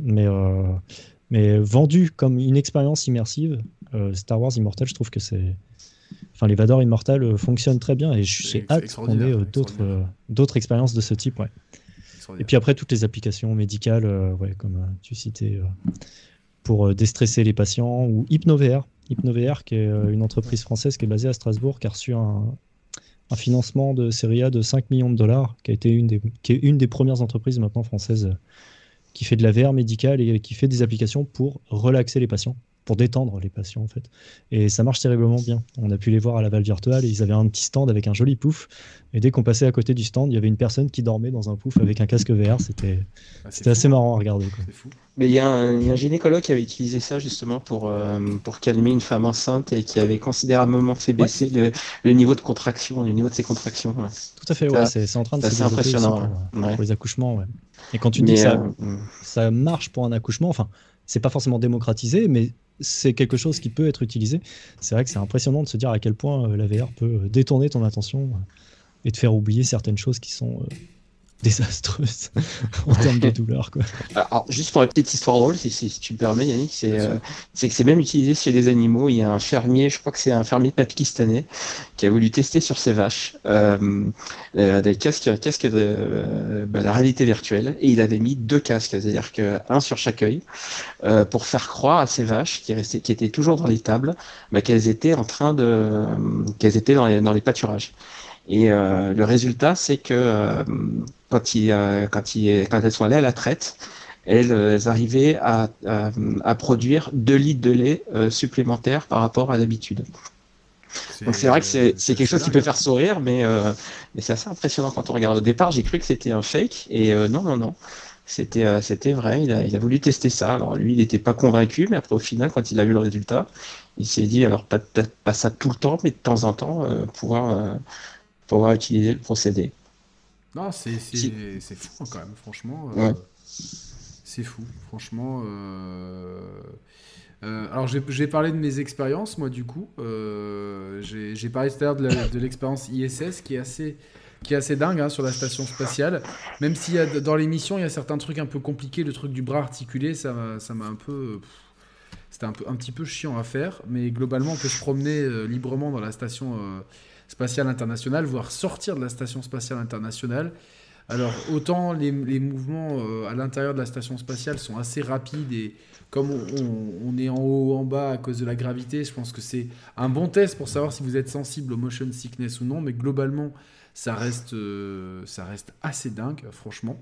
Mais vendu comme une expérience immersive, Star Wars Immortal, je trouve que les Vador Immortal fonctionnent très bien, et j'ai hâte qu'on ait d'autres expériences de ce type. Ouais. Et puis après, toutes les applications médicales, comme tu citais, pour déstresser les patients, ou HypnoVR, qui est une entreprise française qui est basée à Strasbourg, qui a reçu un financement de série A de 5 millions de dollars, qui est une des premières entreprises maintenant françaises qui fait de la VR médicale et qui fait des applications pour relaxer les patients, pour détendre les patients en fait. Et ça marche terriblement bien. On a pu les voir à la Val Virtual, et ils avaient un petit stand avec un joli pouf, et dès qu'on passait à côté du stand, il y avait une personne qui dormait dans un pouf avec un casque VR. C'était assez marrant à regarder, quoi. C'est fou. Mais il y a un gynécologue qui avait utilisé ça justement pour calmer une femme enceinte, et qui avait considérablement fait baisser le niveau de contraction, le niveau de ses contractions. Ouais. Tout à fait, ouais. C'est en train de se développer impressionnant pour les accouchements. Ouais. Et quand tu dis que ça marche pour un accouchement, enfin, c'est pas forcément démocratisé, mais c'est quelque chose qui peut être utilisé. C'est vrai que c'est impressionnant de se dire à quel point la VR peut détourner ton attention et te faire oublier certaines choses qui sont désastreuse en termes de douleur, quoi. Alors, juste pour la petite histoire drôle, si tu me permets, Yannick, c'est que c'est même utilisé chez des animaux. Il y a un fermier, je crois que c'est un fermier pakistanais, qui a voulu tester sur ses vaches des casques de la réalité virtuelle, et il avait mis 2 casques, c'est-à-dire un sur chaque œil, pour faire croire à ces vaches qui étaient toujours dans les tables, qu'elles étaient dans les pâturages. Et le résultat, c'est que quand elles sont allées à la traite, elles arrivaient à produire 2 litres de lait supplémentaires par rapport à d'habitude. Donc c'est vrai que c'est quelque chose qui peut faire sourire, mais c'est assez impressionnant quand on regarde. Au départ, j'ai cru que c'était un fake, et non. C'était vrai, il a voulu tester ça. Alors lui, il n'était pas convaincu, mais après, au final, quand il a vu le résultat, il s'est dit, alors peut-être pas ça tout le temps, mais de temps en temps, pouvoir utiliser le procédé. Non, c'est fou quand même, franchement. Ouais. C'est fou, franchement. Alors, j'ai parlé de mes expériences, moi, du coup. J'ai parlé tout à l'heure de l'expérience ISS qui est assez dingue, hein, sur la station spatiale. Même si dans l'émission, il y a certains trucs un peu compliqués. Le truc du bras articulé, ça m'a un peu... C'était un petit peu chiant à faire. Mais globalement, on peut se promener librement dans la station spatiale internationale, voire sortir de la station spatiale internationale. Alors, autant les mouvements à l'intérieur de la station spatiale sont assez rapides, et comme on est en haut, en bas à cause de la gravité, je pense que c'est un bon test pour savoir si vous êtes sensible au motion sickness ou non, mais globalement, ça reste assez dingue, franchement.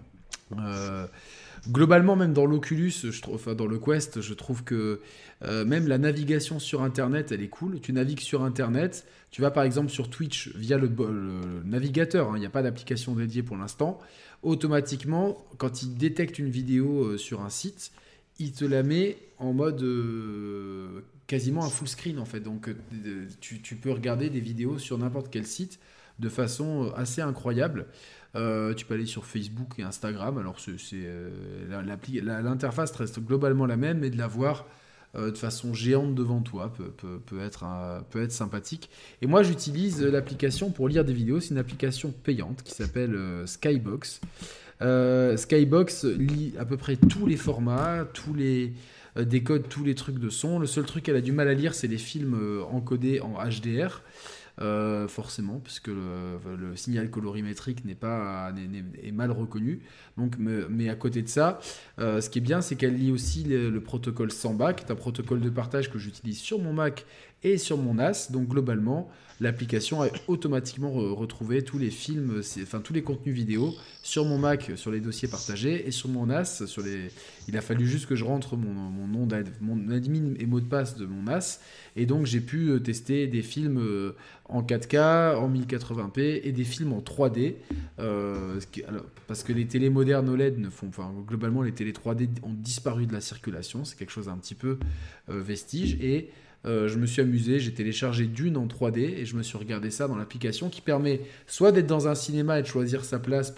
Globalement, même dans l'Oculus, enfin dans le Quest, je trouve que même la navigation sur Internet, elle est cool. Tu navigues sur Internet, tu vas par exemple sur Twitch via le navigateur, hein, il n'y a pas d'application dédiée pour l'instant. Automatiquement, quand il détecte une vidéo sur un site, il te la met en mode quasiment un full screen en fait. Donc tu peux regarder des vidéos sur n'importe quel site de façon assez incroyable. Tu peux aller sur Facebook et Instagram. Alors l'interface reste globalement la même, mais de la voir de façon géante devant toi peut être sympathique. Et moi, j'utilise l'application pour lire des vidéos. C'est une application payante qui s'appelle Skybox. Skybox lit à peu près tous les formats, décode tous les trucs de son. Le seul truc qu'elle a du mal à lire, c'est les films encodés en HDR. Forcément, puisque le signal colorimétrique est mal reconnu. Donc, mais à côté de ça, ce qui est bien, c'est qu'elle lit aussi le protocole Samba, qui est un protocole de partage que j'utilise sur mon Mac et sur mon NAS. Donc globalement, l'application a automatiquement retrouvé tous les films, tous les contenus vidéo sur mon Mac, sur les dossiers partagés, et sur mon NAS, il a fallu juste que je rentre mon admin et mot de passe de mon NAS, et donc j'ai pu tester des films en 4K, en 1080p, et des films en 3D, parce que les télés modernes OLED globalement les télés 3D ont disparu de la circulation, c'est quelque chose un petit peu vestige, et je me suis amusé, j'ai téléchargé Dune en 3D et je me suis regardé ça dans l'application qui permet soit d'être dans un cinéma et de choisir sa place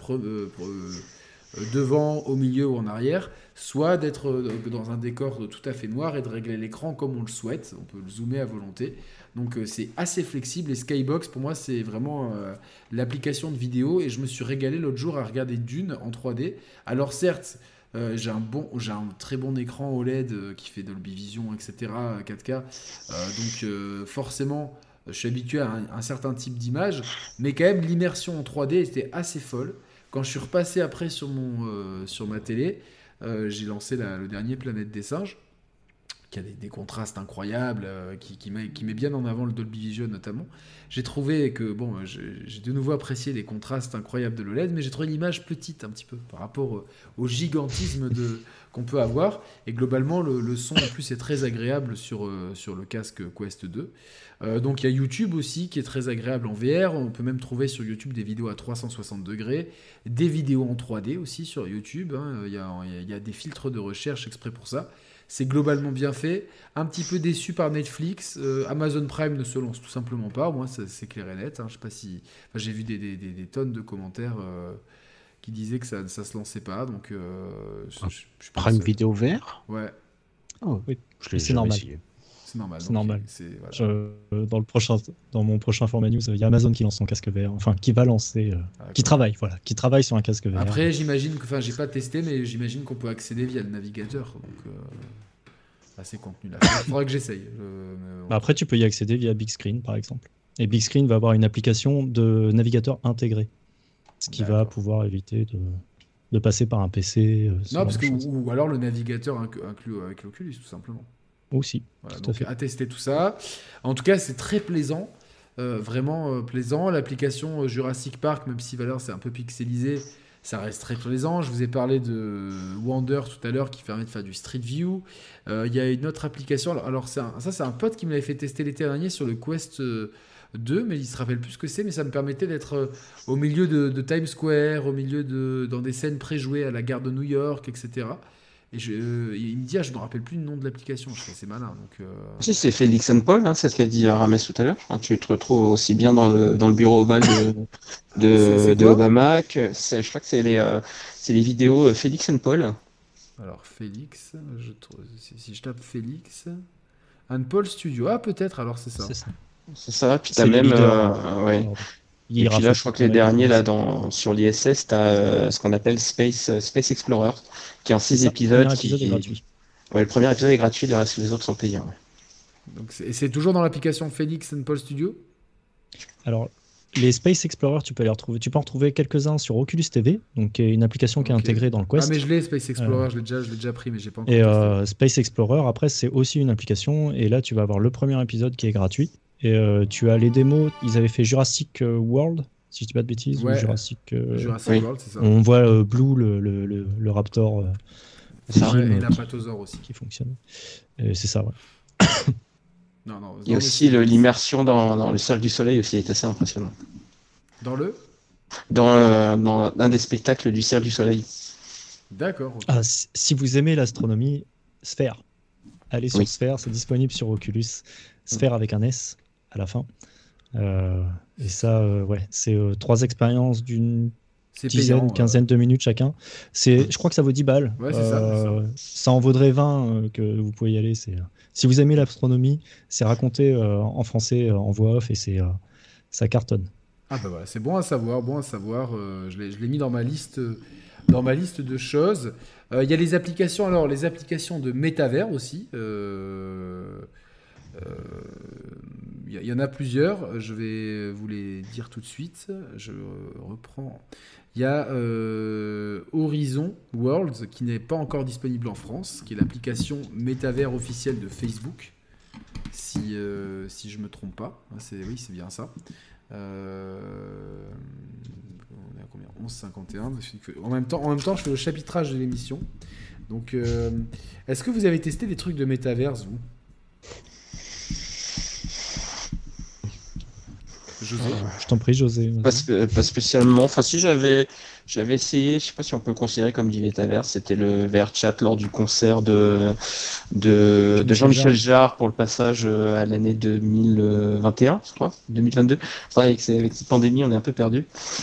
devant, au milieu ou en arrière, soit d'être dans un décor tout à fait noir et de régler l'écran comme on le souhaite. On peut le zoomer à volonté. Donc c'est assez flexible, et Skybox pour moi c'est vraiment l'application de vidéo, et je me suis régalé l'autre jour à regarder Dune en 3D. Alors certes, j'ai un très bon écran OLED qui fait Dolby Vision, etc., 4K. Donc forcément, je suis habitué à un certain type d'image, mais quand même l'immersion en 3D était assez folle. Quand je suis repassé après sur ma télé, j'ai lancé le dernier Planète des Singes, qui a des contrastes incroyables, qui met bien en avant le Dolby Vision notamment. J'ai trouvé que, j'ai de nouveau apprécié les contrastes incroyables de l'OLED, mais j'ai trouvé l'image petite un petit peu par rapport au gigantisme qu'on peut avoir. Et globalement, le son en plus est très agréable sur le casque Quest 2. Donc il y a YouTube aussi qui est très agréable en VR. On peut même trouver sur YouTube des vidéos à 360 degrés, des vidéos en 3D aussi sur YouTube. Hein. Il y a des filtres de recherche exprès pour ça. C'est globalement bien fait. Un petit peu déçu par Netflix. Amazon Prime ne se lance tout simplement pas. Moi, c'est clair et net. Hein. Je sais pas si... j'ai vu des tonnes de commentaires qui disaient que ça se lançait pas. Donc, je Prime Vidéo VR. Ouais. Oh, oui, je l'ai c'est jamais normal. essayé. C'est normal. C'est donc, normal. Voilà. Dans mon prochain format news, il y a Amazon qui lance son casque VR, enfin qui va lancer, qui travaille sur un casque VR. Après, j'imagine que, enfin, j'ai pas testé, mais j'imagine qu'on peut accéder via le navigateur. Donc, à ces contenus-là. Il faudra que j'essaye. Après, tu peux y accéder via Big Screen, par exemple. Et Big Screen va avoir une application de navigateur intégrée, ce qui va pouvoir éviter de passer par un PC. Non, parce que ou alors le navigateur inclus avec l'Oculus, tout simplement. Aussi. Voilà, tout donc à tester tout ça. En tout cas, c'est très plaisant. Vraiment plaisant. L'application Jurassic Park, même si Valeur c'est un peu pixelisé, ça reste très plaisant. Je vous ai parlé de Wander tout à l'heure qui permet de faire du Street View. Il y a une autre application. Alors ça, c'est un pote qui me l'avait fait tester l'été dernier sur le Quest 2, mais il se rappelle plus ce que c'est. Mais ça me permettait d'être au milieu de Times Square, au milieu dans des scènes préjouées à la gare de New York, etc. Et il me dit, je me rappelle plus le nom de l'application. Je suis assez malin. Donc, Si, c'est Félix and Paul, c'est ce qu'a dit Rames tout à l'heure. Tu te retrouves aussi bien dans le bureau ovale de Obama que je crois que c'est les vidéos Félix and Paul. Alors Félix, si je tape Félix and Paul Studio, peut-être. Alors c'est ça. C'est ça. Puis t'as même ouais. Et puis là, je crois que les derniers là sur l'ISS, t'as ce qu'on appelle Space Explorer, qui est en 6 épisodes. Le premier épisode est gratuit. Ouais, le premier épisode est gratuit, le reste des autres sont payants. Ouais. Donc c'est toujours dans l'application Félix and Paul Studio. Alors les Space Explorer, tu peux les retrouver. Tu peux en retrouver quelques-uns sur Oculus TV, donc une application qui est intégrée dans le Quest. Mais je l'ai Space Explorer, je l'ai déjà pris, mais j'ai pas encore. Et Space Explorer, après c'est aussi une application, et là tu vas avoir le premier épisode qui est gratuit. Et tu as les démos, ils avaient fait Jurassic World, si je dis pas de bêtises, ou Jurassic World, c'est ça. On voit Blue, le raptor, et l'apatosaure aussi. Qui fonctionne. C'est ça, ouais. Il y a aussi l'immersion dans le Cercle du Soleil aussi, est assez impressionnant. Dans un des spectacles du Cercle du Soleil. D'accord. Okay. Si vous aimez l'astronomie, Sphère. Allez sur Sphère, c'est disponible sur Oculus. Sphère avec un S à la fin. Et ça, c'est 3 expériences d'une quinzaine de minutes chacun. Je crois que ça vaut 10 balles. Ouais, c'est ça. Ça en vaudrait 20 que vous pouvez y aller. Si vous aimez l'astronomie, c'est raconté en français, en voix off, et ça cartonne. Voilà, c'est bon à savoir. Je l'ai mis dans ma liste de choses. Il y a les applications de métavers aussi. Il y en a plusieurs, je vais vous les dire tout de suite. Je reprends. Il y a Horizon Worlds qui n'est pas encore disponible en France, qui est l'application métavers officielle de Facebook, si je me trompe pas. C'est bien ça. On est à combien ? 11h51. En même temps, je fais le chapitrage de l'émission. Donc, est-ce que vous avez testé des trucs de métaverse, vous ? José. Je t'en prie, José. Pas spécialement. Enfin, si j'avais essayé, je sais pas si on peut le considérer comme du métaverse, c'était le VR chat lors du concert de Jean-Michel Jarre pour le passage à l'année 2021, je crois, 2022. Avec cette pandémie, on est un peu perdu.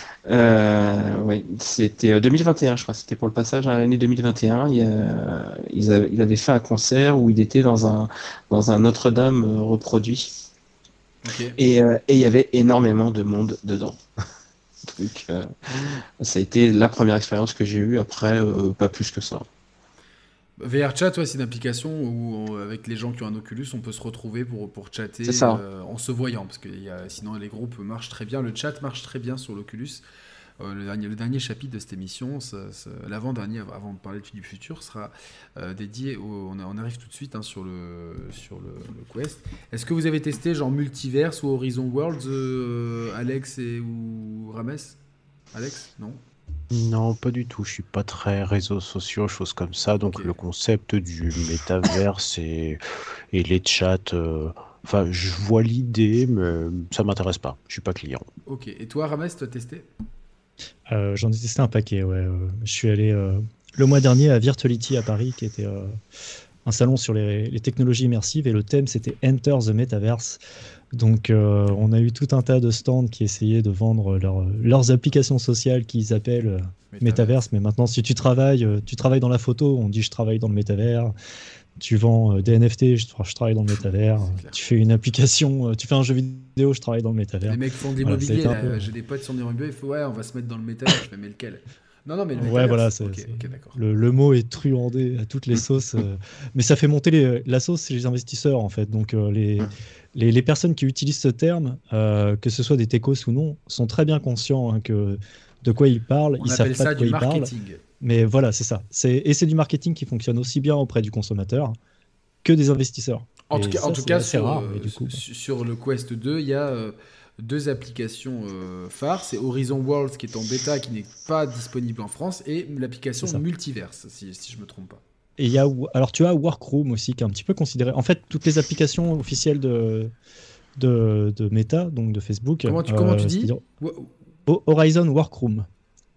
C'était 2021, je crois. C'était pour le passage à l'année 2021. Il avait fait un concert où il était dans un Notre-Dame reproduit. Okay. Et il y avait énormément de monde dedans. Donc, ça a été la première expérience que j'ai eue. Après, pas plus que ça. VRChat, c'est une application où, avec les gens qui ont un Oculus, on peut se retrouver pour chatter en se voyant. Parce que sinon, les groupes marchent très bien. Le chat marche très bien sur l'Oculus. Le dernier chapitre de cette émission, l'avant-dernier, avant de parler du futur, sera dédié on arrive tout de suite sur le Quest. Est-ce que vous avez testé genre Multiverse ou Horizon Worlds, Alex ou Rames ? Alex, non ? Non, pas du tout. Je suis pas très réseaux sociaux, choses comme ça. Donc le concept du métaverse et les chats... Enfin, je vois l'idée, mais ça m'intéresse pas. Je suis pas client. Ok. Et toi, Rames, tu as testé ? J'en ai testé un paquet, ouais. Je suis allé le mois dernier à Virtuality à Paris, qui était un salon sur les technologies immersives, et le thème c'était Enter the Metaverse. Donc on a eu tout un tas de stands qui essayaient de vendre leurs applications sociales qu'ils appellent Metaverse. Mais maintenant, si tu travailles dans la photo, on dit je travaille dans le Metaverse. Tu vends des NFT, je travaille dans le métavers. C'est clair. Tu fais une application, tu fais un jeu vidéo, je travaille dans le métavers. Les mecs font de Voilà, ça a l'immobilier, été un là. peu- J'ai des potes sur l'immobilier, il faut ouais, on va se mettre dans le métavers. Je fais mais lequel? Non, mais le Ouais, métavers. voilà, Ok, d'accord. le mot est truandé à toutes les sauces. Mais ça fait monter la sauce, c'est les investisseurs, en fait. Donc, les personnes qui utilisent ce terme, que ce soit des techos ou non, sont très bien conscients hein, de quoi ils parlent. On Ils appelle savent pas ça de quoi du ils parlent. marketing. Mais voilà, c'est ça. Et c'est du marketing qui fonctionne aussi bien auprès du consommateur que des investisseurs. En Et tout cas, ça, c'est assez rare. Mais du coup, sur le Quest 2, il y a deux applications phares. C'est Horizon Worlds qui est en bêta, qui n'est pas disponible en France, et l'application C'est ça. Multiverse, si je me trompe pas. Et alors tu as Workroom aussi qui est un petit peu considéré. En fait, toutes les applications officielles de Meta, donc de Facebook. Comment tu dis c'est-à-dire Horizon Workroom,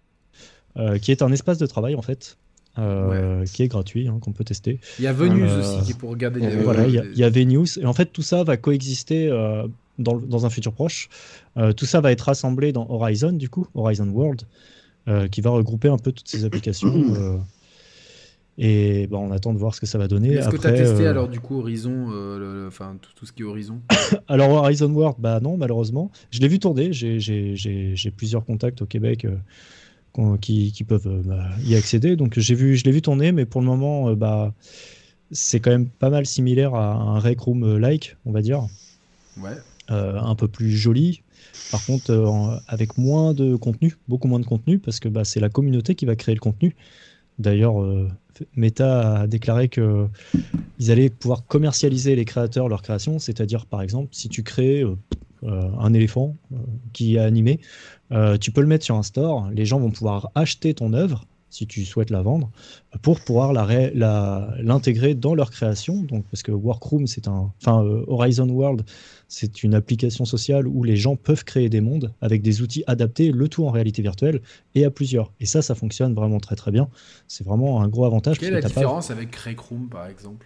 qui est un espace de travail en fait, qui est gratuit, hein, qu'on peut tester. Il y a Venus aussi qui est pour regarder les. Voilà, il y a Venus. Et en fait, tout ça va coexister dans un futur proche. Tout ça va être rassemblé dans Horizon, du coup, Horizon World, qui va regrouper un peu toutes ces applications. Et bah, on attend de voir ce que ça va donner. Est-ce que tu as Après, testé alors du coup Horizon, enfin tout ce qui est Horizon? Alors Horizon World, bah non, malheureusement. Je l'ai vu tourner. J'ai plusieurs contacts au Québec qui peuvent y accéder. Donc je l'ai vu tourner, mais pour le moment, bah c'est quand même pas mal similaire à un Rec Room-like, on va dire. Ouais. Un peu plus joli. Par contre, avec moins de contenu, beaucoup moins de contenu, parce que bah, c'est la communauté qui va créer le contenu. D'ailleurs, Meta a déclaré qu'ils allaient pouvoir commercialiser les créateurs, leurs créations, c'est-à-dire par exemple, si tu crées un éléphant qui est animé, tu peux le mettre sur un store, les gens vont pouvoir acheter ton œuvre, si tu souhaites la vendre, pour pouvoir l'intégrer dans leur création. Donc, parce que Workroom, Horizon World, c'est une application sociale où les gens peuvent créer des mondes avec des outils adaptés, le tout en réalité virtuelle et à plusieurs. Et ça fonctionne vraiment très très bien. C'est vraiment un gros avantage. Quelle est la différence avec Rec Room par exemple?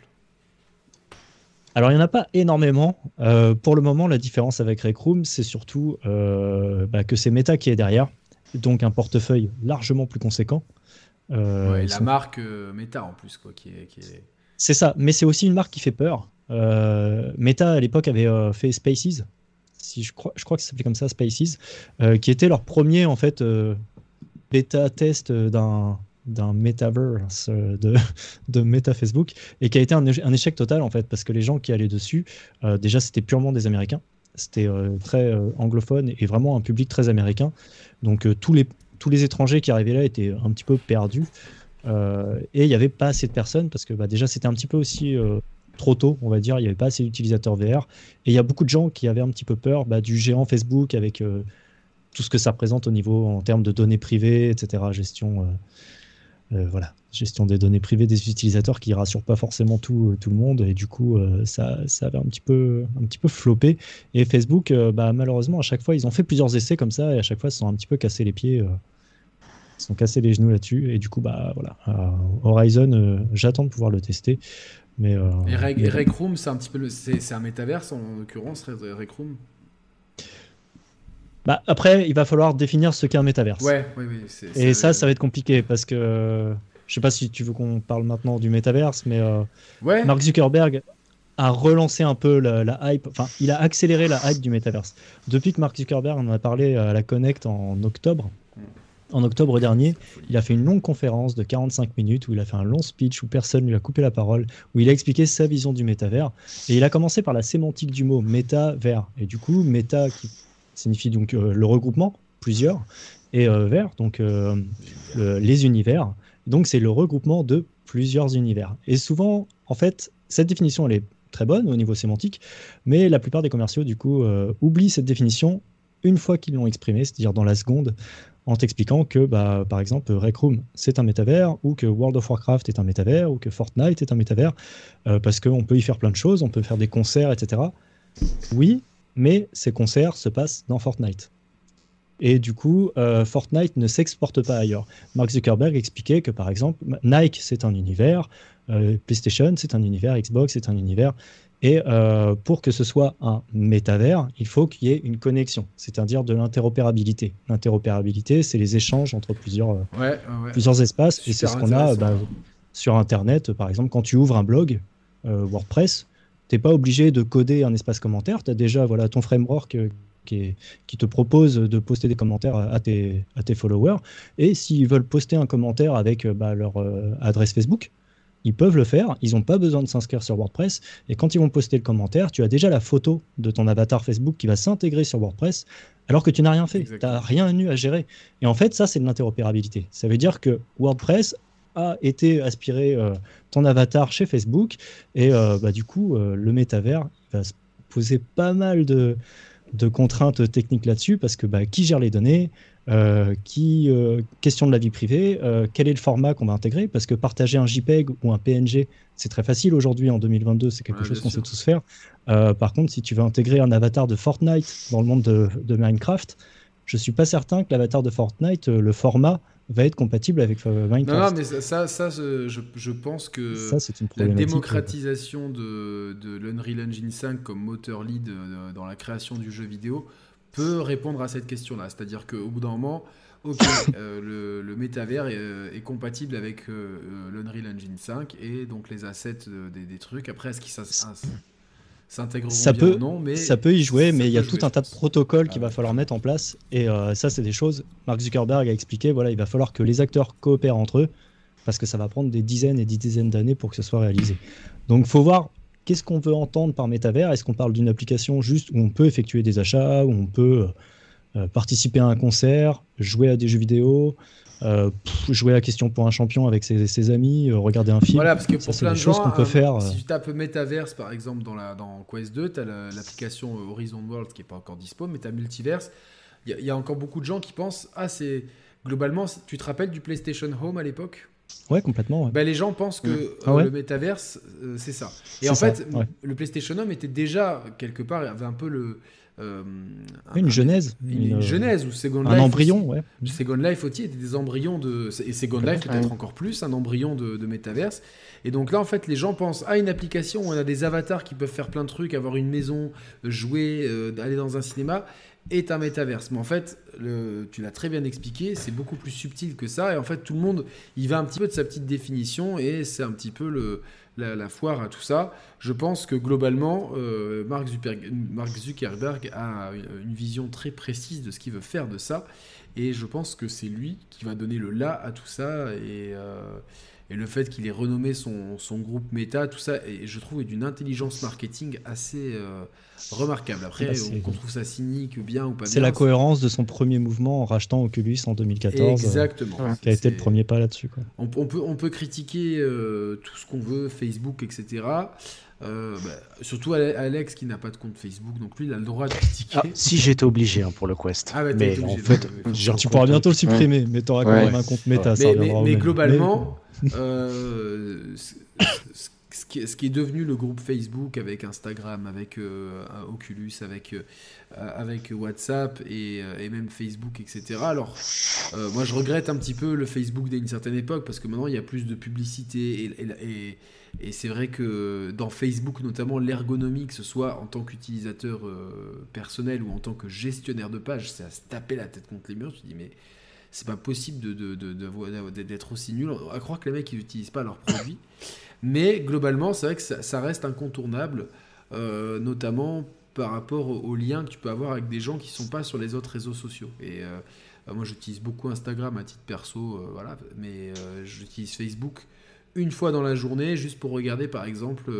Alors, il n'y en a pas énormément. Pour le moment, la différence avec Rec Room, c'est surtout que c'est Meta qui est derrière. Donc, un portefeuille largement plus conséquent. La marque Meta en plus, quoi, qui est... C'est ça, mais c'est aussi une marque qui fait peur. Meta, à l'époque, avait fait Spaces. Je crois que ça s'appelait comme ça, Spaces, qui était leur premier, en fait, bêta test d'un metaverse de Meta Facebook, et qui a été un échec total, en fait, parce que les gens qui allaient dessus, déjà, c'était purement des Américains. C'était très anglophone et vraiment un public très américain. Donc, tous les étrangers qui arrivaient là étaient un petit peu perdus. Et il n'y avait pas assez de personnes parce que déjà c'était un petit peu aussi trop tôt, on va dire. Il n'y avait pas assez d'utilisateurs VR. Et il y a beaucoup de gens qui avaient un petit peu peur du géant Facebook avec tout ce que ça représente au niveau en termes de données privées, etc. Gestion des données privées des utilisateurs qui ne rassure pas forcément tout le monde. Et du coup, ça avait un petit peu floppé. Et Facebook, malheureusement, à chaque fois, ils ont fait plusieurs essais comme ça et à chaque fois, ils se sont un petit peu cassés les pieds. Ils se sont cassés les genoux là-dessus. Et du coup, Horizon, j'attends de pouvoir le tester. Mais Rec Room, c'est un petit peu c'est un métaverse en l'occurrence, Rec Room. Après, il va falloir définir ce qu'est un métaverse. Ouais. Et ça va être compliqué parce que je sais pas si tu veux qu'on parle maintenant du métaverse, mais Mark Zuckerberg a relancé un peu la hype. Enfin, il a accéléré la hype du métaverse. Depuis que Mark Zuckerberg en a parlé à la Connect en octobre dernier, il a fait une longue conférence de 45 minutes où il a fait un long speech où personne lui a coupé la parole, où il a expliqué sa vision du métavers. Et il a commencé par la sémantique du mot métavers. Et du coup, méta qui signifie donc le regroupement, plusieurs, et vers, donc les univers. Donc c'est le regroupement de plusieurs univers. Et souvent, en fait, cette définition, elle est très bonne au niveau sémantique, mais la plupart des commerciaux, du coup, oublient cette définition une fois qu'ils l'ont exprimée, c'est-à-dire dans la seconde, en t'expliquant que, par exemple, Rec Room, c'est un métavers, ou que World of Warcraft est un métavers, ou que Fortnite est un métavers, parce qu'on peut y faire plein de choses, on peut faire des concerts, etc. Oui, mais ces concerts se passent dans Fortnite. Et du coup, Fortnite ne s'exporte pas ailleurs. Mark Zuckerberg expliquait que, par exemple, Nike, c'est un univers, PlayStation, c'est un univers, Xbox, c'est un univers. Et pour que ce soit un métavers, il faut qu'il y ait une connexion, c'est-à-dire de l'interopérabilité. L'interopérabilité, c'est les échanges entre plusieurs espaces. Et c'est ce qu'on a sur Internet. Par exemple, quand tu ouvres un blog, WordPress, tu n'es pas obligé de coder un espace commentaire. Tu as déjà ton framework qui te propose de poster des commentaires à tes followers. Et s'ils veulent poster un commentaire avec leur adresse Facebook, ils peuvent le faire. Ils n'ont pas besoin de s'inscrire sur WordPress. Et quand ils vont poster le commentaire, tu as déjà la photo de ton avatar Facebook qui va s'intégrer sur WordPress alors que tu n'as rien fait. Tu n'as rien eu à gérer. Et en fait, ça, c'est de l'interopérabilité. Ça veut dire que WordPress a été aspiré ton avatar chez Facebook. Et du coup, le métavers va se poser pas mal de contraintes techniques là-dessus parce que qui gère les données, question de la vie privée, quel est le format qu'on va intégrer, parce que partager un JPEG ou un PNG, c'est très facile aujourd'hui en 2022, c'est quelque chose qu'on sait tous faire. Par contre, si tu veux intégrer un avatar de Fortnite dans le monde de Minecraft, je suis pas certain que l'avatar de Fortnite, le format va être compatible avec Minecraft. Non, mais je pense que ça, c'est une la démocratisation de l'Unreal Engine 5 comme moteur lead dans la création du jeu vidéo peut répondre à cette question-là. C'est-à-dire qu'au bout d'un moment, le métavers est compatible avec l'Unreal Engine 5 et donc les assets des trucs. Après, est-ce qu'ils s'intégreront bien ou non, mais ça peut y jouer, mais il y a tout un tas de protocoles qu'il va falloir mettre en place. Et ça, c'est des choses. Mark Zuckerberg a expliqué, il va falloir que les acteurs coopèrent entre eux, parce que ça va prendre des dizaines et des dizaines d'années pour que ce soit réalisé. Donc, il faut voir qu'est-ce qu'on veut entendre par métavers. Est-ce qu'on parle d'une application juste où on peut effectuer des achats, où on peut participer à un concert, jouer à des jeux vidéo, jouer à Question pour un champion avec ses amis, regarder un film. Voilà, parce que pour plein de choses qu'on peut faire. Si tu tapes Metaverse, par exemple, dans Quest 2, tu as l'application Horizon World qui n'est pas encore dispo, mais tu as Multiverse. Il y a encore beaucoup de gens qui pensent c'est globalement, tu te rappelles du PlayStation Home à l'époque ? Ouais, complètement. Ouais. Les gens pensent que le Metaverse, c'est ça. Et en fait, le PlayStation Home était déjà, quelque part, avait un peu une genèse. Une genèse, ou Second Life. Un embryon, ouais. Second Life aussi était des embryons et Second Life peut-être encore plus, un embryon de Metaverse. Et donc là, en fait, les gens pensent à une application où on a des avatars qui peuvent faire plein de trucs, avoir une maison, jouer, aller dans un cinéma, est un métaverse. Mais en fait, tu l'as très bien expliqué, c'est beaucoup plus subtil que ça. Et en fait, tout le monde, il va un petit peu de sa petite définition et c'est un petit peu la foire à tout ça. Je pense que globalement, Mark Zuckerberg a une vision très précise de ce qu'il veut faire de ça. Et je pense que c'est lui qui va donner le là à tout ça. Et le fait qu'il ait renommé son groupe Meta, tout ça, et je trouve d'une intelligence marketing assez remarquable. Après, qu'on trouve ça cynique, bien ou pas bien. C'est la cohérence de son premier mouvement en rachetant Oculus en 2014. Exactement. Qui a été le premier pas là-dessus. Quoi. On peut critiquer tout ce qu'on veut, Facebook, etc. Surtout Alex qui n'a pas de compte Facebook, donc lui il a le droit de critiquer. Si j'étais obligé pour le Quest. Mais en fait, tu pourras bientôt le supprimer, mais tu auras quand même un compte Meta. Mais globalement, ce qui est devenu le groupe Facebook avec Instagram, avec Oculus, avec WhatsApp et même Facebook, etc. Alors, moi je regrette un petit peu le Facebook d'une certaine époque parce que maintenant il y a plus de publicité et c'est vrai que dans Facebook notamment l'ergonomie, que ce soit en tant qu'utilisateur personnel ou en tant que gestionnaire de page, c'est à se taper la tête contre les murs. Tu te dis mais c'est pas possible d'être aussi nul, à croire que les mecs ils n'utilisent pas leurs produits. Mais globalement, c'est vrai que ça reste incontournable, notamment par rapport aux liens que tu peux avoir avec des gens qui ne sont pas sur les autres réseaux sociaux. Et moi, j'utilise beaucoup Instagram à titre perso, mais j'utilise Facebook une fois dans la journée, juste pour regarder, par exemple,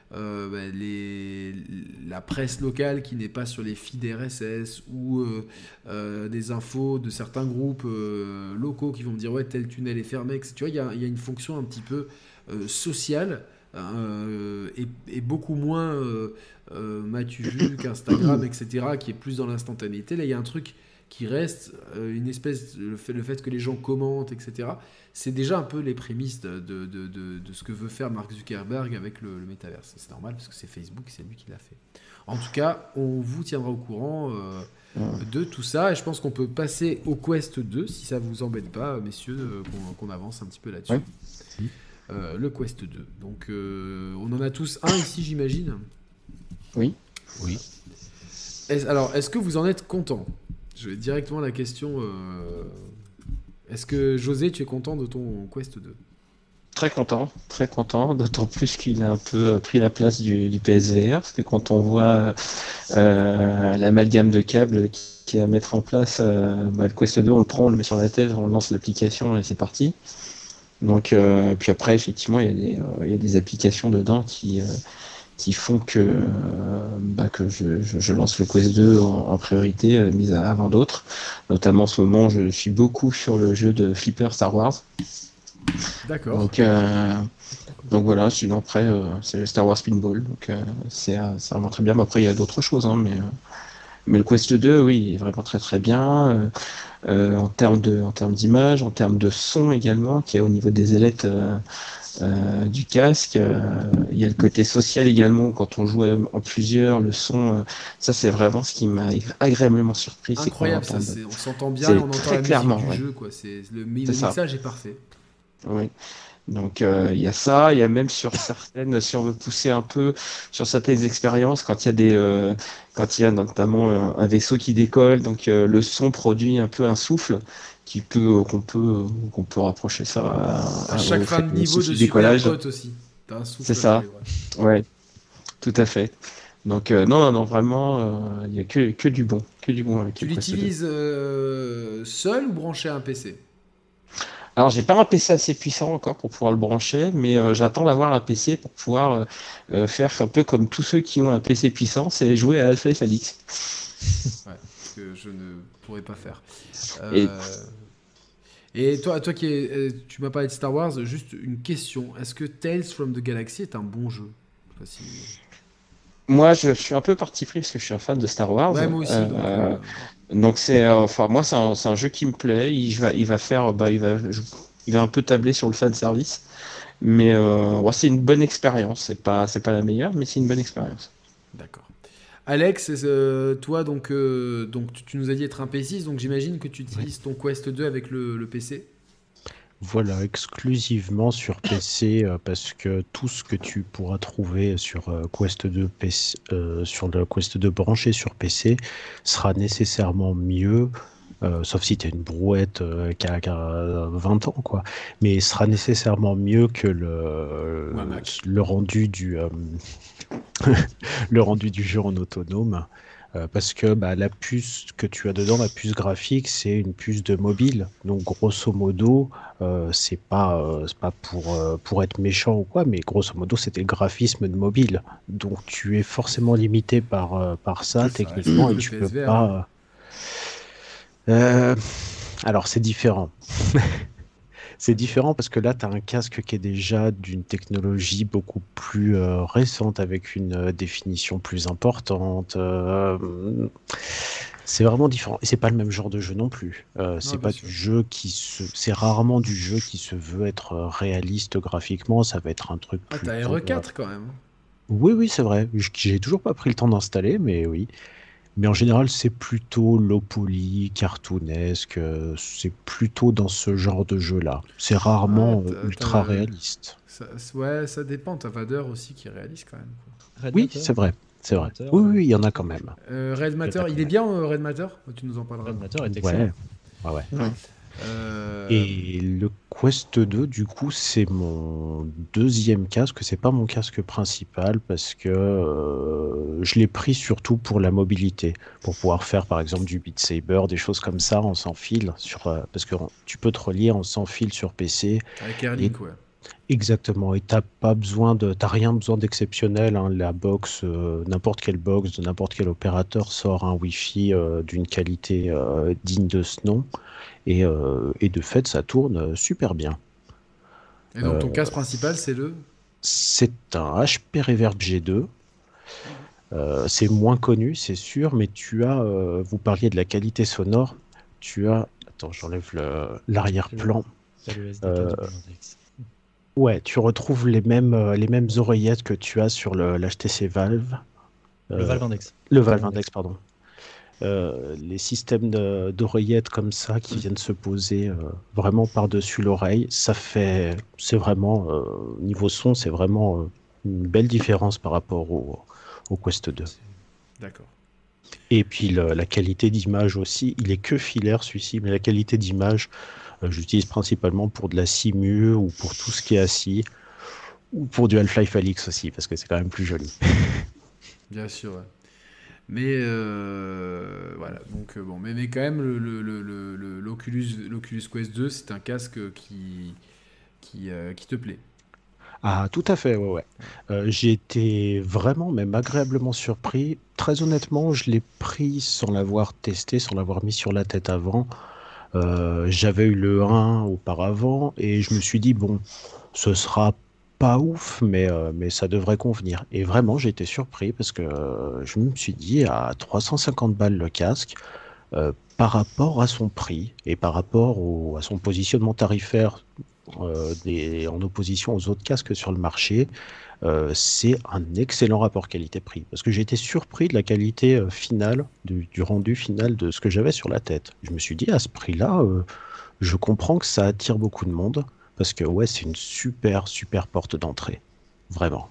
la presse locale qui n'est pas sur les feeds RSS ou des infos de certains groupes locaux qui vont me dire « Ouais, tel tunnel est fermé ». Tu vois, il y a une fonction un petit peu sociale et beaucoup moins m'as-tu vu qu'Instagram, etc., qui est plus dans l'instantanéité. Là, il y a un truc qui reste, une espèce, le fait que les gens commentent, etc. C'est déjà un peu les prémices de ce que veut faire Mark Zuckerberg avec le métaverse. C'est normal parce que c'est Facebook, c'est lui qui l'a fait. En tout cas, on vous tiendra au courant de tout ça. Et je pense qu'on peut passer au Quest 2, si ça vous embête pas, messieurs, qu'on avance un petit peu là-dessus. Ouais. Le Quest 2. Donc, on en a tous un ici, j'imagine. Oui. Alors, est-ce que vous en êtes content ? Je vais directement à la question. Est-ce que José, tu es content de ton Quest 2 ? très content, d'autant plus qu'il a un peu pris la place du PSVR, parce que quand on voit l'amalgame de câbles qui est à mettre en place, le Quest 2, on le prend, on le met sur la tête, on lance l'application et c'est parti. Donc, puis après, effectivement, il y a des applications dedans qui font que je lance le Quest 2 en priorité, mise avant d'autres. Notamment en ce moment, je suis beaucoup sur le jeu de Flipper Star Wars. D'accord. Donc voilà, sinon après, c'est le Star Wars Pinball. Donc c'est vraiment très bien. Mais après, il y a d'autres choses, hein, mais le Quest 2, oui, il est vraiment très très bien. En termes d'image, en termes de son également, qui est au niveau des ailettes du casque. Il y a le côté social également, quand on joue en plusieurs, le son, ça c'est vraiment ce qui m'a agréablement surpris. Incroyable, on s'entend bien, c'est et on entend très la clairement, musique du ouais. jeu, quoi. Le mixage est parfait. Oui. Donc il y a ça, il y a même si on veut pousser un peu sur certaines expériences, quand il y a notamment un vaisseau qui décolle, donc le son produit un peu un souffle qu'on peut rapprocher ça à chaque fin de niveau de décollage. Super Hot aussi. T'as un souffle. C'est ça. Ouais, tout à fait. Donc non, vraiment, il y a que du bon, avec Tu le Quest 2. l'utilises seul ou branché à un PC? Alors, j'ai pas un PC assez puissant encore pour pouvoir le brancher, mais j'attends d'avoir un PC pour pouvoir faire un peu comme tous ceux qui ont un PC puissant, c'est jouer à Half-Life Alyx. Ouais, ce que je ne pourrais pas faire. Et- Et toi tu m'as parlé de Star Wars, juste une question. Est-ce que Tales from the Galaxy est un bon jeu? Je sais pas si- Moi, je suis un peu parti pris parce que je suis un fan de Star Wars. Ouais, moi aussi. Donc moi, c'est un jeu qui me plaît. Il va un peu tabler sur le fan service, mais c'est une bonne expérience. C'est pas la meilleure, mais c'est une bonne expérience. D'accord. Alex, toi, donc tu nous as dit être un P6, donc j'imagine que tu utilises ton Quest 2 avec le PC. Voilà, exclusivement sur PC, parce que tout ce que tu pourras trouver sur Quest 2 PC, sur le Quest 2 branché sur PC sera nécessairement mieux, sauf si tu as une brouette qui a 20 ans, quoi. Mais sera nécessairement mieux que Un Mac. le rendu le rendu du jeu en autonome. Parce que la puce que tu as dedans, la puce graphique, c'est une puce de mobile. Donc grosso modo, c'est pas pour être méchant ou quoi, mais grosso modo, c'était le graphisme de mobile. Donc tu es forcément limité par ça Ça techniquement reste et le tu peux PSVR. pas. Alors c'est différent. C'est différent parce que là, tu as un casque qui est déjà d'une technologie beaucoup plus récente, avec une définition plus importante. C'est vraiment différent. Et c'est pas le même genre de jeu non plus. C'est bien pas sûr. du jeu c'est rarement du jeu qui se veut être réaliste graphiquement. Ça va être un truc Ah, t'as plutôt, RE4 quand même. Oui, c'est vrai. J'ai toujours pas pris le temps d'installer, mais oui. Mais en général, c'est plutôt low poly, cartoonesque. C'est plutôt dans ce genre de jeu-là. C'est rarement Ouais, ultra réaliste. Ouais, ça dépend. T'as Vader aussi qui est réaliste quand même, quoi. Red Oui, Matter. c'est vrai. C'est vrai. Matter, Oui, il y en a quand même. Red Matter, pas il quand est même. bien Red Matter? Tu nous en parleras. Red Matter est excellent. Ouais. Euh, Et le Quest 2, du coup, c'est mon deuxième casque. C'est pas mon casque principal parce que je l'ai pris surtout pour la mobilité, pour pouvoir faire par exemple du Beat Saber, des choses comme ça en sans fil, parce que tu peux te relier en sans fil sur PC. Avec Airlink, ouais. Exactement, et t'as rien besoin d'exceptionnel, hein. La box, n'importe quelle box de n'importe quel opérateur sort un Wi-Fi d'une qualité digne de ce nom, et de fait ça tourne super bien. Et donc ton casque principal, c'est le... C'est un HP Reverb G2. C'est moins connu, c'est sûr, mais vous parliez de la qualité sonore, attends, j'enlève l'arrière-plan. C'est le SDK Euh, du Index. Ouais, tu retrouves les mêmes oreillettes que tu as sur l'HTC Valve. Le Valve Index. Le Valve Index, pardon. Les systèmes d'oreillettes comme ça qui viennent se poser vraiment par-dessus l'oreille, c'est vraiment, niveau son, c'est vraiment une belle différence par rapport au Quest 2. D'accord. Et puis la qualité d'image aussi, il est que filaire celui-ci, mais la qualité d'image J'utilise principalement pour de la simu ou pour tout ce qui est assis, ou pour du Half-Life Alyx aussi, parce que c'est quand même plus joli. Bien sûr, ouais. Mais voilà, donc bon, mais quand même l'Oculus Quest 2, c'est un casque qui te plaît. Ah, tout à fait, ouais, ouais. J'ai été vraiment, même agréablement surpris. Très honnêtement, je l'ai pris sans l'avoir testé, sans l'avoir mis sur la tête avant. J'avais eu le 1 auparavant et je me suis dit, bon, ce sera pas ouf, mais ça devrait convenir. Et vraiment, j'ai été surpris parce que je me suis dit, à 350 balles le casque, par rapport à son prix et par rapport à son positionnement tarifaire en opposition aux autres casques sur le marché, c'est un excellent rapport qualité-prix. Parce que j'ai été surpris de la qualité finale, du rendu final de ce que j'avais sur la tête. Je me suis dit, à ce prix-là, je comprends que ça attire beaucoup de monde. Parce que ouais, c'est une super, super porte d'entrée. Vraiment.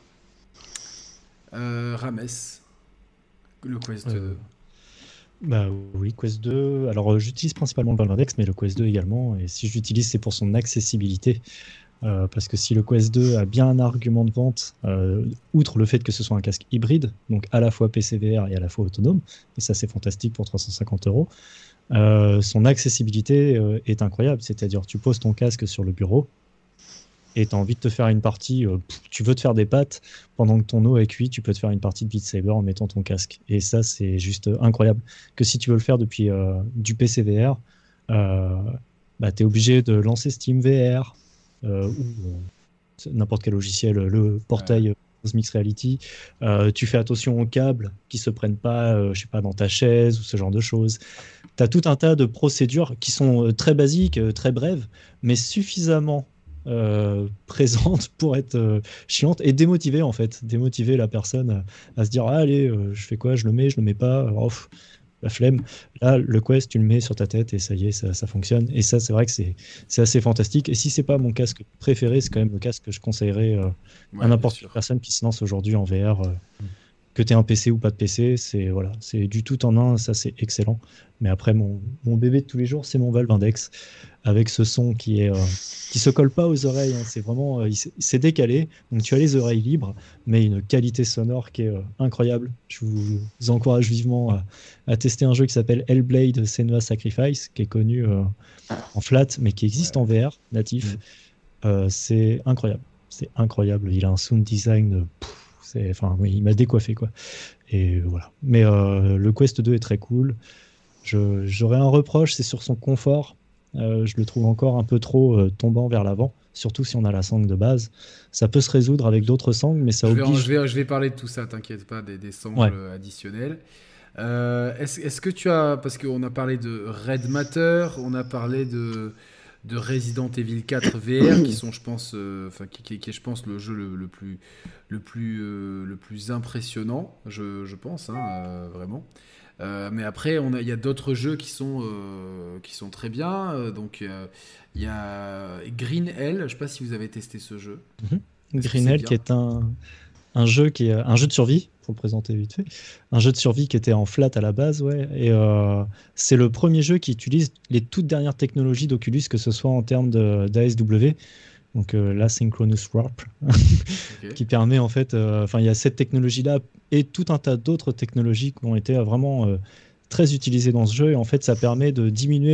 Rames, le Quest 2. Bah oui, Quest 2. Alors j'utilise principalement le Valve Index, mais le Quest 2 également. Et si je l'utilise, c'est pour son accessibilité. Parce que si le Quest 2 a bien un argument de vente, outre le fait que ce soit un casque hybride, donc à la fois PC VR et à la fois autonome, et ça c'est fantastique pour 350 €, son accessibilité est incroyable. C'est-à-dire tu poses ton casque sur le bureau et tu as envie de te faire une partie, tu veux te faire des pâtes, pendant que ton eau est cuite, tu peux te faire une partie de Beat Saber en mettant ton casque. Et ça c'est juste incroyable. Que si tu veux le faire depuis du PC VR, bah, tu es obligé de lancer Steam VR ou n'importe quel logiciel, le portail Mixed Reality. Tu fais attention aux câbles qui se prennent pas, je sais pas, dans ta chaise ou ce genre de choses. Tu as tout un tas de procédures qui sont très basiques, très brèves, mais suffisamment présentes pour être chiantes et démotiver en fait, démotiver la personne à se dire ah, allez, je fais quoi, je le mets pas, alors, la flemme. Là, le Quest, tu le mets sur ta tête et ça y est, ça fonctionne. Et ça, c'est vrai que c'est assez fantastique. Et si c'est pas mon casque préféré, c'est quand même le casque que je conseillerais à n'importe quelle personne qui se lance aujourd'hui en VR. Que tu aies un PC ou pas de PC, c'est du tout en un, ça c'est excellent. Mais après, mon bébé de tous les jours, c'est mon Valve Index, avec ce son qui se colle pas aux oreilles, hein. C'est vraiment, c'est décalé, donc tu as les oreilles libres, mais une qualité sonore qui est incroyable. Je vous encourage vivement à tester un jeu qui s'appelle Hellblade: Senua's Sacrifice, qui est connu en flat, mais qui existe en VR natif. C'est incroyable. C'est incroyable. Il a un sound design enfin, oui, il m'a décoiffé, quoi. Et voilà. Mais le Quest 2 est très cool. J'aurais un reproche, c'est sur son confort. Je le trouve encore un peu trop tombant vers l'avant, surtout si on a la sangle de base. Ça peut se résoudre avec d'autres sangles, mais ça oblige... Je vais parler de tout ça, t'inquiète pas, des sangles additionnelles. Est-ce que tu as... Parce qu'on a parlé de Red Matter, on a parlé de Resident Evil 4 VR, qui sont, je pense, qui est, je pense, le jeu le plus impressionnant, je pense, hein, vraiment. Mais après, il y a d'autres jeux qui sont très bien. Donc, il y a Green Hell. Je ne sais pas si vous avez testé ce jeu. Green Hell, qui est un jeu de survie, pour le présenter vite fait. Un jeu de survie qui était en flat à la base, ouais. Et c'est le premier jeu qui utilise les toutes dernières technologies d'Oculus, que ce soit en termes d'ASW. Donc l'Asynchronous Warp, qui permet en fait, il y a cette technologie-là et tout un tas d'autres technologies qui ont été vraiment très utilisées dans ce jeu. Et en fait, ça permet de diminuer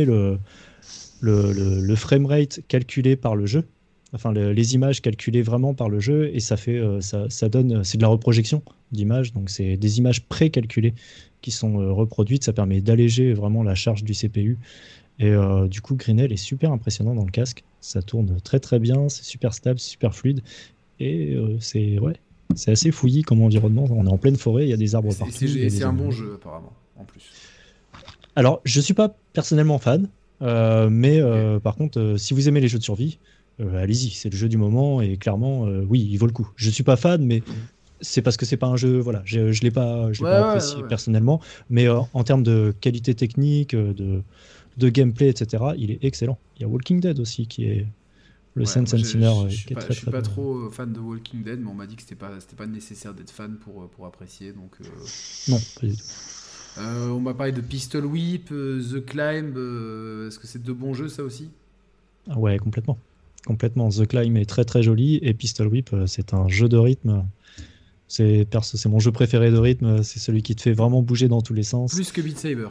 le framerate calculé par le jeu, enfin les images calculées vraiment par le jeu, et ça fait, ça donne, c'est de la reprojection d'images, donc c'est des images pré-calculées qui sont reproduites. Ça permet d'alléger vraiment la charge du CPU. Et du coup, Green Hell est super impressionnant dans le casque. Ça tourne très très bien, c'est super stable, super fluide. Et c'est assez fouillis comme environnement. On est en pleine forêt, il y a des arbres partout. C'est un bon jeu apparemment, en plus. Alors, je suis pas personnellement fan, mais par contre, si vous aimez les jeux de survie, allez-y, c'est le jeu du moment et clairement, oui, il vaut le coup. Je suis pas fan, mais c'est parce que c'est pas un jeu, voilà, je l'ai pas apprécié personnellement, mais en termes de qualité technique, de gameplay, etc., il est excellent. Il y a Walking Dead aussi qui est le Sense and Sinner, qui est très très bon. Je suis pas trop fan de Walking Dead, mais on m'a dit que c'était pas nécessaire d'être fan pour apprécier, donc non, pas du tout. On m'a parlé de Pistol Whip, The Climb. Est-ce que c'est de bons jeux, ça aussi? Ah ouais, complètement. Complètement. The Climb est très très joli et Pistol Whip, c'est un jeu de rythme. C'est mon jeu préféré de rythme. C'est celui qui te fait vraiment bouger dans tous les sens. Plus que Beat Saber.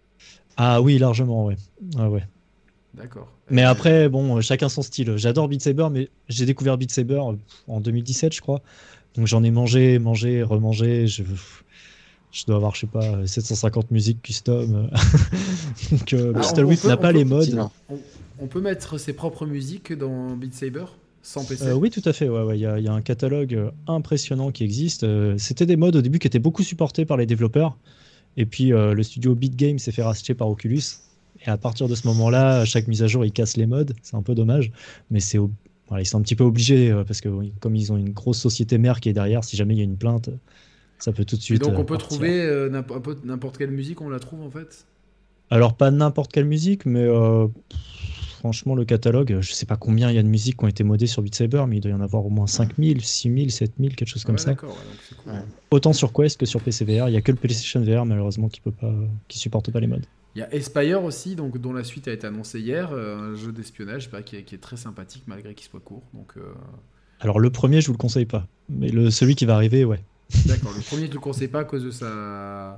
Ah oui, largement, ouais. Ah ouais. D'accord. Mais après, bon, chacun son style. J'adore Beat Saber, mais j'ai découvert Beat Saber en 2017, je crois. Donc j'en ai mangé, remangé. Je dois avoir, je sais pas, 750 musiques custom. Donc Pistol Whip n'a pas les modes. On peut mettre ses propres musiques dans Beat Saber sans PC. Oui, tout à fait. Ouais. Il y a un catalogue impressionnant qui existe. C'était des modes au début qui étaient beaucoup supportés par les développeurs. Et puis le studio Beat Game s'est fait racheter par Oculus. Et à partir de ce moment-là, à chaque mise à jour, ils cassent les modes. C'est un peu dommage. Mais voilà, ils sont un petit peu obligés parce que comme ils ont une grosse société mère qui est derrière, si jamais il y a une plainte, ça peut tout de suite. Et donc on peut partir. trouver n'importe quelle musique, on la trouve en fait. Alors pas n'importe quelle musique, mais franchement le catalogue, je sais pas combien il y a de musiques qui ont été modées sur Beat Saber, mais il doit y en avoir au moins 5000, 6000, 7000, quelque chose comme ça. D'accord, donc c'est cool. Autant sur Quest que sur PC VR, il y a que le PlayStation VR malheureusement qui supporte pas les modes. Il y a Espire aussi, donc, dont la suite a été annoncée hier, un jeu d'espionnage qui est très sympathique malgré qu'il soit court. Donc, Alors le premier, je vous le conseille pas, mais celui qui va arriver, ouais. D'accord, le premier, tu le conseilles pas à cause de ça.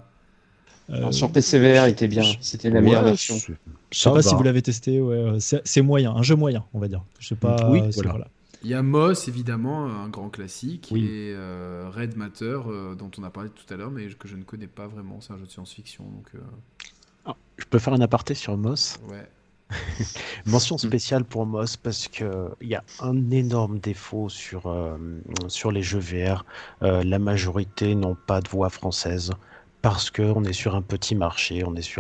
Sur PCVR, il était bien. C'était la meilleure version. Je sais pas si vous l'avez testé, ouais. C'est moyen, un jeu moyen, on va dire. Je sais pas. Oui, voilà. Il y a Moss, évidemment, un grand classique, Oui. et Red Matter, dont on a parlé tout à l'heure, mais que je ne connais pas vraiment. C'est un jeu de science-fiction, donc. Je peux faire un aparté sur Moss. Ouais. Mention spéciale pour Moss parce qu'il y a un énorme défaut sur les jeux VR. La majorité n'ont pas de voix française parce qu'on est sur un petit marché,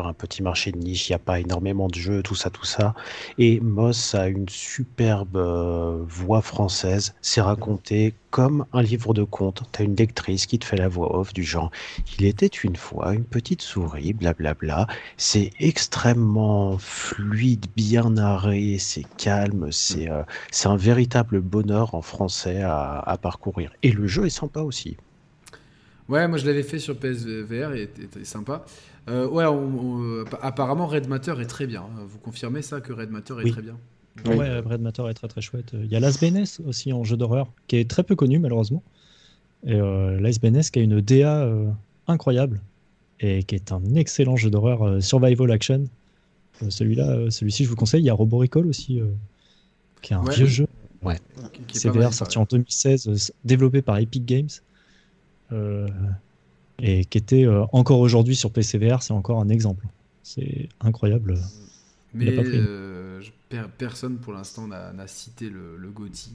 de niche, il n'y a pas énormément de jeux, tout ça. Et Moss a une superbe voix française. C'est raconté comme un livre de contes. Tu as une lectrice qui te fait la voix off du genre « Il était une fois une petite souris, blablabla ». C'est extrêmement fluide, bien narré, c'est calme, c'est un véritable bonheur en français à parcourir. Et le jeu est sympa aussi. Ouais, moi je l'avais fait sur PSVR et était sympa. Apparemment Red Matter est très bien. Vous confirmez ça que Red Matter est très bien? Oui. Ouais, Red Matter est très très chouette. Il y a Las Vegas aussi en jeu d'horreur, qui est très peu connu malheureusement. Et Las Vegas qui a une DA incroyable et qui est un excellent jeu d'horreur survival action. Celui-ci je vous conseille. Il y a Robo Recall aussi, qui est un vieux jeu. Ouais. Qui est CVR pas mal, sorti en 2016, développé par Epic Games. Et qui était encore aujourd'hui sur PCVR, c'est encore un exemple. C'est incroyable. Mais personne pour l'instant n'a cité le GOTY.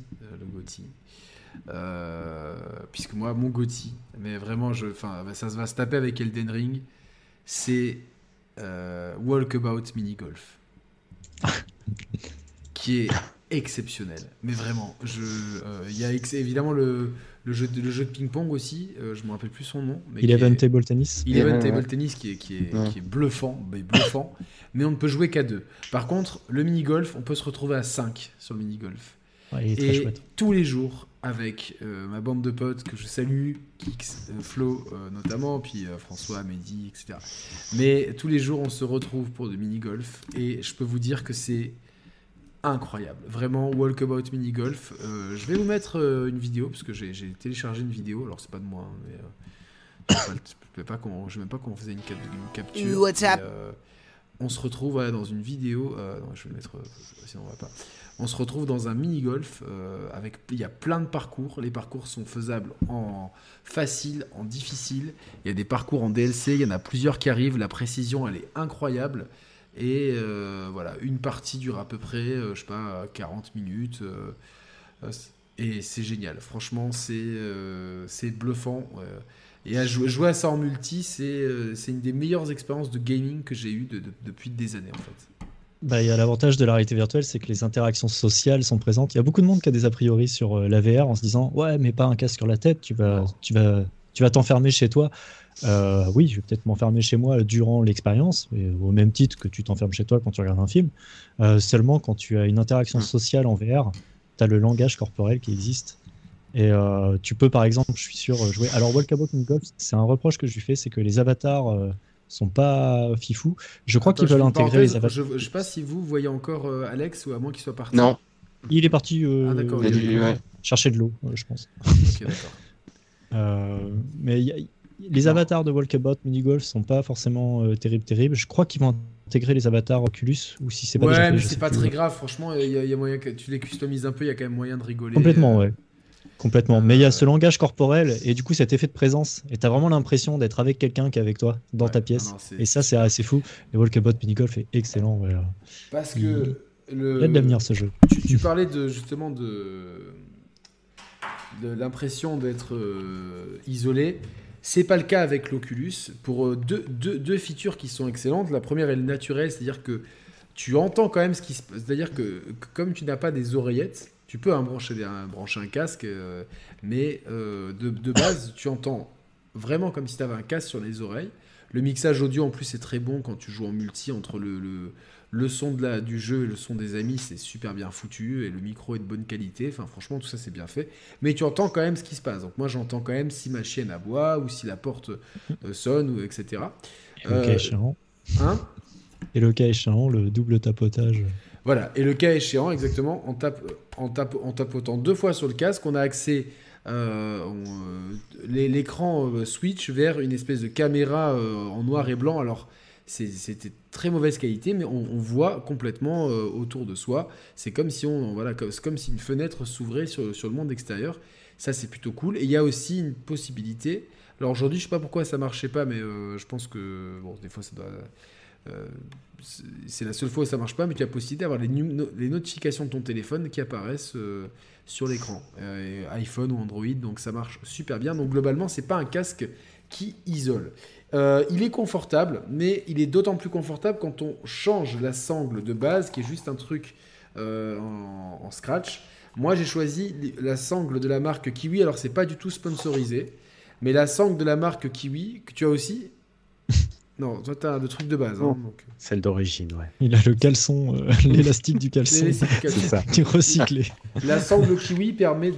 Puisque moi, mon GOTY, mais vraiment, ça va se taper avec Elden Ring, c'est Walkabout Mini Golf. Qui est exceptionnel. Mais vraiment, il y a évidemment le jeu de ping-pong aussi, je me rappelle plus son nom. Eleven Table Tennis. Table Tennis qui est bluffant, mais on ne peut jouer qu'à 2. Par contre, le mini-golf, on peut se retrouver à 5 sur le mini-golf. Ouais, il est très chouette. Tous les jours, avec ma bande de potes que je salue, Kix, Flo notamment, puis François, Mehdi, etc. Mais tous les jours, on se retrouve pour du mini-golf, et je peux vous dire que c'est incroyable, vraiment. Walkabout Mini Golf, je vais vous mettre une vidéo parce que j'ai téléchargé une vidéo, alors c'est pas de moi, mais je sais même pas comment on faisait une capture. WhatsApp. On se retrouve dans une vidéo, non, je vais le mettre, sinon on va pas. On se retrouve dans un mini golf il y a plein de parcours. Les parcours sont faisables en facile, en difficile. Il y a des parcours en DLC, il y en a plusieurs qui arrivent. La précision, elle est incroyable. Et voilà, une partie dure à peu près, 40 minutes. Et c'est génial. Franchement, c'est bluffant. Et jouer à ça en multi, c'est une des meilleures expériences de gaming que j'ai eues depuis des années, en fait. Il y a l'avantage de la réalité virtuelle, c'est que les interactions sociales sont présentes. Il y a beaucoup de monde qui a des a priori sur la VR en se disant « Ouais, mais pas un casque sur la tête, tu vas t'enfermer chez toi. » Oui, je vais peut-être m'enfermer chez moi durant l'expérience, au même titre que tu t'enfermes chez toi quand tu regardes un film. Seulement, quand tu as une interaction sociale en VR, tu as le langage corporel qui existe. Et tu peux, par exemple, je suis sûr, jouer. Alors, Walkabout Mini Golf, c'est un reproche que je lui fais, c'est que les avatars sont pas fifous. Je crois Attends, qu'ils je veulent fais une intégrer les parenthèse. avatars. Je sais pas si vous voyez encore Alex ou à moins qu'il soit parti. Non, Il est parti Ah, d'accord, il a dû- ouais. chercher de l'eau, je pense. Ok, d'accord. Mais les Non. avatars de Walkabout Minigolf sont pas forcément terribles. Je crois qu'ils vont intégrer les avatars Oculus, ou si c'est pas déjà Ouais, fait, mais je c'est sais pas plus. très grave. Franchement, il y a moyen que tu les customises un peu. Il y a quand même moyen de rigoler. Complètement, ouais. Complètement. Mais il y a ce Euh, langage corporel et du coup cet effet de présence. Et t'as vraiment l'impression d'être avec quelqu'un qui est avec toi dans Ouais, ta non, pièce. non, c'est Et ça, c'est super. assez fou. Le Walkabout Minigolf est excellent. Voilà. Parce Il que y a de l'avenir ce jeu. tu parlais justement de l'impression d'être isolé. C'est pas le cas avec l'Oculus pour deux features qui sont excellentes. La première est le naturel, c'est-à-dire que tu entends quand même ce qui se passe. C'est-à-dire que comme tu n'as pas des oreillettes, tu peux brancher un casque, mais de base, tu entends vraiment comme si tu avais un casque sur les oreilles. Le mixage audio en plus est très bon quand tu joues en multi entre le son du jeu et le son des amis, c'est super bien foutu et le micro est de bonne qualité. Enfin, franchement, tout ça c'est bien fait. Mais tu entends quand même ce qui se passe. Donc, moi j'entends quand même si ma chienne aboie ou si la porte sonne, ou etc. Et le cas échéant. Hein Et le cas échéant, le double tapotage. Voilà. Et le cas échéant, exactement, en tapotant 2 fois sur le casque, on a accès. L'écran switch vers une espèce de caméra en noir et blanc. Alors, c'était très mauvaise qualité, mais on voit complètement autour de soi. C'est comme si c'est comme si une fenêtre s'ouvrait sur le monde extérieur. Ça, c'est plutôt cool. Et il y a aussi une possibilité. Alors aujourd'hui, je sais pas pourquoi ça marchait pas, mais je pense que bon, des fois ça doit. euh, c'est la seule fois où ça marche pas, mais tu as la possibilité d'avoir les notifications de ton téléphone qui apparaissent sur l'écran, iPhone ou Android, donc ça marche super bien. Donc globalement, c'est pas un casque qui isole. Il est confortable, mais il est d'autant plus confortable quand on change la sangle de base, qui est juste un truc en scratch. Moi, j'ai choisi la sangle de la marque Kiwi. Alors, c'est pas du tout sponsorisé, mais la sangle de la marque Kiwi que tu as aussi. Non, toi, t'as le truc de base. Non. Hein, donc. Celle d'origine, ouais. Il a le caleçon, l'élastique du caleçon. C'est ça. Qui est recyclé. La sangle Kiwi permet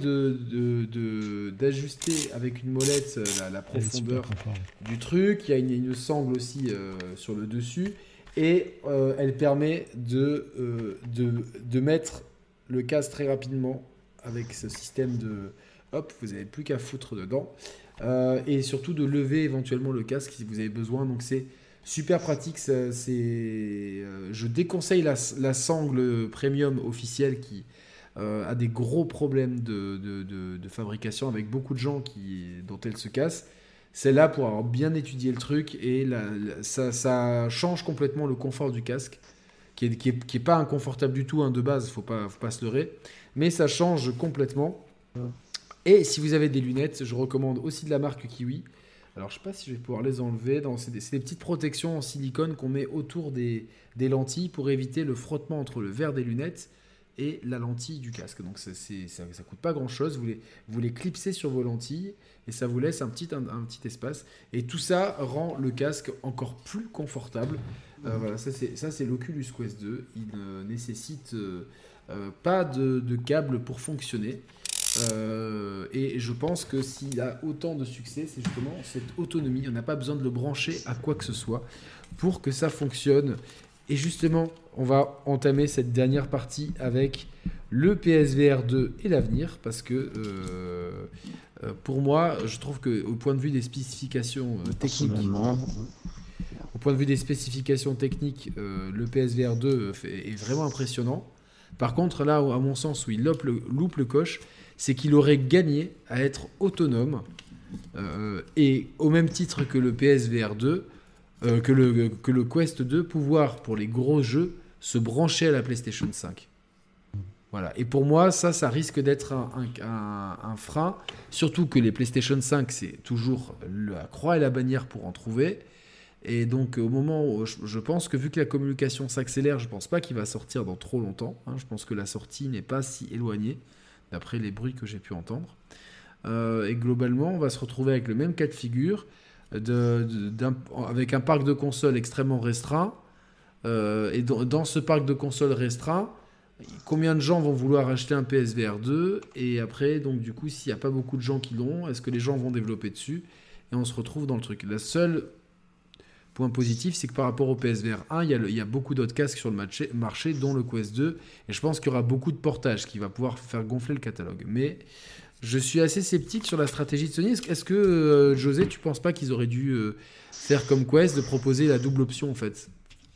d'ajuster avec une molette la profondeur du truc. Il y a une sangle aussi sur le dessus. Et elle permet de mettre le casque très rapidement avec ce système de... Hop, vous n'avez plus qu'à foutre dedans. Et surtout de lever éventuellement le casque si vous avez besoin. Donc c'est super pratique. Je déconseille la sangle premium officielle qui a des gros problèmes de fabrication avec beaucoup de gens dont elle se casse. Celle-là, pour avoir bien étudié le truc, et ça change complètement le confort du casque, qui est pas inconfortable du tout, hein, de base, faut pas se leurrer, mais ça change complètement. Et si vous avez des lunettes, je recommande aussi de la marque Kiwi. Alors, je sais pas si je vais pouvoir les enlever. C'est des petites protections en silicone qu'on met autour des lentilles pour éviter le frottement entre le verre des lunettes et la lentille du casque. Donc, ça coûte pas grand-chose. Vous les clipsez sur vos lentilles et ça vous laisse un petit espace. Et tout ça rend le casque encore plus confortable. Voilà, ça, c'est l'Oculus Quest 2. Il ne nécessite pas de câble pour fonctionner. Et je pense que s'il a autant de succès, c'est justement cette autonomie. On n'a pas besoin de le brancher à quoi que ce soit pour que ça fonctionne. Et justement, on va entamer cette dernière partie avec le PSVR 2 et l'avenir, parce que pour moi, je trouve qu'au point de vue des spécifications techniques, le PSVR 2 est vraiment impressionnant. Par contre, là, à mon sens, où il loupe le coche, c'est qu'il aurait gagné à être autonome, et au même titre que le PSVR 2, que le Quest 2, pouvoir, pour les gros jeux, se brancher à la PlayStation 5. Voilà. Et pour moi, ça risque d'être un frein, surtout que les PlayStation 5, c'est toujours la croix et la bannière pour en trouver. Et donc, au moment où je pense que vu que la communication s'accélère, je ne pense pas qu'il va sortir dans trop longtemps. Hein. Je pense que la sortie n'est pas si éloignée, d'après les bruits que j'ai pu entendre. Et globalement, on va se retrouver avec le même cas de figure, avec un parc de consoles extrêmement restreint. Et dans ce parc de consoles restreint, combien de gens vont vouloir acheter un PSVR 2 ? Et après, donc du coup, s'il n'y a pas beaucoup de gens qui l'ont, est-ce que les gens vont développer dessus ? Et on se retrouve dans le truc. La seule point positif, c'est que par rapport au PSVR 1, il y a beaucoup d'autres casques sur le marché, dont le Quest 2, et je pense qu'il y aura beaucoup de portages qui va pouvoir faire gonfler le catalogue. Mais je suis assez sceptique sur la stratégie de Sony. Est-ce que, José, tu penses pas qu'ils auraient dû faire comme Quest, de proposer la double option, en fait?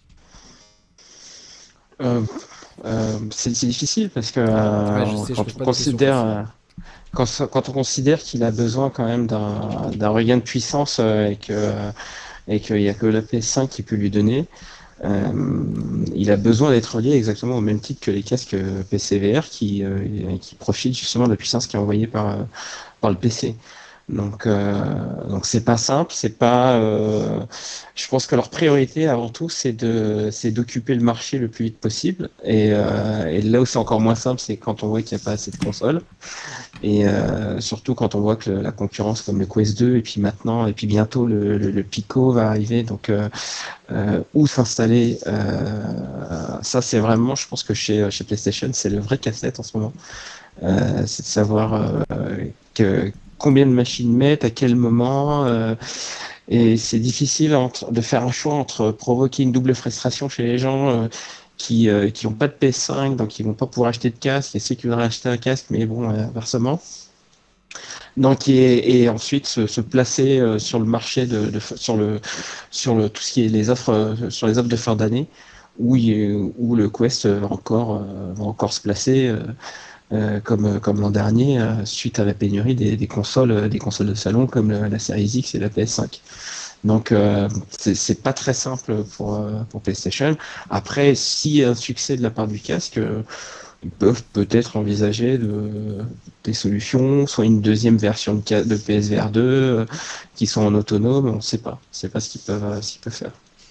C'est difficile parce que Ouais, je sais, je quand pose on pas de questions faciles. quand on considère qu'il a besoin quand même d'un regain de puissance et qu'il n'y a que la PS5 qui peut lui donner, il a besoin d'être relié exactement au même titre que les casques PCVR qui profitent justement de la puissance qui est envoyée par le PC. Donc c'est pas simple, c'est pas. Je pense que leur priorité avant tout c'est d'occuper le marché le plus vite possible. Et là où c'est encore moins simple, c'est quand on voit qu'il n'y a pas assez de consoles. Et surtout quand on voit que la concurrence comme le Quest 2 et puis maintenant et puis bientôt le Pico va arriver. Donc où s'installer, ça c'est vraiment, je pense que chez PlayStation c'est le vrai casse-tête en ce moment. C'est de savoir combien de machines mettre, à quel moment, et c'est difficile de faire un choix entre provoquer une double frustration chez les gens qui ont pas de PS5, donc ils vont pas pouvoir acheter de casque, et ceux qui voudraient acheter un casque, mais bon, inversement. Donc et ensuite se placer sur le marché sur le tout ce qui est les offres sur les offres de fin d'année où où le Quest va encore se placer. Comme l'an dernier, suite à la pénurie des consoles de salon comme la Series X et la PS5. Donc c'est pas très simple pour PlayStation. Après, s'il y a un succès de la part du casque, ils peuvent peut-être envisager des solutions, soit une deuxième version de PSVR 2 qui sont en autonome, on sait pas. On sait pas ce qu'ils peuvent faire.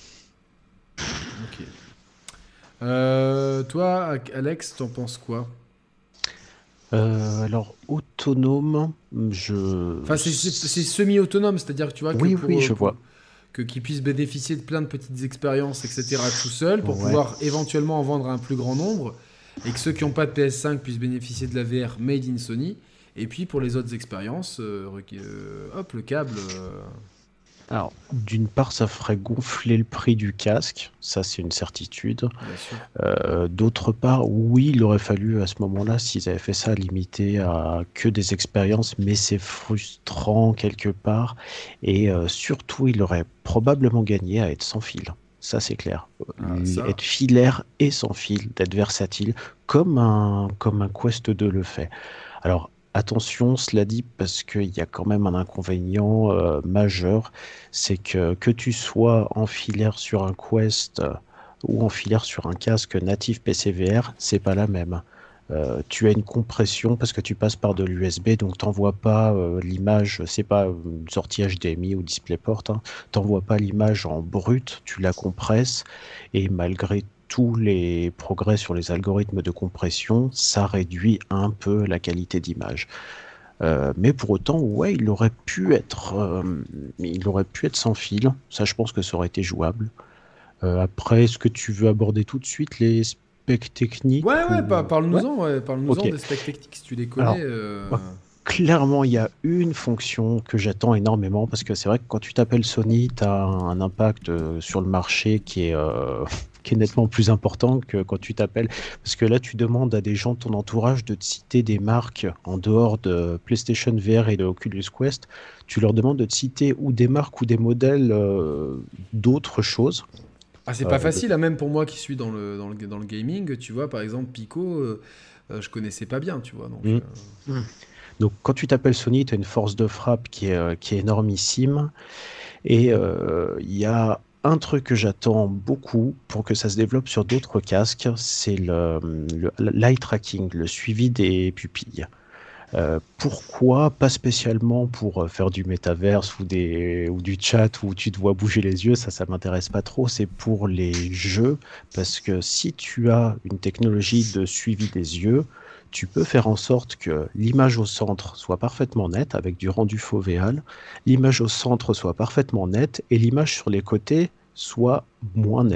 Ok. Toi, Alex, t'en penses quoi? Alors, autonome, Enfin, c'est semi-autonome, c'est-à-dire que tu vois que Oui, je vois. qu'ils puissent bénéficier de plein de petites expériences, etc., tout seul, pour Ouais. pouvoir éventuellement en vendre un plus grand nombre, et que ceux qui n'ont pas de PS5 puissent bénéficier de la VR made in Sony, et puis pour les autres expériences, hop, le câble. Alors, d'une part, ça ferait gonfler le prix du casque, ça c'est une certitude. Bien sûr. D'autre part, oui, il aurait fallu à ce moment-là, s'ils avaient fait ça, limiter à que des expériences, mais c'est frustrant quelque part. Et surtout, il aurait probablement gagné à être sans fil. Ça, c'est clair. Ça. Être filaire et sans fil, d'être versatile, comme un Quest 2 le fait. Alors, attention, cela dit, parce qu'il y a quand même un inconvénient majeur, c'est que tu sois en filaire sur un Quest ou en filaire sur un casque natif PCVR, c'est pas la même. Tu as une compression parce que tu passes par de l'USB, donc t'envoies pas l'image, c'est pas une sortie HDMI ou DisplayPort, hein, t'envoies pas l'image en brut, tu la compresses, et malgré tous les progrès sur les algorithmes de compression, ça réduit un peu la qualité d'image. Mais pour autant, ouais, il aurait pu être sans fil. Ça, je pense que ça aurait été jouable. Après, est-ce que tu veux aborder tout de suite les specs techniques Ouais, ou... parle-nous-en, parle-nous-en Ok. des specs techniques si tu les connais. Alors, ouais. Clairement, il y a une fonction que j'attends énormément parce que c'est vrai que quand tu t'appelles Sony, tu as un impact sur le marché qui est nettement plus important que quand tu t'appelles. Parce que là, tu demandes à des gens de ton entourage de te citer des marques en dehors de PlayStation VR et de Oculus Quest. Tu leur demandes de te citer ou des marques ou des modèles d'autres choses. Ah, c'est pas facile, hein, même pour moi qui suis dans le gaming, tu vois, par exemple, Pico, je connaissais pas bien, tu vois. Donc, Donc, quand tu t'appelles Sony, tu as une force de frappe qui est énormissime. Et il y a un truc que j'attends beaucoup pour que ça se développe sur d'autres casques, c'est le l'eye tracking, le suivi des pupilles. Pourquoi? Pas spécialement pour faire du métaverse ou du chat où tu te vois bouger les yeux, ça m'intéresse pas trop, c'est pour les jeux, parce que si tu as une technologie de suivi des yeux, tu peux faire en sorte que l'image au centre soit parfaitement nette avec du rendu fovéal, l'image au centre soit parfaitement nette et l'image sur les côtés soit moins nette.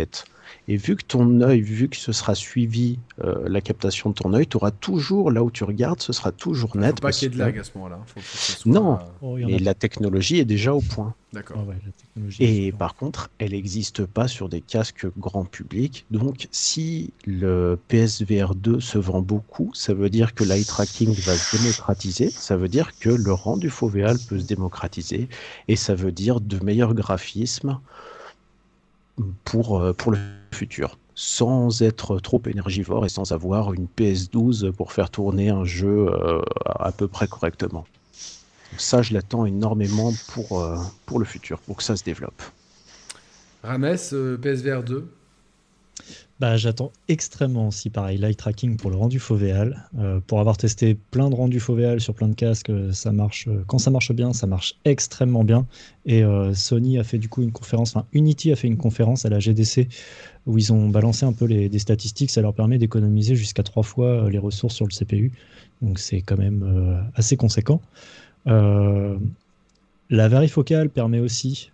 Et vu que ce sera suivi, la captation de ton œil, tu auras toujours, là où tu regardes, ce sera toujours net. Faut pas qu'il y ait de lag à ce moment-là. Faut que ça soit... Non, mais la technologie est déjà au point. D'accord. Ah ouais, la technologie Et par contre, elle n'existe pas sur des casques grand public. Donc, si le PSVR 2 se vend beaucoup, ça veut dire que l'eye tracking va se démocratiser. Ça veut dire que le rendu fovéal peut se démocratiser. Et ça veut dire de meilleurs graphismes pour le futur, sans être trop énergivore et sans avoir une PS12 pour faire tourner un jeu à peu près correctement. Ça, je l'attends énormément pour le futur, pour que ça se développe. Rames, PSVR 2. Bah, j'attends extrêmement aussi, pareil, l'eye tracking pour le rendu fovéal. Pour avoir testé plein de rendus fovéal sur plein de casques, ça marche. Quand ça marche bien, ça marche extrêmement bien. Et Sony a fait du coup une conférence, enfin Unity a fait une conférence à la GDC où ils ont balancé un peu des statistiques. Ça leur permet d'économiser jusqu'à 3 fois les ressources sur le CPU. Donc c'est quand même assez conséquent. La varifocale permet aussi,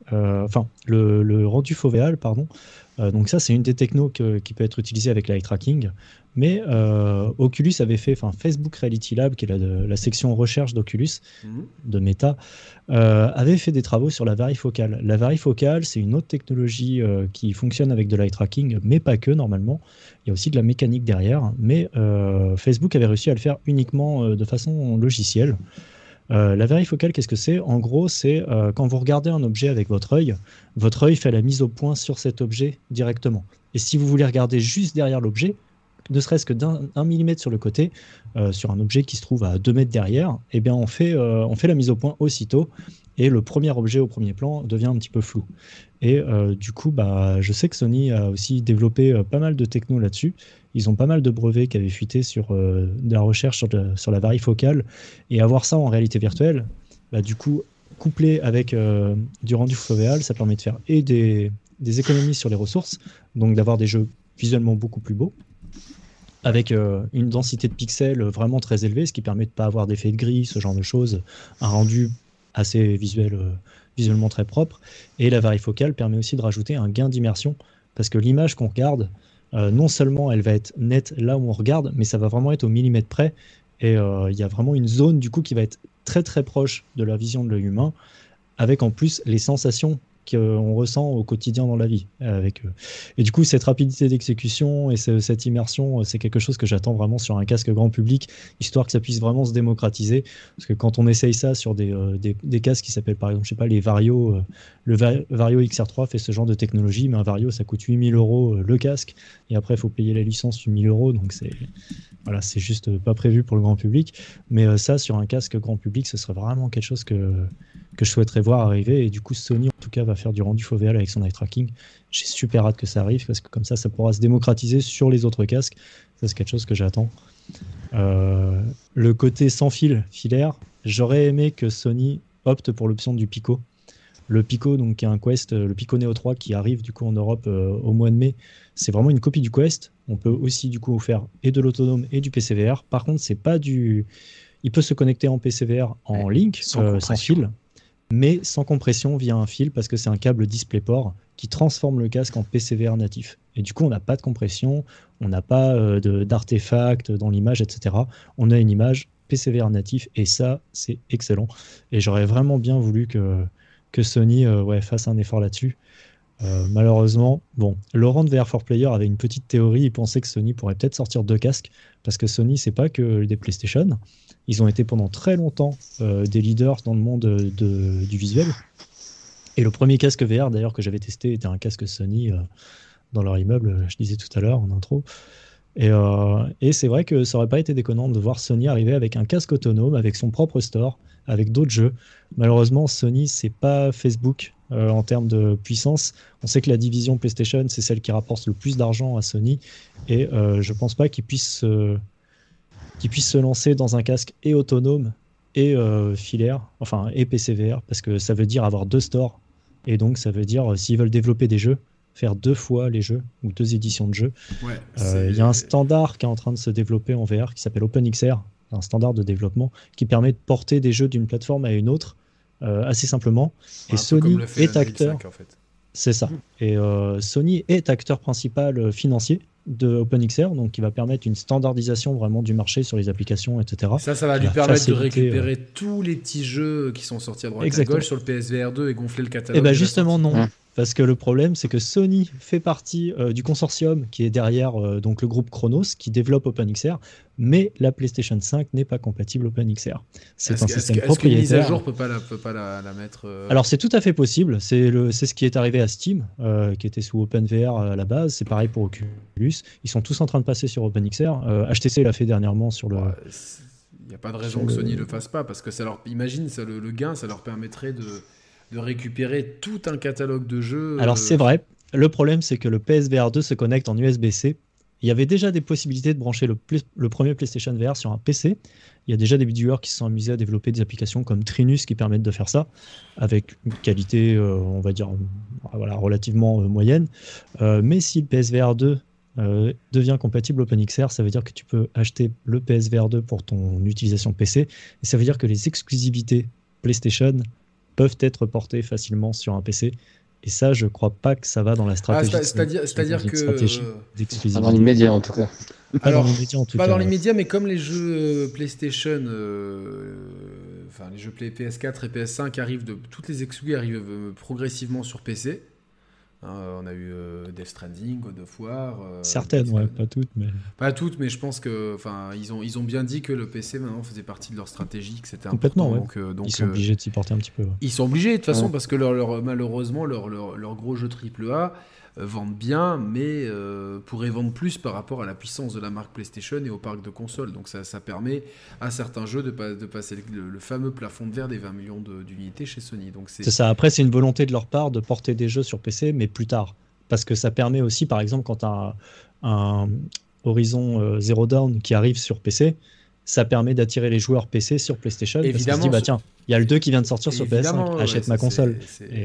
le rendu fovéal, pardon. Donc ça, c'est une des technos qui peut être utilisée avec l'eye tracking. Mais Oculus avait fait, Facebook Reality Lab, qui est la section recherche d'Oculus, de Meta, avait fait des travaux sur la varifocale. La varifocale, c'est une autre technologie qui fonctionne avec de l'eye tracking, mais pas que, normalement. Il y a aussi de la mécanique derrière. Mais Facebook avait réussi à le faire uniquement de façon logicielle. La varifocale, qu'est-ce que c'est? En gros, c'est quand vous regardez un objet avec votre œil fait la mise au point sur cet objet directement. Et si vous voulez regarder juste derrière l'objet, ne serait-ce que d'un millimètre sur le côté, sur un objet qui se trouve à 2 mètres derrière, eh bien on fait la mise au point aussitôt, et le premier objet au premier plan devient un petit peu flou. Et du coup, je sais que Sony a aussi développé pas mal de techno là-dessus. Ils ont pas mal de brevets qui avaient fuité sur de la recherche sur la varifocale. Et avoir ça en réalité virtuelle, du coup, couplé avec du rendu fovéal, ça permet de faire et des économies sur les ressources, donc d'avoir des jeux visuellement beaucoup plus beaux, avec une densité de pixels vraiment très élevée, ce qui permet de ne pas avoir d'effet de gris, ce genre de choses, un rendu assez visuellement très propre. Et la varifocale permet aussi de rajouter un gain d'immersion, parce que l'image qu'on regarde, non seulement elle va être nette là où on regarde, mais ça va vraiment être au millimètre près, et il y a vraiment une zone du coup qui va être très très proche de la vision de l'œil humain, avec en plus les sensations qu'on ressent au quotidien dans la vie. Et du coup, cette rapidité d'exécution et cette immersion, c'est quelque chose que j'attends vraiment sur un casque grand public, histoire que ça puisse vraiment se démocratiser. Parce que quand on essaye ça sur des casques qui s'appellent par exemple, je sais pas, les Vario, le Vario XR3 fait ce genre de technologie, mais un Vario, ça coûte 8 000 € le casque, et après, il faut payer la licence 8 000 €, donc c'est juste pas prévu pour le grand public. Mais ça, sur un casque grand public, ce serait vraiment quelque chose que je souhaiterais voir arriver. Et du coup, Sony, en tout cas, va faire du rendu fovéal avec son eye tracking. J'ai super hâte que ça arrive, parce que comme ça pourra se démocratiser sur les autres casques. Ça, c'est quelque chose que j'attends. Le côté sans fil, filaire, j'aurais aimé que Sony opte pour l'option du Pico. Le Pico, donc, qui est un Quest, le Pico Neo 3 qui arrive du coup en Europe au mois de mai, c'est vraiment une copie du Quest. On peut aussi du coup faire et de l'autonome et du PCVR. Par contre, c'est pas du... Il peut se connecter en PCVR en link, sans fil, mais sans compression via un fil, parce que c'est un câble DisplayPort qui transforme le casque en PCVR natif. Et du coup, on n'a pas de compression, on n'a pas d'artefacts dans l'image, etc. On a une image PCVR natif, et ça, c'est excellent. Et j'aurais vraiment bien voulu que Sony fasse un effort là-dessus. Malheureusement, Laurent de VR4Player avait une petite théorie. Il pensait que Sony pourrait peut-être sortir 2 casques, parce que Sony, c'est pas que des PlayStation. Ils ont été pendant très longtemps des leaders dans le monde du visuel. Et le premier casque VR, d'ailleurs, que j'avais testé était un casque Sony dans leur immeuble, je disais tout à l'heure en intro. Et c'est vrai que ça aurait pas été déconnant de voir Sony arriver avec un casque autonome, avec son propre store, avec d'autres jeux. Malheureusement, Sony, c'est pas Facebook en termes de puissance. On sait que la division PlayStation, c'est celle qui rapporte le plus d'argent à Sony, et je pense pas qu'ils puissent se lancer dans un casque et autonome et filaire, et PCVR, parce que ça veut dire avoir 2 stores, et donc ça veut dire, s'ils veulent développer des jeux, faire 2 fois les jeux, ou 2 éditions de jeux. Il y a un standard qui est en train de se développer en VR qui s'appelle OpenXR, un standard de développement qui permet de porter des jeux d'une plateforme à une autre assez simplement. Et Sony est acteur. 5, en fait. C'est ça. Et Sony est acteur principal financier de OpenXR, donc qui va permettre une standardisation vraiment du marché sur les applications, etc. Ça va lui permettre de récupérer tous les petits jeux qui sont sortis à droite à gauche sur le PSVR 2 et gonfler le catalogue. Et bien justement non, parce que le problème c'est que Sony fait partie du consortium qui est derrière donc le groupe Chronos qui développe OpenXR, mais la PlayStation 5 n'est pas compatible OpenXR. C'est un système propriétaire. Est-ce qu'une mise à jour peut pas la mettre Alors c'est tout à fait possible, c'est ce qui est arrivé à Steam, qui était sous OpenVR à la base, c'est pareil pour Oculus, ils sont tous en train de passer sur OpenXR, HTC l'a fait dernièrement sur le... Il n'y a pas de raison que Sony ne le fasse pas, parce que imagine, le gain, ça leur permettrait de récupérer tout un catalogue de jeux. Alors c'est vrai, le problème c'est que le PSVR 2 se connecte en USB-C. Il y avait déjà des possibilités de brancher le premier PlayStation VR sur un PC. Il y a déjà des viewers qui se sont amusés à développer des applications comme Trinus qui permettent de faire ça, avec une qualité, on va dire, relativement moyenne. Mais si le PSVR 2 devient compatible OpenXR, ça veut dire que tu peux acheter le PSVR 2 pour ton utilisation PC, et ça veut dire que les exclusivités PlayStation peuvent être portées facilement sur un PC. Et ça, je crois pas que ça va dans la stratégie. C'est-à-dire que d'exclusivité. Dans l'immédiat, en tout cas. Pas dans l'immédiat, mais comme les jeux PlayStation, les jeux PS4 et PS5 toutes les exclus arrivent progressivement sur PC. On a eu Death Stranding, God of War. Certaines, pas toutes, mais. Pas toutes, mais je pense que, ils ont bien dit que le PC maintenant faisait partie de leur stratégie, que c'était complètement. Important. Donc, ils sont obligés de s'y porter un petit peu. Ouais. Ils sont obligés de toute façon parce que malheureusement leurs gros jeux AAA vendent bien, mais pourraient vendre plus par rapport à la puissance de la marque PlayStation et au parc de consoles. Donc ça permet à certains jeux de passer le fameux plafond de verre des 20 millions d'unités chez Sony. Donc c'est ça. Après, c'est une volonté de leur part de porter des jeux sur PC, mais plus tard. Parce que ça permet aussi, par exemple, quand tu as un Horizon Zero Dawn qui arrive sur PC, ça permet d'attirer les joueurs PC sur PlayStation. Évidemment, parce qu'ils se disent, tiens, il y a le 2 qui vient de sortir sur PS5, achète ma console.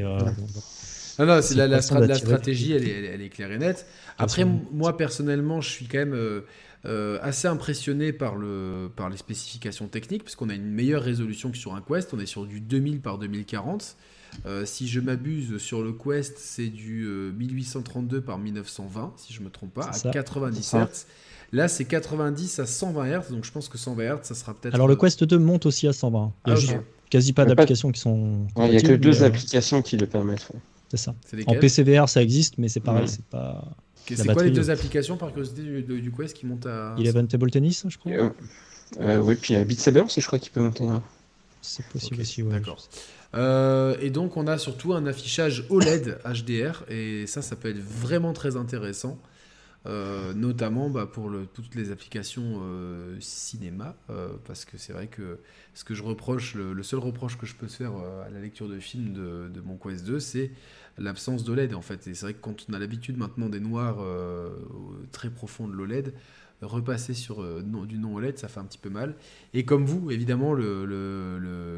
Non, la stratégie, elle est claire et nette. Après, moi, personnellement, je suis quand même assez impressionné par les spécifications techniques, parce qu'on a une meilleure résolution que sur un Quest. On est sur du 2000 par 2040. Si je m'abuse, sur le Quest, c'est du 1832 par 1920, si je ne me trompe pas, à 90 Hz. Là, c'est 90 à 120 Hz, donc je pense que 120 Hz, ça sera peut-être... Alors, le Quest 2 monte aussi à 120. Il y a juste quasi pas d'applications qui sont... Il n'y a que deux applications qui le permettent. C'est ça. En PCVR, ça existe, mais c'est pareil, c'est pas... C'est quoi les deux applications, par curiosité, du Quest qui montent à... 11 Table Tennis, je crois. Oui, puis Beat Saber aussi, je crois qu'il peut monter. C'est possible aussi, ouais. D'accord. Et donc, on a surtout un affichage OLED HDR, et ça peut être vraiment très intéressant. Notamment pour toutes les applications cinéma, parce que c'est vrai que ce que je reproche, le seul reproche que je peux faire à la lecture de films de mon Quest 2, c'est l'absence d'OLED en fait. Et c'est vrai que quand on a l'habitude maintenant des noirs très profonds de l'OLED, repasser sur du non OLED, ça fait un petit peu mal. Et comme vous, évidemment, le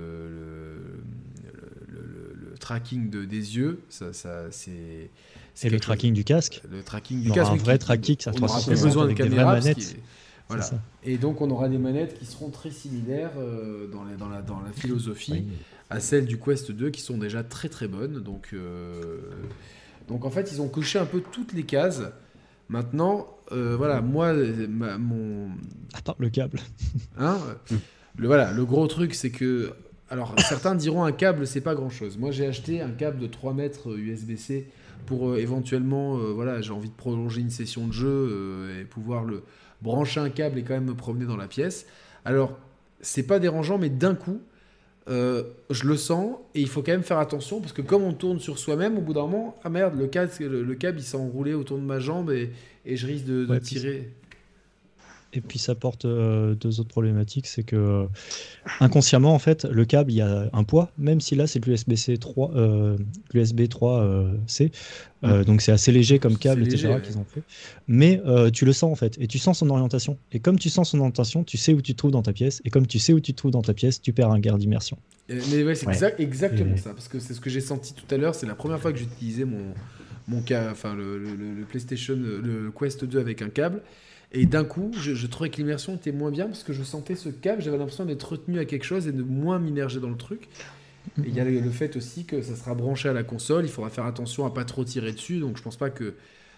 tracking des yeux, ça c'est... Et le tracking du casque. Le tracking du casque. Un vrai tracking, ça on n'aura plus besoin de caméra. Voilà. Ça. Et donc on aura des manettes qui seront très similaires dans la philosophie à celles du Quest 2 qui sont déjà très très bonnes. Donc en fait ils ont coché un peu toutes les cases. Maintenant, moi à part le câble. Le gros truc c'est que... Alors certains diront un câble c'est pas grand chose. Moi j'ai acheté un câble de 3 mètres USB-C pour éventuellement, j'ai envie de prolonger une session de jeu et pouvoir brancher un câble et quand même me promener dans la pièce. Alors, c'est pas dérangeant, mais d'un coup, je le sens et il faut quand même faire attention parce que comme on tourne sur soi-même, au bout d'un moment, ah merde, le câble il s'est enroulé autour de ma jambe et je risque de tirer. Et puis ça porte deux autres problématiques, c'est que inconsciemment en fait le câble il y a un poids, même si là c'est de l'USB 3C, donc c'est assez léger comme câble, etc. qu'ils ont fait. Mais tu le sens en fait, et tu sens son orientation. Et comme tu sens son orientation, tu sais où tu te trouves dans ta pièce, et comme tu sais où tu te trouves dans ta pièce, tu perds un gain d'immersion. Mais ouais, c'est exactement ça, parce que c'est ce que j'ai senti tout à l'heure, c'est la première fois que j'utilisais le PlayStation, le Quest 2 avec un câble. Et d'un coup, je trouvais que l'immersion était moins bien parce que je sentais ce câble, j'avais l'impression d'être retenu à quelque chose et de moins m'immerger dans le truc. Et il y a le fait aussi que ça sera branché à la console, il faudra faire attention à pas trop tirer dessus, donc je pense pas que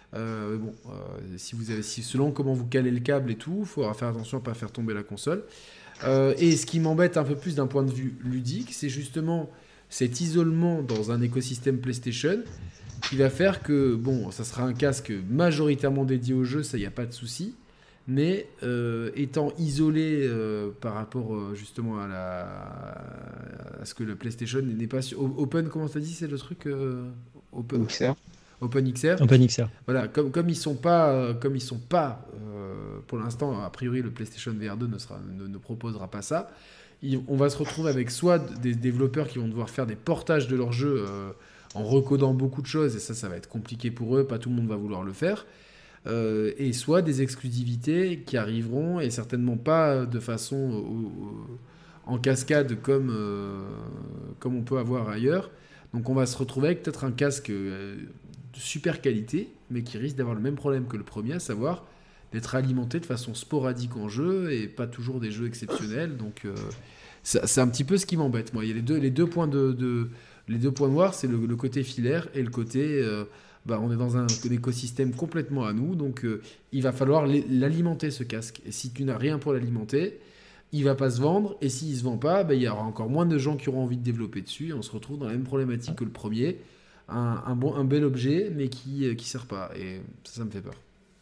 si selon comment vous calez le câble et tout, il faudra faire attention à pas faire tomber la console. Et ce qui m'embête un peu plus d'un point de vue ludique, c'est justement cet isolement dans un écosystème PlayStation qui va faire que, bon, ça sera un casque majoritairement dédié au jeu, ça y a pas de souci, mais étant isolé par rapport justement à ce que le PlayStation n'est pas sur Open, comment t'as dit, c'est le truc Open XR. OpenXR. OpenXR. Voilà, comme ils sont pas pour l'instant, a priori le PlayStation VR 2 ne proposera pas ça. On va se retrouver avec soit des développeurs qui vont devoir faire des portages de leurs jeux en recodant beaucoup de choses, et ça va être compliqué pour eux, pas tout le monde va vouloir le faire. Et soit des exclusivités qui arriveront, et certainement pas de façon en cascade comme on peut avoir ailleurs. Donc on va se retrouver avec peut-être un casque de super qualité, mais qui risque d'avoir le même problème que le premier, à savoir d'être alimenté de façon sporadique en jeu, et pas toujours des jeux exceptionnels. Donc c'est un petit peu ce qui m'embête. Moi, il y a les deux points noirs, c'est le côté filaire et le côté... on est dans un écosystème complètement à nous, donc il va falloir l'alimenter, ce casque. Et si tu n'as rien pour l'alimenter, il va pas se vendre, et s'il se vend pas, il y aura encore moins de gens qui auront envie de développer dessus, et on se retrouve dans la même problématique que le premier, un bel objet, mais qui sert pas, et ça me fait peur.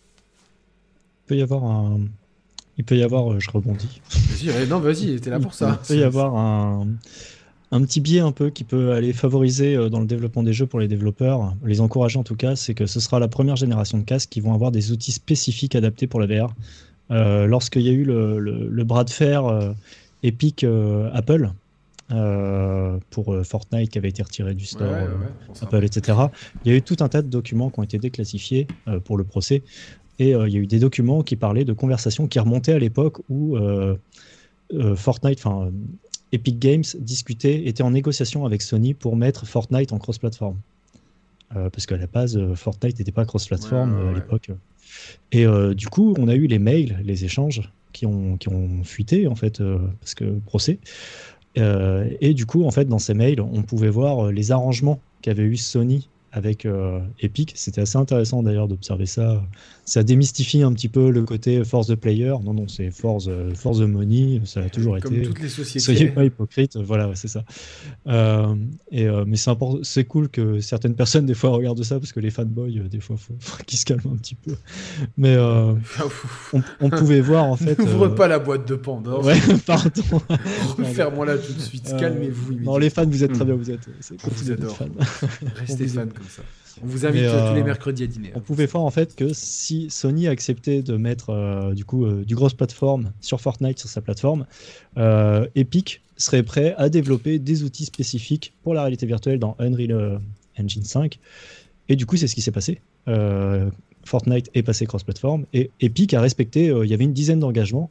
Il peut y avoir, je rebondis. Vas-y, t'es là pour ça. Il peut y avoir un petit biais un peu qui peut aller favoriser dans le développement des jeux pour les développeurs, les encourager en tout cas, c'est que ce sera la première génération de casques qui vont avoir des outils spécifiques adaptés pour la VR. Lorsqu'il y a eu le bras de fer Epic Apple pour Fortnite qui avait été retiré du store Apple, etc., il y a eu tout un tas de documents qui ont été déclassifiés pour le procès. Et il y a eu des documents qui parlaient de conversations qui remontaient à l'époque où Epic Games était en négociation avec Sony pour mettre Fortnite en cross-platform. Parce qu'à la base, Fortnite n'était pas cross-platform à l'époque. Et du coup, on a eu les mails, les échanges qui ont fuité, en fait, parce que procès. Et du coup, en fait, dans ces mails, on pouvait voir les arrangements qu'avait eu Sony avec Epic. C'était assez intéressant d'ailleurs d'observer ça. Ça démystifie un petit peu le côté force the player. Non, c'est force the money. Ça a toujours comme été. Toutes les sociétés. Soyez pas hypocrite. Voilà, c'est ça. Mais c'est cool que certaines personnes des fois regardent ça, parce que les fanboys, des fois, faut qu'ils se calment un petit peu. Mais on pouvait voir en fait. N'ouvre pas la boîte de Pandore. Ouais, pardon. Ferme-moi là tout de suite. Calmez-vous. Non, les fans, vous êtes très bien. On vous adore. Restez fans comme ça. On vous invite tous les mercredis à dîner. On pouvait voir en fait que si Sony acceptait de mettre du grosse plateforme sur Fortnite sur sa plateforme, Epic serait prêt à développer des outils spécifiques pour la réalité virtuelle dans Unreal Engine 5. Et du coup, c'est ce qui s'est passé. Fortnite est passé cross-platform et Epic a respecté. Il y avait une dizaine d'engagements.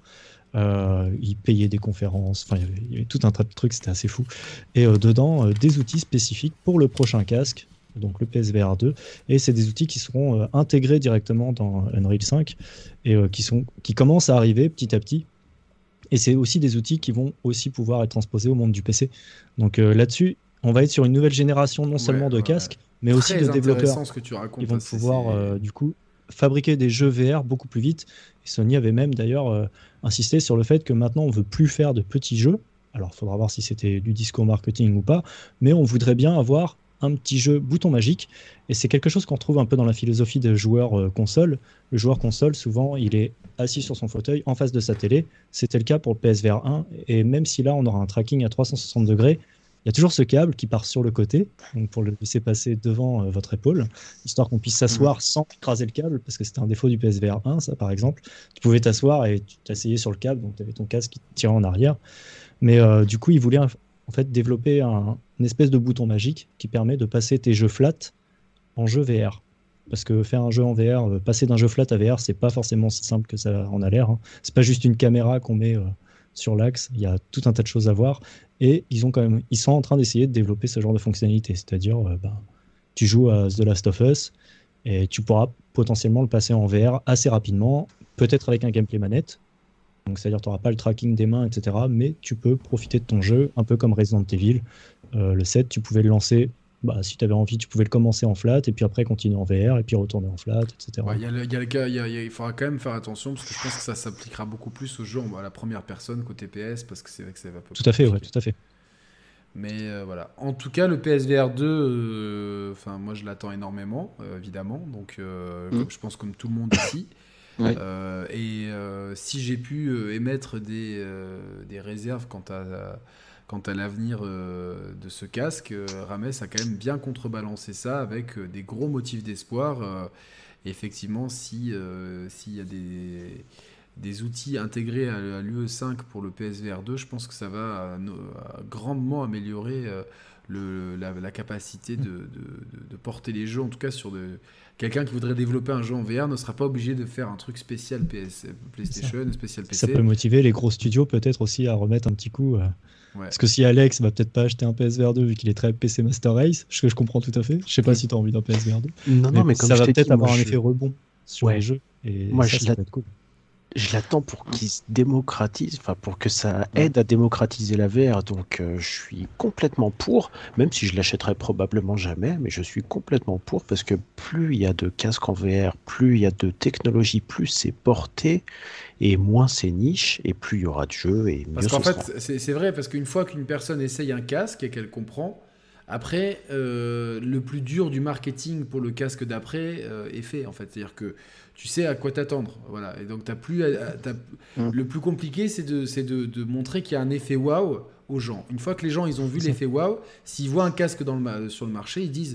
Ils payaient des conférences. Enfin, il y avait tout un tas de trucs. C'était assez fou. Et dedans, des outils spécifiques pour le prochain casque. Donc le PSVR 2, et c'est des outils qui seront intégrés directement dans Unreal 5 et qui commencent à arriver petit à petit, et c'est aussi des outils qui vont aussi pouvoir être transposés au monde du PC. Donc là-dessus, on va être sur une nouvelle génération non seulement de casques, mais aussi de développeurs qui vont pouvoir du coup fabriquer des jeux VR beaucoup plus vite. Et Sony avait même d'ailleurs insisté sur le fait que maintenant on veut plus faire de petits jeux. Alors il faudra voir si c'était du discours marketing ou pas, mais on voudrait bien avoir un petit jeu bouton magique, et c'est quelque chose qu'on trouve un peu dans la philosophie de joueur console. Le joueur console, souvent, il est assis sur son fauteuil en face de sa télé. C'était le cas pour le PSVR 1, et même si là on aura un tracking à 360 degrés, il y a toujours ce câble qui part sur le côté, donc pour le laisser passer devant votre épaule, histoire qu'on puisse s'asseoir sans écraser le câble, parce que c'était un défaut du PSVR 1, ça par exemple. Tu pouvais t'asseoir et tu t'asseyais sur le câble, donc tu avais ton casque qui te tirait en arrière. Mais du coup, il voulait en fait développer une espèce de bouton magique qui permet de passer tes jeux flat en jeu VR. Parce que faire un jeu en VR, passer d'un jeu flat à VR, c'est pas forcément si simple que ça en a l'air. C'est pas juste une caméra qu'on met sur l'axe, il y a tout un tas de choses à voir. Et ils sont en train d'essayer de développer ce genre de fonctionnalité. C'est-à-dire, tu joues à The Last of Us et tu pourras potentiellement le passer en VR assez rapidement, peut-être avec un gameplay manette. Donc c'est-à-dire tu n'auras pas le tracking des mains, etc. Mais tu peux profiter de ton jeu, un peu comme Resident Evil. le 7, tu pouvais le lancer. Si tu avais envie, tu pouvais le commencer en flat et puis après continuer en VR et puis retourner en flat, etc. Il faudra quand même faire attention parce que je pense que ça s'appliquera beaucoup plus aux jeux à la première personne côté PS parce que c'est vrai que ça va pas. Tout à fait, ouais, tout à fait. Mais voilà. En tout cas, le PSVR 2, moi je l'attends énormément, évidemment. Donc, je pense comme tout le monde ici. Ouais. Si j'ai pu émettre des réserves quant à l'avenir de ce casque, Rames a quand même bien contrebalancé ça avec des gros motifs d'espoir. Effectivement, s'il y a des outils intégrés à l'UE5 pour le PSVR 2, je pense que ça va grandement améliorer la capacité de porter les jeux, en tout cas quelqu'un qui voudrait développer un jeu en VR ne sera pas obligé de faire un truc spécial PlayStation, spécial PC. Ça peut motiver les gros studios peut-être aussi à remettre un petit coup. Ouais. Parce que si Alex va peut-être pas acheter un PSVR 2 vu qu'il est très PC Master Race, ce que je comprends tout à fait. Je sais pas si tu as envie d'un PSVR 2. Non, mais comme ça je va t'ai peut-être dit, avoir un effet rebond sur les jeux. Et moi, ça peut être cool. Je l'attends pour qu'il se démocratise, pour que ça aide à démocratiser la VR. Donc, je suis complètement pour, même si je l'achèterai probablement jamais, mais je suis complètement pour parce que plus il y a de casques en VR, plus il y a de technologie, plus c'est porté et moins c'est niche et plus il y aura de jeux et mieux parce ce qu'en sera. fait, c'est vrai parce qu'une fois qu'une personne essaye un casque et qu'elle comprend, après, le plus dur du marketing pour le casque d'après est fait en fait, c'est-à-dire que tu sais à quoi t'attendre, voilà. Et donc le plus compliqué, c'est de montrer qu'il y a un effet waouh aux gens. Une fois que les gens ils ont vu l'effet waouh, s'ils voient un casque sur le marché, ils disent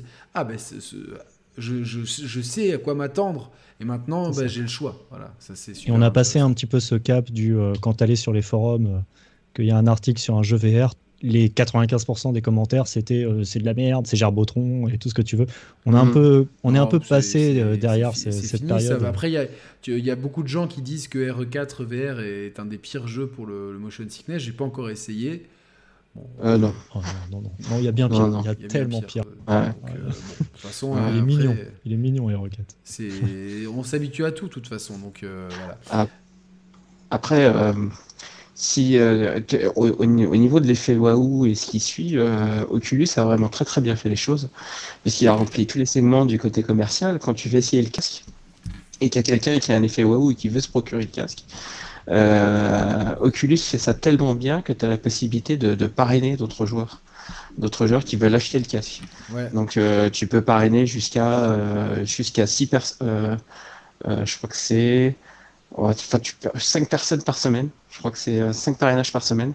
je sais à quoi m'attendre et maintenant j'ai le choix. Voilà, ça c'est super. Et on a passé un petit peu ce cap quand tu allais sur les forums, qu'il y a un article sur un jeu VR. Les 95% des commentaires, c'était c'est de la merde, c'est Gerbotron et tout ce que tu veux. On est un peu passé derrière cette période. Après, il y a beaucoup de gens qui disent que RE4 VR est un des pires jeux pour le motion sickness. J'ai pas encore essayé. Non. Oh, non, il y a bien pire. Il y a tellement pire. De toute façon, il est mignon RE4. On s'habitue à tout, de toute façon. Donc voilà. Après. Si au niveau de l'effet waouh et ce qui suit, Oculus a vraiment très très bien fait les choses, puisqu'il a rempli tous les segments du côté commercial. Quand tu fais essayer le casque et qu'il y a quelqu'un qui a un effet waouh et qui veut se procurer le casque, Oculus fait ça tellement bien que tu as la possibilité de parrainer d'autres joueurs qui veulent acheter le casque. Ouais. Donc tu peux parrainer jusqu'à 6 personnes. Je crois que c'est 5 personnes par semaine. Je crois que c'est 5 parrainages par semaine.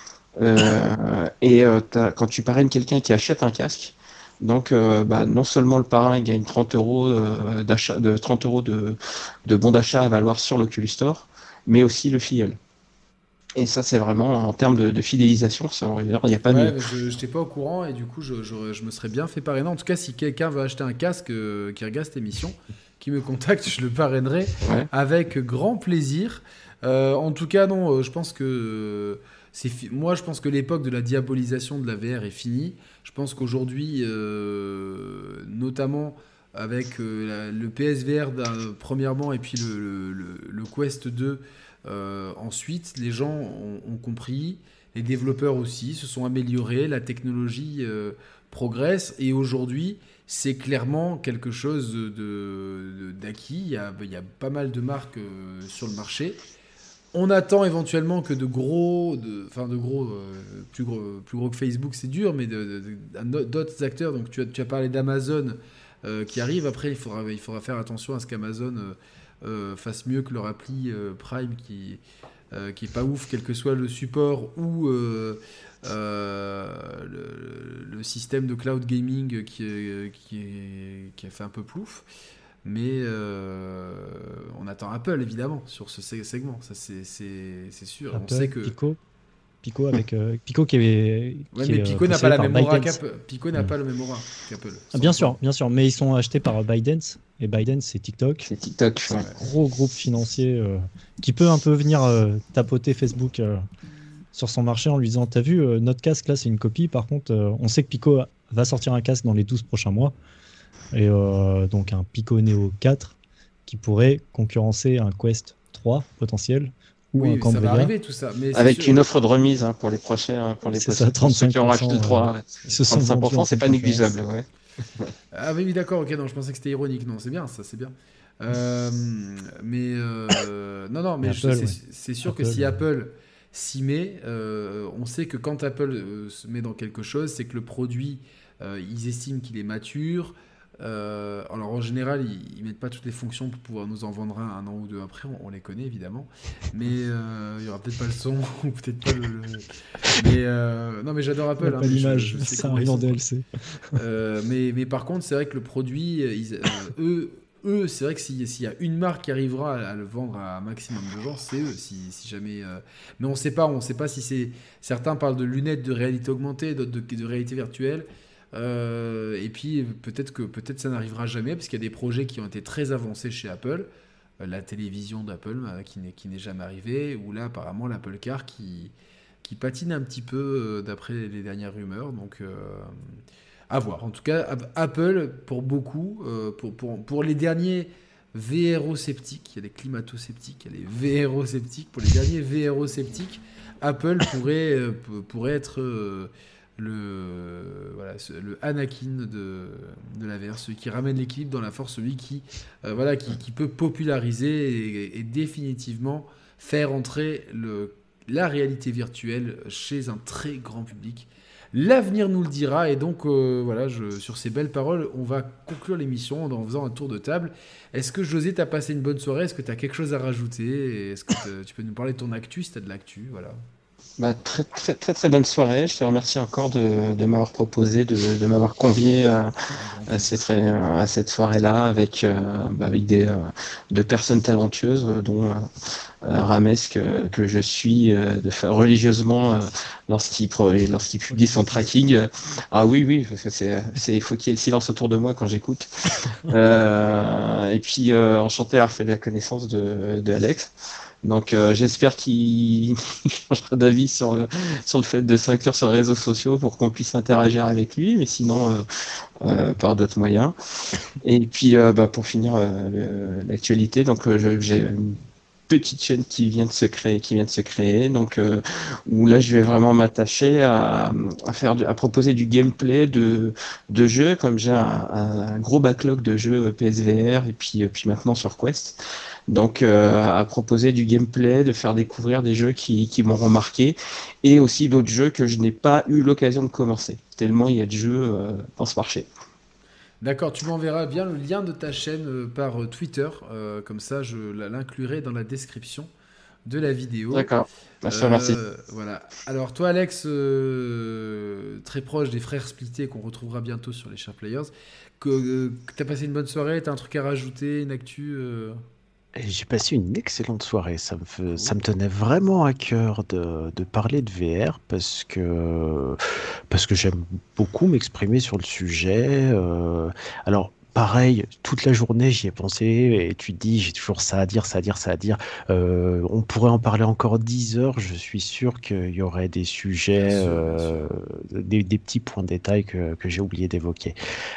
Quand tu parraines quelqu'un qui achète un casque, donc non seulement le parrain gagne 30 euros de bons d'achat à valoir sur l'Oculus Store, mais aussi le filleul. Et ça, c'est vraiment en termes de fidélisation, il n'y a pas mieux. Je n'étais pas au courant et du coup, je me serais bien fait parrainer. En tout cas, si quelqu'un veut acheter un casque qui regarde cette émission, qui me contacte, je le parrainerai avec grand plaisir. En tout cas, non, je pense que je pense que l'époque de la diabolisation de la VR est finie. Je pense qu'aujourd'hui, notamment avec le PSVR premièrement et puis le Quest 2 ensuite, les gens ont compris, les développeurs aussi se sont améliorés, la technologie progresse et aujourd'hui c'est clairement quelque chose d'acquis. Il y a pas mal de marques sur le marché. On attend éventuellement que plus gros que Facebook, c'est dur, mais d'autres acteurs. Donc tu as parlé d'Amazon qui arrive. Après, il faudra faire attention à ce qu'Amazon fasse mieux que leur appli Prime qui est pas ouf, quel que soit le support ou le système de cloud gaming qui a fait un peu plouf. Mais on attend Apple évidemment sur ce segment, ça c'est sûr. Apple, on sait que Pico avec Pico qui est mais Pico n'a pas la même aura Pico n'a pas le même aura qu'Apple. Bien sûr, mais ils sont achetés par ByteDance et ByteDance c'est TikTok. C'est TikTok, un gros groupe financier qui peut un peu venir tapoter Facebook sur son marché en lui disant t'as vu notre casque là c'est une copie, par contre on sait que Pico va sortir un casque dans les 12 prochains mois et donc un Pico Neo 4 qui pourrait concurrencer un Quest 3 potentiel ou un Oui, ça va Cambria. arriver tout ça. Mais c'est Avec sûr- une offre de remise pour les prochains, pour les C'est ça, pour ceux qui ont racheté le 35%, droit. ils se sont vendus 35%, en c'est pas conférence. négligeable, ouais. Ah oui, oui, d'accord, ok, non, je pensais que c'était ironique. Non, c'est bien, ça, c'est bien. Euh, non, non, Mais mais Apple, ouais. c'est sûr que Apple, si Apple s'y met, on sait que quand Apple se met dans quelque chose, c'est que le produit, ils estiment qu'il est mature. Alors en général, ils mettent pas toutes les fonctions pour pouvoir nous en vendre un an ou deux après, on les connaît évidemment, mais il y aura peut-être pas le son ou peut-être pas mais non, mais j'adore Apple, hein, Pas mais l'image, je sais ça comment arrive ils en sont, quoi. DLC. Mais par contre, c'est vrai que le produit, eux, c'est vrai que s'il y a une marque qui arrivera à le vendre à un maximum de gens, c'est eux. Si jamais, mais on sait pas si c'est. Certains parlent de lunettes de réalité augmentée, d'autres de réalité virtuelle. Et puis peut-être ça n'arrivera jamais parce qu'il y a des projets qui ont été très avancés chez Apple. La télévision d'Apple qui n'est jamais arrivée, ou là apparemment l'Apple Car qui patine un petit peu d'après les dernières rumeurs. Donc à voir. En tout cas, Apple, pour beaucoup, pour les derniers VRO-sceptiques, il y a des climato-sceptiques, il y a des VRO-sceptiques, pour les derniers VRO-sceptiques, Apple pourrait être le Anakin de la VR, celui qui ramène l'équilibre dans la force, celui qui peut populariser et définitivement faire entrer la réalité virtuelle chez un très grand public. L'avenir nous le dira, et donc sur ces belles paroles, on va conclure l'émission en faisant un tour de table. Est-ce que José, t'as passé une bonne soirée? Est-ce que t'as quelque chose à rajouter? Est-ce que tu peux nous parler de ton actu, si t'as de l'actu? Voilà. Bah, très, très, très, très bonne soirée. Je te remercie encore de m'avoir proposé, de m'avoir convié à cette soirée-là avec deux personnes talentueuses, dont Rames que je suis de faire religieusement lorsqu'il publie son tracking. Ah oui, oui, parce que il faut qu'il y ait le silence autour de moi quand j'écoute. Et puis enchanté d'avoir fait la connaissance de Alex. Donc j'espère qu'il changera d'avis sur le fait de s'inclure sur les réseaux sociaux pour qu'on puisse interagir avec lui, mais sinon par d'autres moyens. Et puis pour finir l'actualité, donc j'ai une petite chaîne qui vient de se créer, donc où là je vais vraiment m'attacher à proposer du gameplay de jeux, comme j'ai un gros backlog de jeux PSVR et puis maintenant sur Quest. Donc à proposer du gameplay, de faire découvrir des jeux qui m'auront marqué, et aussi d'autres jeux que je n'ai pas eu l'occasion de commencer, tellement il y a de jeux dans ce marché. D'accord, tu m'enverras bien le lien de ta chaîne par Twitter, comme ça je l'inclurai dans la description de la vidéo. D'accord, je te remercie. Voilà. Alors toi Alex, très proche des frères splittés qu'on retrouvera bientôt sur les Share Players, t'as passé une bonne soirée, t'as un truc à rajouter, une actu Et j'ai passé une excellente soirée. Ça me tenait vraiment à cœur de parler de VR parce que j'aime beaucoup m'exprimer sur le sujet. Alors, pareil, toute la journée, j'y ai pensé et tu te dis, j'ai toujours ça à dire, ça à dire, ça à dire. On pourrait en parler encore 10 heures. Je suis sûr qu'il y aurait des sujets, des petits points de détail que j'ai oublié d'évoquer.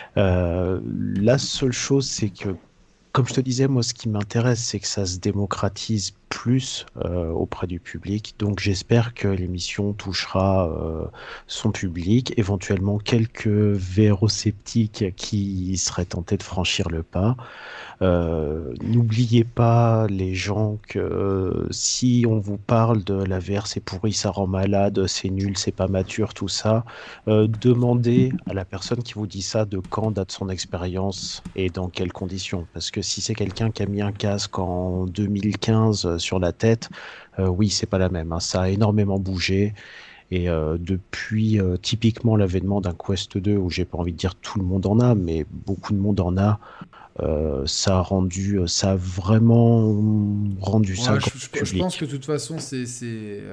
La seule chose, c'est que comme je te disais, moi, ce qui m'intéresse, c'est que ça se démocratise plus auprès du public. Donc, j'espère que l'émission touchera son public, éventuellement quelques vérosceptiques qui seraient tentés de franchir le pas. N'oubliez pas, les gens, que si on vous parle de la VR, c'est pourri, ça rend malade, c'est nul, c'est pas mature, tout ça, demandez à la personne qui vous dit ça de quand date son expérience et dans quelles conditions. Parce que si c'est quelqu'un qui a mis un casque en 2015 sur la tête, oui, c'est pas la même, hein. Ça a énormément bougé. Et depuis typiquement l'avènement d'un Quest 2, où j'ai pas envie de dire tout le monde en a, mais beaucoup de monde en a, ça a vraiment rendu ça je pense que de toute façon, ces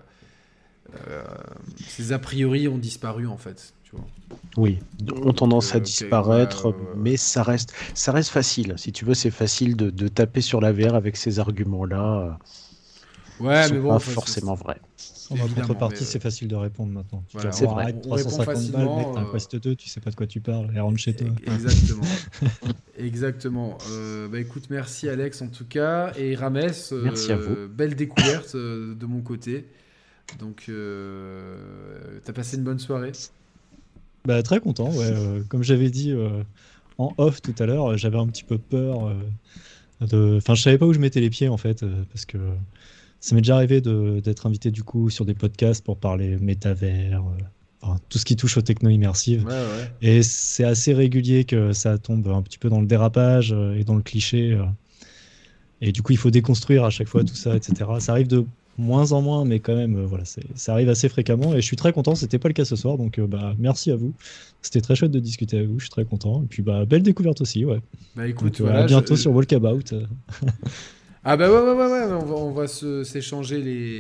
a priori ont disparu en fait. Tu vois. Oui, ont tendance à disparaître, mais ça reste facile. Si tu veux, c'est facile de taper sur la VR avec ces arguments-là. Ouais, Qui mais sont bon, pas forcément vrais. En Évidemment, contrepartie, mais, c'est facile de répondre maintenant. Tu voilà, dis, c'est oh, vrai. arrête, on répond 350 balles, facilement, mec, t'as un Quest 2, tu sais pas de quoi tu parles, et rentre chez toi. Exactement. Exactement. Écoute, merci Alex en tout cas. Et Rames, Merci à vous. belle découverte de mon côté. Donc, t'as passé une bonne soirée. Bah, très content, ouais. Comme j'avais dit en off tout à l'heure, j'avais un petit peu peur Enfin, je savais pas où je mettais les pieds en fait, parce que ça m'est déjà arrivé d'être invité du coup sur des podcasts pour parler métavers, enfin, tout ce qui touche aux techno immersives. Ouais, ouais. Et c'est assez régulier que ça tombe un petit peu dans le dérapage et dans le cliché. Et du coup, il faut déconstruire à chaque fois tout ça, etc. Ça arrive de moins en moins, mais quand même, voilà, ça arrive assez fréquemment. Et je suis très content, c'était pas le cas ce soir, donc merci à vous. C'était très chouette de discuter avec vous, je suis très content. Et puis, belle découverte aussi, ouais. Bah écoute, Donc, voilà, à bientôt sur Walkabout. Ah bah ouais, on va s'échanger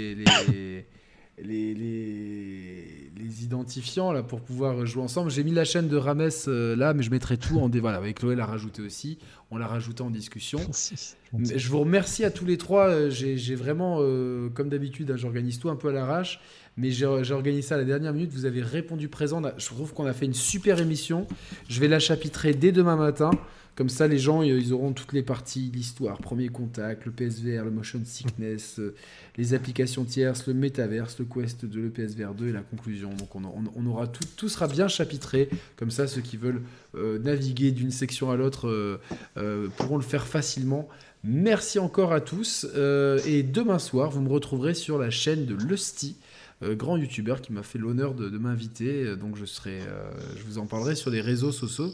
les identifiants là pour pouvoir jouer ensemble. J'ai mis la chaîne de Rames là, mais je mettrai tout en voilà, avec Chloé l'a rajouté aussi. On l'a rajouté en discussion. Mais je vous remercie à tous les trois. J'ai vraiment, comme d'habitude, hein, j'organise tout un peu à l'arrache, mais j'ai organisé ça à la dernière minute. Vous avez répondu présent. Je trouve qu'on a fait une super émission. Je vais la chapitrer dès demain matin. Comme ça, les gens, ils auront toutes les parties, l'histoire, premier contact, le PSVR, le motion sickness, les applications tierces, le métaverse, le Quest 2, le PSVR 2 et la conclusion. Donc, on aura tout sera bien chapitré. Comme ça, ceux qui veulent naviguer d'une section à l'autre pourront le faire facilement. Merci encore à tous. Et demain soir, vous me retrouverez sur la chaîne de Lusty, grand youtubeur qui m'a fait l'honneur de m'inviter. Donc, je vous en parlerai sur les réseaux sociaux.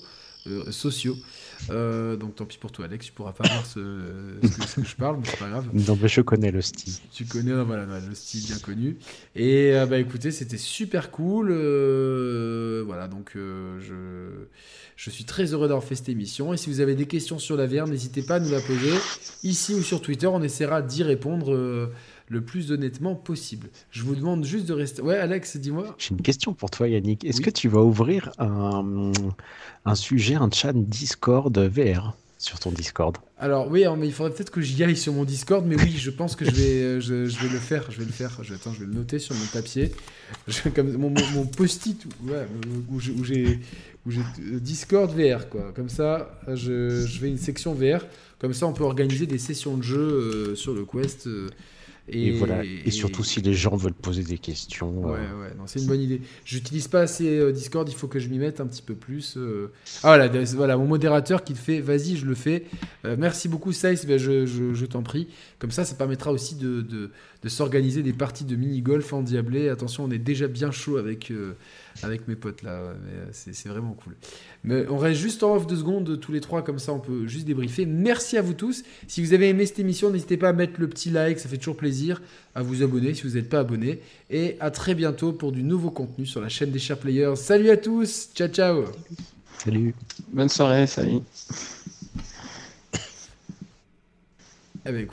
Donc tant pis pour toi Alex, tu pourras pas voir ce que je parle, mais c'est pas grave. Non, mais je connais le style. Tu connais, voilà, le style bien connu. Et écoutez, c'était super cool. Voilà, donc je suis très heureux d'avoir fait cette émission. Et si vous avez des questions sur la VR, n'hésitez pas à nous la poser ici ou sur Twitter. On essaiera d'y répondre le plus honnêtement possible. Je vous demande juste de rester... Ouais, Alex, dis-moi. J'ai une question pour toi, Yannick. Est-ce Oui. que tu vas ouvrir un sujet, un chat Discord VR sur ton Discord? Alors oui, mais il faudrait peut-être que j'y aille sur mon Discord, mais oui, je pense que je vais le faire. Je vais le noter sur mon papier. Comme mon post-it où j'ai Discord VR, quoi. Comme ça, je fais une section VR. Comme ça, on peut organiser des sessions de jeu sur le Quest. Et voilà. Et surtout si les gens veulent poser des questions. Ouais, non, c'est une bonne idée. J'utilise pas assez Discord, il faut que je m'y mette un petit peu plus. Ah voilà, mon modérateur qui le fait, vas-y, je le fais. Merci beaucoup, Saïs, je t'en prie. Comme ça permettra aussi de s'organiser des parties de mini-golf endiablées. Attention, on est déjà bien chaud avec mes potes là, mais c'est vraiment cool. Mais on reste juste en off 2 secondes tous les trois, comme ça on peut juste débriefer. Merci à vous tous. Si vous avez aimé cette émission, n'hésitez pas à mettre le petit like, ça fait toujours plaisir. À vous abonner si vous n'êtes pas abonné. Et à très bientôt pour du nouveau contenu sur la chaîne des Chers Players. Salut à tous, ciao. Salut. Bonne soirée, salut. Eh ben, écoute.